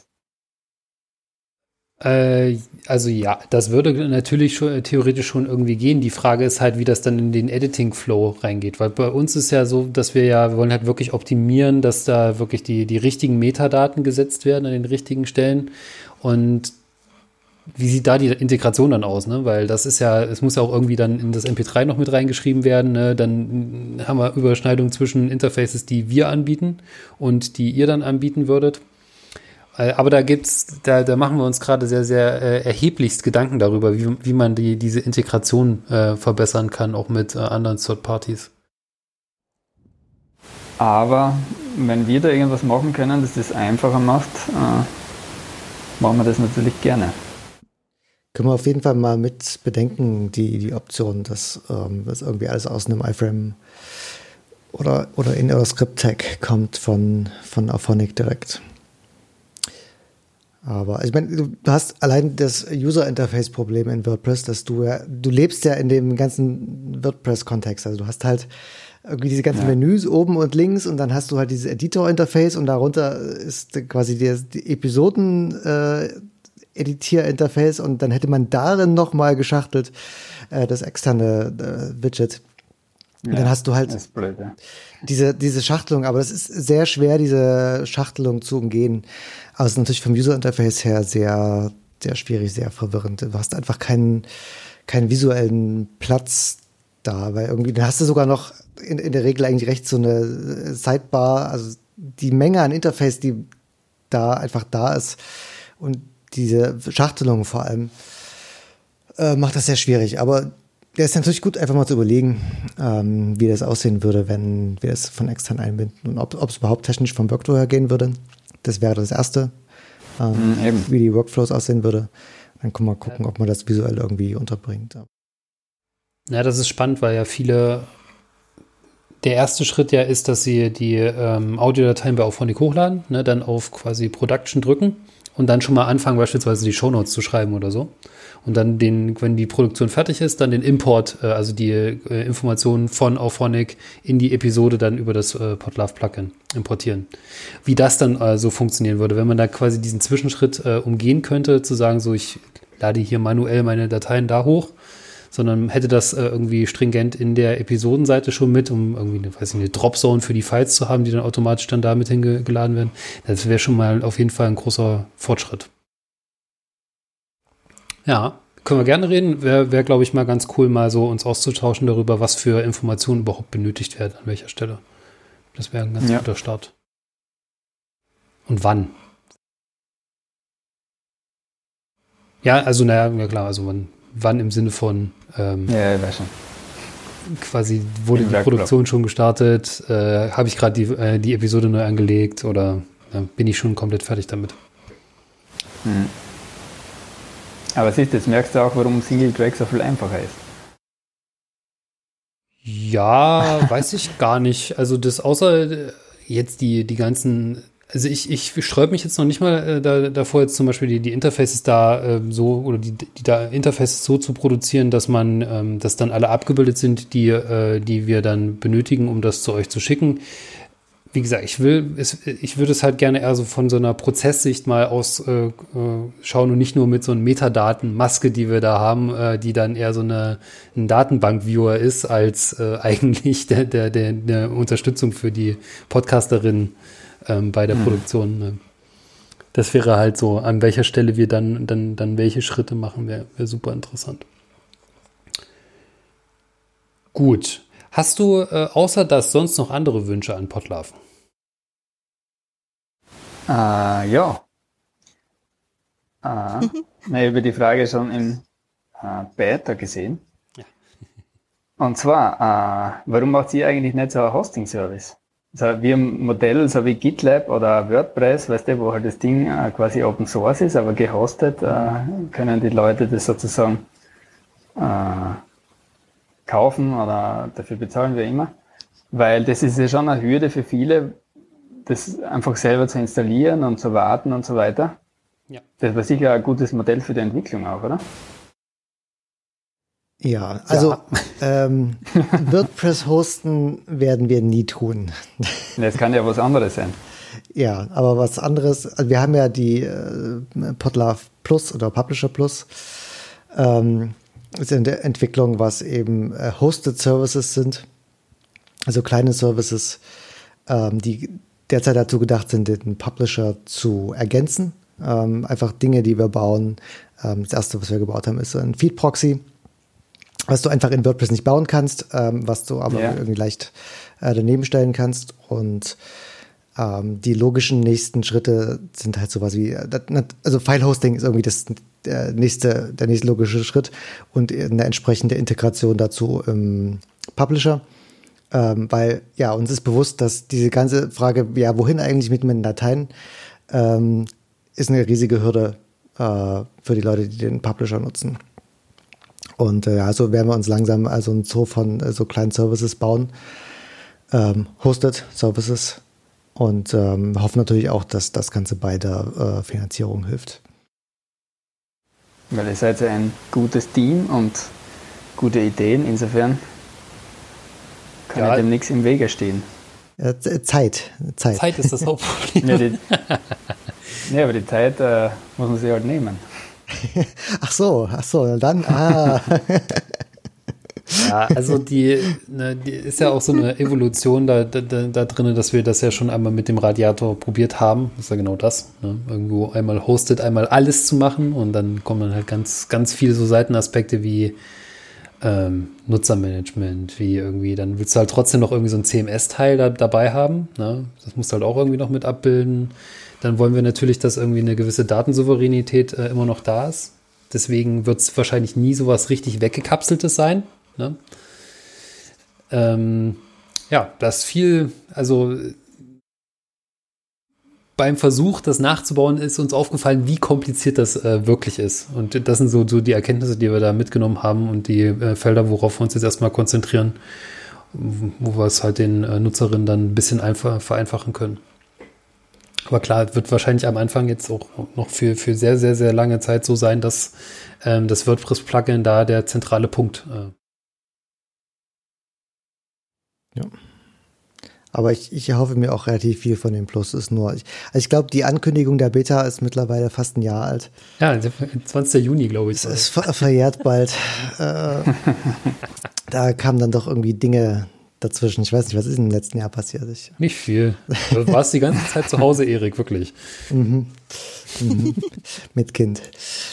Äh, also ja, das würde natürlich schon, äh, theoretisch schon irgendwie gehen. Die Frage ist halt, wie das dann in den Editing-Flow reingeht, weil bei uns ist ja so, dass wir ja, wir wollen halt wirklich optimieren, dass da wirklich die, die richtigen Metadaten gesetzt werden an den richtigen Stellen. Und wie sieht da die Integration dann aus, ne? Weil das ist ja, es muss ja auch irgendwie dann in das M P drei noch mit reingeschrieben werden, ne? Dann haben wir Überschneidungen zwischen Interfaces, die wir anbieten und die ihr dann anbieten würdet. Aber da gibt's, da, da machen wir uns gerade sehr, sehr äh, erheblichst Gedanken darüber, wie, wie man die, diese Integration äh, verbessern kann, auch mit äh, anderen Third-Parties. Aber wenn wir da irgendwas machen können, das das einfacher macht, äh, machen wir das natürlich gerne. Können wir auf jeden Fall mal mit bedenken, die, die Option, dass ähm, das irgendwie alles aus einem iFrame oder, oder in oder Script-Tag kommt von, von Auphonic direkt. Aber ich meine, du hast allein das User-Interface-Problem in WordPress, dass du ja, du lebst ja in dem ganzen WordPress-Kontext. Also du hast halt irgendwie diese ganzen ja. Menüs oben und links und dann hast du halt dieses Editor-Interface und darunter ist quasi die, die Episoden äh, Editier-Interface und dann hätte man darin nochmal geschachtelt äh, das externe äh, Widget. Und ja, dann hast du halt blöd, ja. diese, diese Schachtelung, aber es ist sehr schwer, diese Schachtelung zu umgehen. Aber es ist natürlich vom User-Interface her sehr, sehr schwierig, sehr verwirrend. Du hast einfach keinen, keinen visuellen Platz da, weil irgendwie, dann hast du sogar noch in, in der Regel eigentlich rechts so eine Sidebar, also die Menge an Interface, die da einfach da ist und diese Schachtelung vor allem, äh, macht das sehr schwierig. Aber der ist natürlich gut, einfach mal zu überlegen, ähm, wie das aussehen würde, wenn wir es von extern einbinden und ob es überhaupt technisch vom Workflow her gehen würde. Das wäre das Erste, ähm, mhm, wie die Workflows aussehen würde. Dann kann man gucken, ob man das visuell irgendwie unterbringt. Ja, das ist spannend, weil ja viele, der erste Schritt ja ist, dass sie die ähm, Audiodateien bei Auphonic hochladen, ne, dann auf quasi Production drücken und dann schon mal anfangen, beispielsweise die Shownotes zu schreiben oder so. Und dann, den, wenn die Produktion fertig ist, dann den Import, äh, also die äh, Informationen von Auphonic in die Episode dann über das äh, Podlove-Plugin importieren. Wie das dann äh, so funktionieren würde, wenn man da quasi diesen Zwischenschritt äh, umgehen könnte, zu sagen, so ich lade hier manuell meine Dateien da hoch, sondern hätte das äh, irgendwie stringent in der Episodenseite schon mit, um irgendwie eine, weiß ich, eine Dropzone für die Files zu haben, die dann automatisch dann damit hingeladen werden. Das wäre schon mal auf jeden Fall ein großer Fortschritt. Ja, können wir gerne reden. Wäre, wär, glaube ich, mal ganz cool, mal so uns auszutauschen darüber, was für Informationen überhaupt benötigt werden, an welcher Stelle. Das wäre ein ganz ja. guter Start. Und wann? Ja, also naja, ja klar, also wann, wann im Sinne von ähm, ja, ich weiß schon. Quasi wurde die Produktion schon gestartet, äh, habe ich gerade die, äh, die Episode neu angelegt oder äh, bin ich schon komplett fertig damit. Hm. Aber siehst du, jetzt merkst du auch, warum Single Track so viel einfacher ist. Ja, weiß ich gar nicht. Also das außer jetzt die, die ganzen, also ich, ich sträube mich jetzt noch nicht mal äh, da, davor, jetzt zum Beispiel die, die Interfaces da äh, so oder die, die da Interfaces so zu produzieren, dass man, ähm, dass dann alle abgebildet sind, die, äh, die wir dann benötigen, um das zu euch zu schicken. Wie gesagt, ich will, es, ich würde es halt gerne eher so von so einer Prozesssicht mal aus äh, äh, schauen und nicht nur mit so einer Metadatenmaske, die wir da haben, äh, die dann eher so eine ein Datenbank-Viewer ist, als äh, eigentlich der, der, der, der Unterstützung für die Podcasterin ähm, bei der mhm. Produktion. Ne? Das wäre halt so, an welcher Stelle wir dann, dann, dann welche Schritte machen, wäre wär super interessant. Gut. Hast du äh, außer das sonst noch andere Wünsche an Podlove? Uh, ja. Uh, ich habe die Frage schon im uh, Beta gesehen. Ja. Und zwar, uh, warum macht ihr eigentlich nicht so einen Hosting-Service? Also wie ein Modell, so wie GitLab oder WordPress, weißt du, wo halt das Ding uh, quasi Open Source ist, aber gehostet, uh, können die Leute das sozusagen uh, kaufen oder dafür bezahlen, wie immer. Weil das ist ja schon eine Hürde für viele, das einfach selber zu installieren und zu warten und so weiter. Ja. Das war sicher ein gutes Modell für die Entwicklung auch, oder? Ja, also ja. Ähm, WordPress hosten werden wir nie tun. Das kann ja was anderes sein. Ja, aber was anderes, also wir haben ja die äh, Podlove Plus oder Publisher Plus, ähm, ist in der Entwicklung, was eben äh, Hosted Services sind, also kleine Services, ähm, die derzeit dazu gedacht sind, den Publisher zu ergänzen. Ähm, einfach Dinge, die wir bauen. Ähm, das erste, was wir gebaut haben, ist ein Feed-Proxy, was du einfach in WordPress nicht bauen kannst, ähm, was du aber ja. irgendwie leicht äh, daneben stellen kannst. Und ähm, die logischen nächsten Schritte sind halt sowas wie, also File-Hosting ist irgendwie das der nächste, der nächste logische Schritt und eine entsprechende Integration dazu im Publisher. Ähm, weil, ja, uns ist bewusst, dass diese ganze Frage, ja, wohin eigentlich mit meinen Dateien, ähm, ist eine riesige Hürde äh, für die Leute, die den Publisher nutzen. Und äh, also werden wir uns langsam also ein Zoo von äh, so kleinen Services bauen, ähm, Hosted Services, und ähm, hoffen natürlich auch, dass das Ganze bei der äh, Finanzierung hilft. Weil ihr seid ja ein gutes Team und gute Ideen, insofern kann ja dem nichts im Wege stehen. Ja, Zeit, Zeit. Zeit ist das Hauptproblem. Ja, die, ja, aber die Zeit äh, muss man sich halt nehmen. Ach so, ach so, dann, ah. Ja, also die, ne, die ist ja auch so eine Evolution da, da, da drin, dass wir das ja schon einmal mit dem Radiator probiert haben. Das ist ja genau das. Ne? Irgendwo einmal hosted, einmal alles zu machen, und dann kommen dann halt ganz, ganz viele so Seitenaspekte wie ähm, Nutzermanagement, wie irgendwie, dann willst du halt trotzdem noch irgendwie so ein C M S-Teil da, dabei haben. Ne? Das musst du halt auch irgendwie noch mit abbilden. Dann wollen wir natürlich, dass irgendwie eine gewisse Datensouveränität äh, immer noch da ist. Deswegen wird es wahrscheinlich nie sowas richtig weggekapseltes sein. Ne? Ähm, ja, das viel, also beim Versuch, das nachzubauen, ist uns aufgefallen, wie kompliziert das äh, wirklich ist. Und das sind so, so die Erkenntnisse, die wir da mitgenommen haben, und die äh, Felder, worauf wir uns jetzt erstmal konzentrieren, wo wir es halt den äh, Nutzerinnen dann ein bisschen einfach vereinfachen können. Aber klar, es wird wahrscheinlich am Anfang jetzt auch noch für, für sehr, sehr, sehr lange Zeit so sein, dass ähm, das WordPress-Plugin da der zentrale Punkt äh, Ja. Aber ich, ich erhoffe mir auch relativ viel von dem Plus. Ist nur, ich, also ich glaube, die Ankündigung der Beta ist mittlerweile fast ein Jahr alt. Ja, zwanzigsten Juni, glaube ich. Es, es ver- verjährt bald. äh, da kamen dann doch irgendwie Dinge dazwischen. Ich weiß nicht, was ist im letzten Jahr passiert? Ich, nicht viel. Du warst die ganze Zeit zu Hause, Erik, wirklich. Mhm. Mhm. Mit Kind.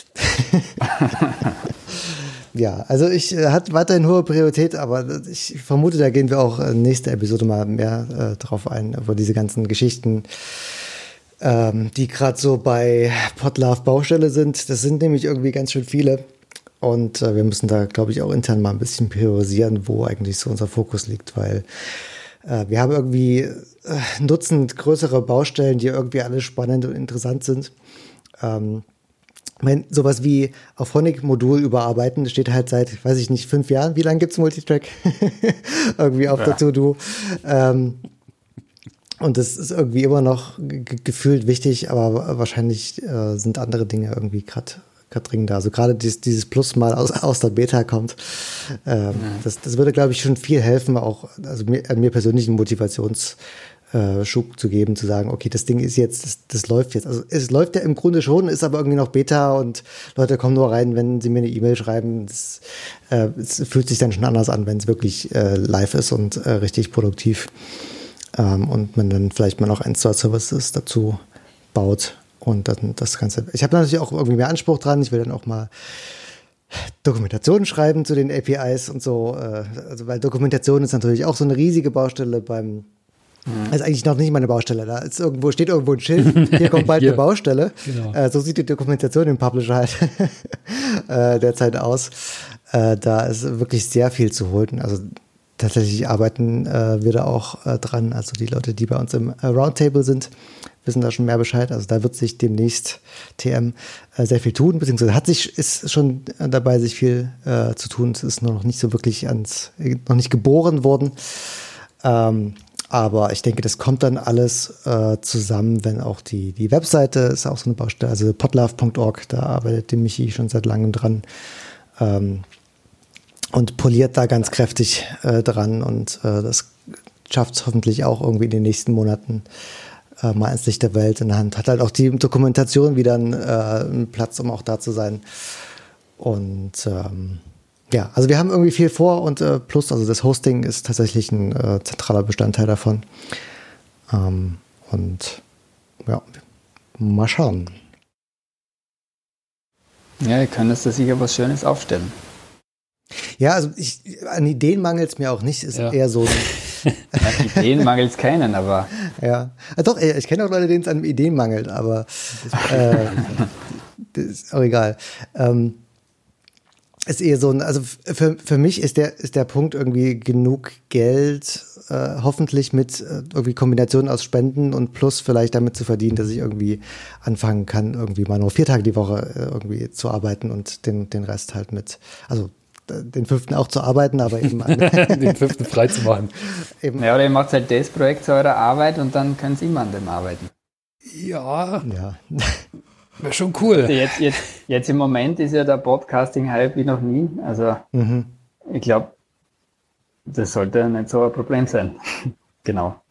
Ja, also ich äh, hat weiterhin hohe Priorität, aber ich vermute, da gehen wir auch äh, nächste Episode mal mehr äh, drauf ein, über diese ganzen Geschichten, ähm, die gerade so bei Podlove Baustelle sind. Das sind nämlich irgendwie ganz schön viele, und äh, wir müssen da, glaube ich, auch intern mal ein bisschen priorisieren, wo eigentlich so unser Fokus liegt, weil äh, wir haben irgendwie äh, ein Dutzend größere Baustellen, die irgendwie alle spannend und interessant sind. Ähm, Ich meine, sowas wie auf Honig-Modul überarbeiten, das steht halt seit, weiß ich nicht, fünf Jahren. Wie lange gibt's Multitrack? Irgendwie auf ja. der To-Do. Ähm, und das ist irgendwie immer noch g- gefühlt wichtig, aber wahrscheinlich äh, sind andere Dinge irgendwie gerade dringender. Also gerade dies, dieses Plus mal aus, aus der Beta kommt. Ähm, ja. das, das würde, glaube ich, schon viel helfen, auch also mir, mir persönlich einen Motivations- Äh, Schub zu geben, zu sagen, okay, das Ding ist jetzt, das, das läuft jetzt. Also es läuft ja im Grunde schon, ist aber irgendwie noch Beta, und Leute kommen nur rein, wenn sie mir eine E-Mail schreiben. Das, äh, es fühlt sich dann schon anders an, wenn es wirklich äh, live ist und äh, richtig produktiv. Ähm, und man dann vielleicht mal noch ein, zwei Services dazu baut und dann das Ganze. Ich habe natürlich auch irgendwie mehr Anspruch dran. Ich will dann auch mal Dokumentationen schreiben zu den A P Is und so. Äh, also weil Dokumentation ist natürlich auch so eine riesige Baustelle beim Das ist eigentlich noch nicht meine Baustelle. Da ist irgendwo, steht irgendwo ein Schild, hier kommt bald eine Baustelle. Genau. Äh, so sieht die Dokumentation im Publisher halt äh, derzeit aus. Äh, da ist wirklich sehr viel zu holen. Also tatsächlich arbeiten äh, wir da auch äh, dran. Also die Leute, die bei uns im äh, Roundtable sind, wissen da schon mehr Bescheid. Also da wird sich demnächst T M äh, sehr viel tun, beziehungsweise hat sich, ist schon dabei, sich viel äh, zu tun. Es ist nur noch nicht so wirklich ans, noch nicht geboren worden. Ähm, aber ich denke, das kommt dann alles äh, zusammen, wenn auch die, die Webseite ist auch so eine Baustelle, also podlove punkt org, da arbeitet die Michi schon seit langem dran ähm, und poliert da ganz kräftig äh, dran und äh, das schafft es hoffentlich auch irgendwie in den nächsten Monaten äh, mal ins Licht der Welt in der Hand. Hat halt auch die Dokumentation wieder einen, äh, einen Platz, um auch da zu sein. Und ähm, ja, also wir haben irgendwie viel vor und äh, plus, also das Hosting ist tatsächlich ein äh, zentraler Bestandteil davon. Ähm, und ja, mal schauen. Ja, ihr könnt da sicher was Schönes aufstellen. Ja, also ich, an Ideen mangelt es mir auch nicht, ist Ja. eher so. An Ideen mangelt es keinen, aber Ja, ah, doch, ich kenne auch Leute, denen es an Ideen mangelt, aber äh, das ist auch egal. Ähm, ist eher so ein, also für, für mich ist der, ist der Punkt irgendwie genug Geld, äh, hoffentlich mit äh, irgendwie Kombinationen aus Spenden und plus vielleicht damit zu verdienen, dass ich irgendwie anfangen kann, irgendwie mal nur vier Tage die Woche äh, irgendwie zu arbeiten und den, den Rest halt mit, also den fünften auch zu arbeiten, aber eben an, Den fünften frei zu machen. eben, ja, oder ihr macht halt das Projekt zu eurer Arbeit und dann könnt ihr immer an dem arbeiten. Ja, ja. wäre schon cool. Jetzt, jetzt, jetzt im Moment ist ja der Podcasting-Hype wie noch nie. Also Mhm. ich glaube, das sollte nicht so ein Problem sein. Genau.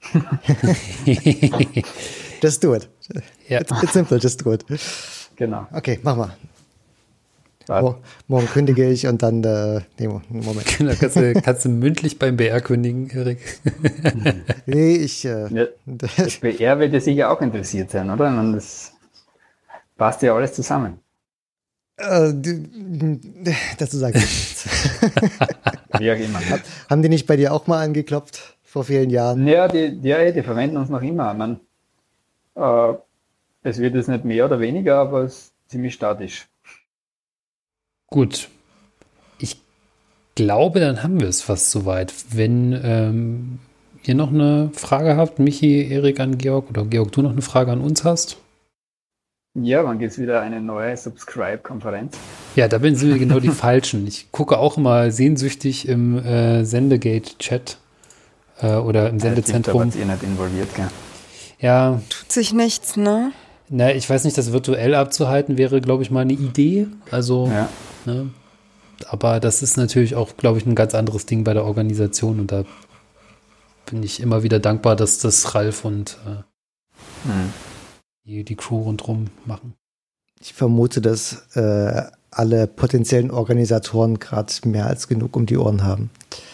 Just do it. Ja. It's, it's simple, just do it. Genau. Okay, mach mal. Warte. Mo- Morgen kündige ich und dann, äh, nee, Moment. Da kannst du, kannst du mündlich beim B R kündigen, Erik. Nee, ich, äh, Ja, das B R wird ja sicher auch interessiert sein, oder? Und das passt ja alles zusammen. äh, du- dazu sage ich nichts. Wie auch immer. Haben die nicht bei dir auch mal angeklopft vor vielen Jahren? Ja, die, ja, die verwenden uns noch immer. Ich mein, äh, es wird jetzt nicht mehr oder weniger, aber es ist ziemlich statisch. Gut. Ich glaube, dann haben wir es fast soweit. Wenn ähm, ihr noch eine Frage habt, Michi, Erik an Georg oder Georg, du noch eine Frage an uns hast? Ja, wann gibt es wieder eine neue Subscribe-Konferenz? Ja, da bin sind wir genau die Falschen. Ich gucke auch immer sehnsüchtig im äh, Sendegate-Chat äh, oder im Da Sendezentrum. wart ihr nicht involviert, gell? Ja, Tut sich nichts, ne? na, ich weiß nicht, das virtuell abzuhalten wäre, glaube ich, mal eine Idee. Also, Ja. ne? Aber das ist natürlich auch, glaube ich, ein ganz anderes Ding bei der Organisation und da bin ich immer wieder dankbar, dass das Ralf und äh, Hm. die, die Crew rundherum machen. Ich vermute, dass äh, alle potenziellen Organisatoren gerade mehr als genug um die Ohren haben.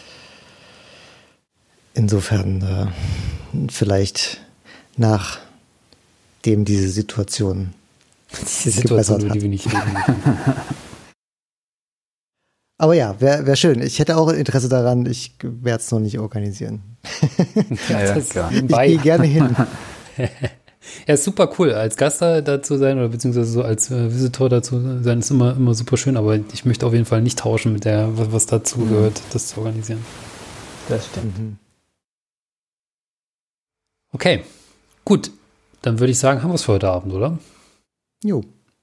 Insofern äh, vielleicht nachdem diese Situation Die Situation, über die wir nicht reden müssen. Aber ja, wäre wär schön. Ich hätte auch Interesse daran. Ich werde es noch nicht organisieren. Ja, ja, das klar. Ich nebenbei. gehe gerne hin. Ja, ist super cool. Als Gast da, da zu sein oder beziehungsweise so als äh, Visitor dazu sein, ist immer, immer super schön. Aber ich möchte auf jeden Fall nicht tauschen mit der, was, was dazu gehört, das zu organisieren. Das stimmt. Mhm. Okay, gut. Dann würde ich sagen, haben wir es für heute Abend, oder? Jo.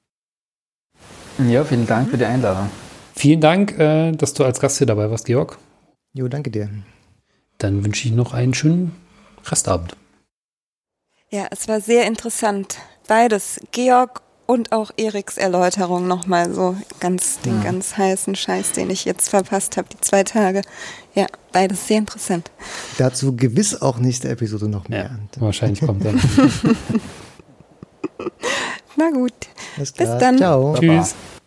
Ja, vielen Dank für die Einladung. Vielen Dank, äh, dass du als Gast hier dabei warst, Georg. Jo, danke dir. Dann wünsche ich noch einen schönen Restabend. Ja, es war sehr interessant. Beides, Georg und auch Eriks Erläuterung nochmal so ganz, den Mhm. ganz heißen Scheiß, den ich jetzt verpasst habe, die zwei Tage. Ja, beides sehr interessant. Dazu gewiss auch nächste Episode noch mehr. Wahrscheinlich kommt dann. Na gut, Alles bis klar. dann. Ciao. Baba. Tschüss.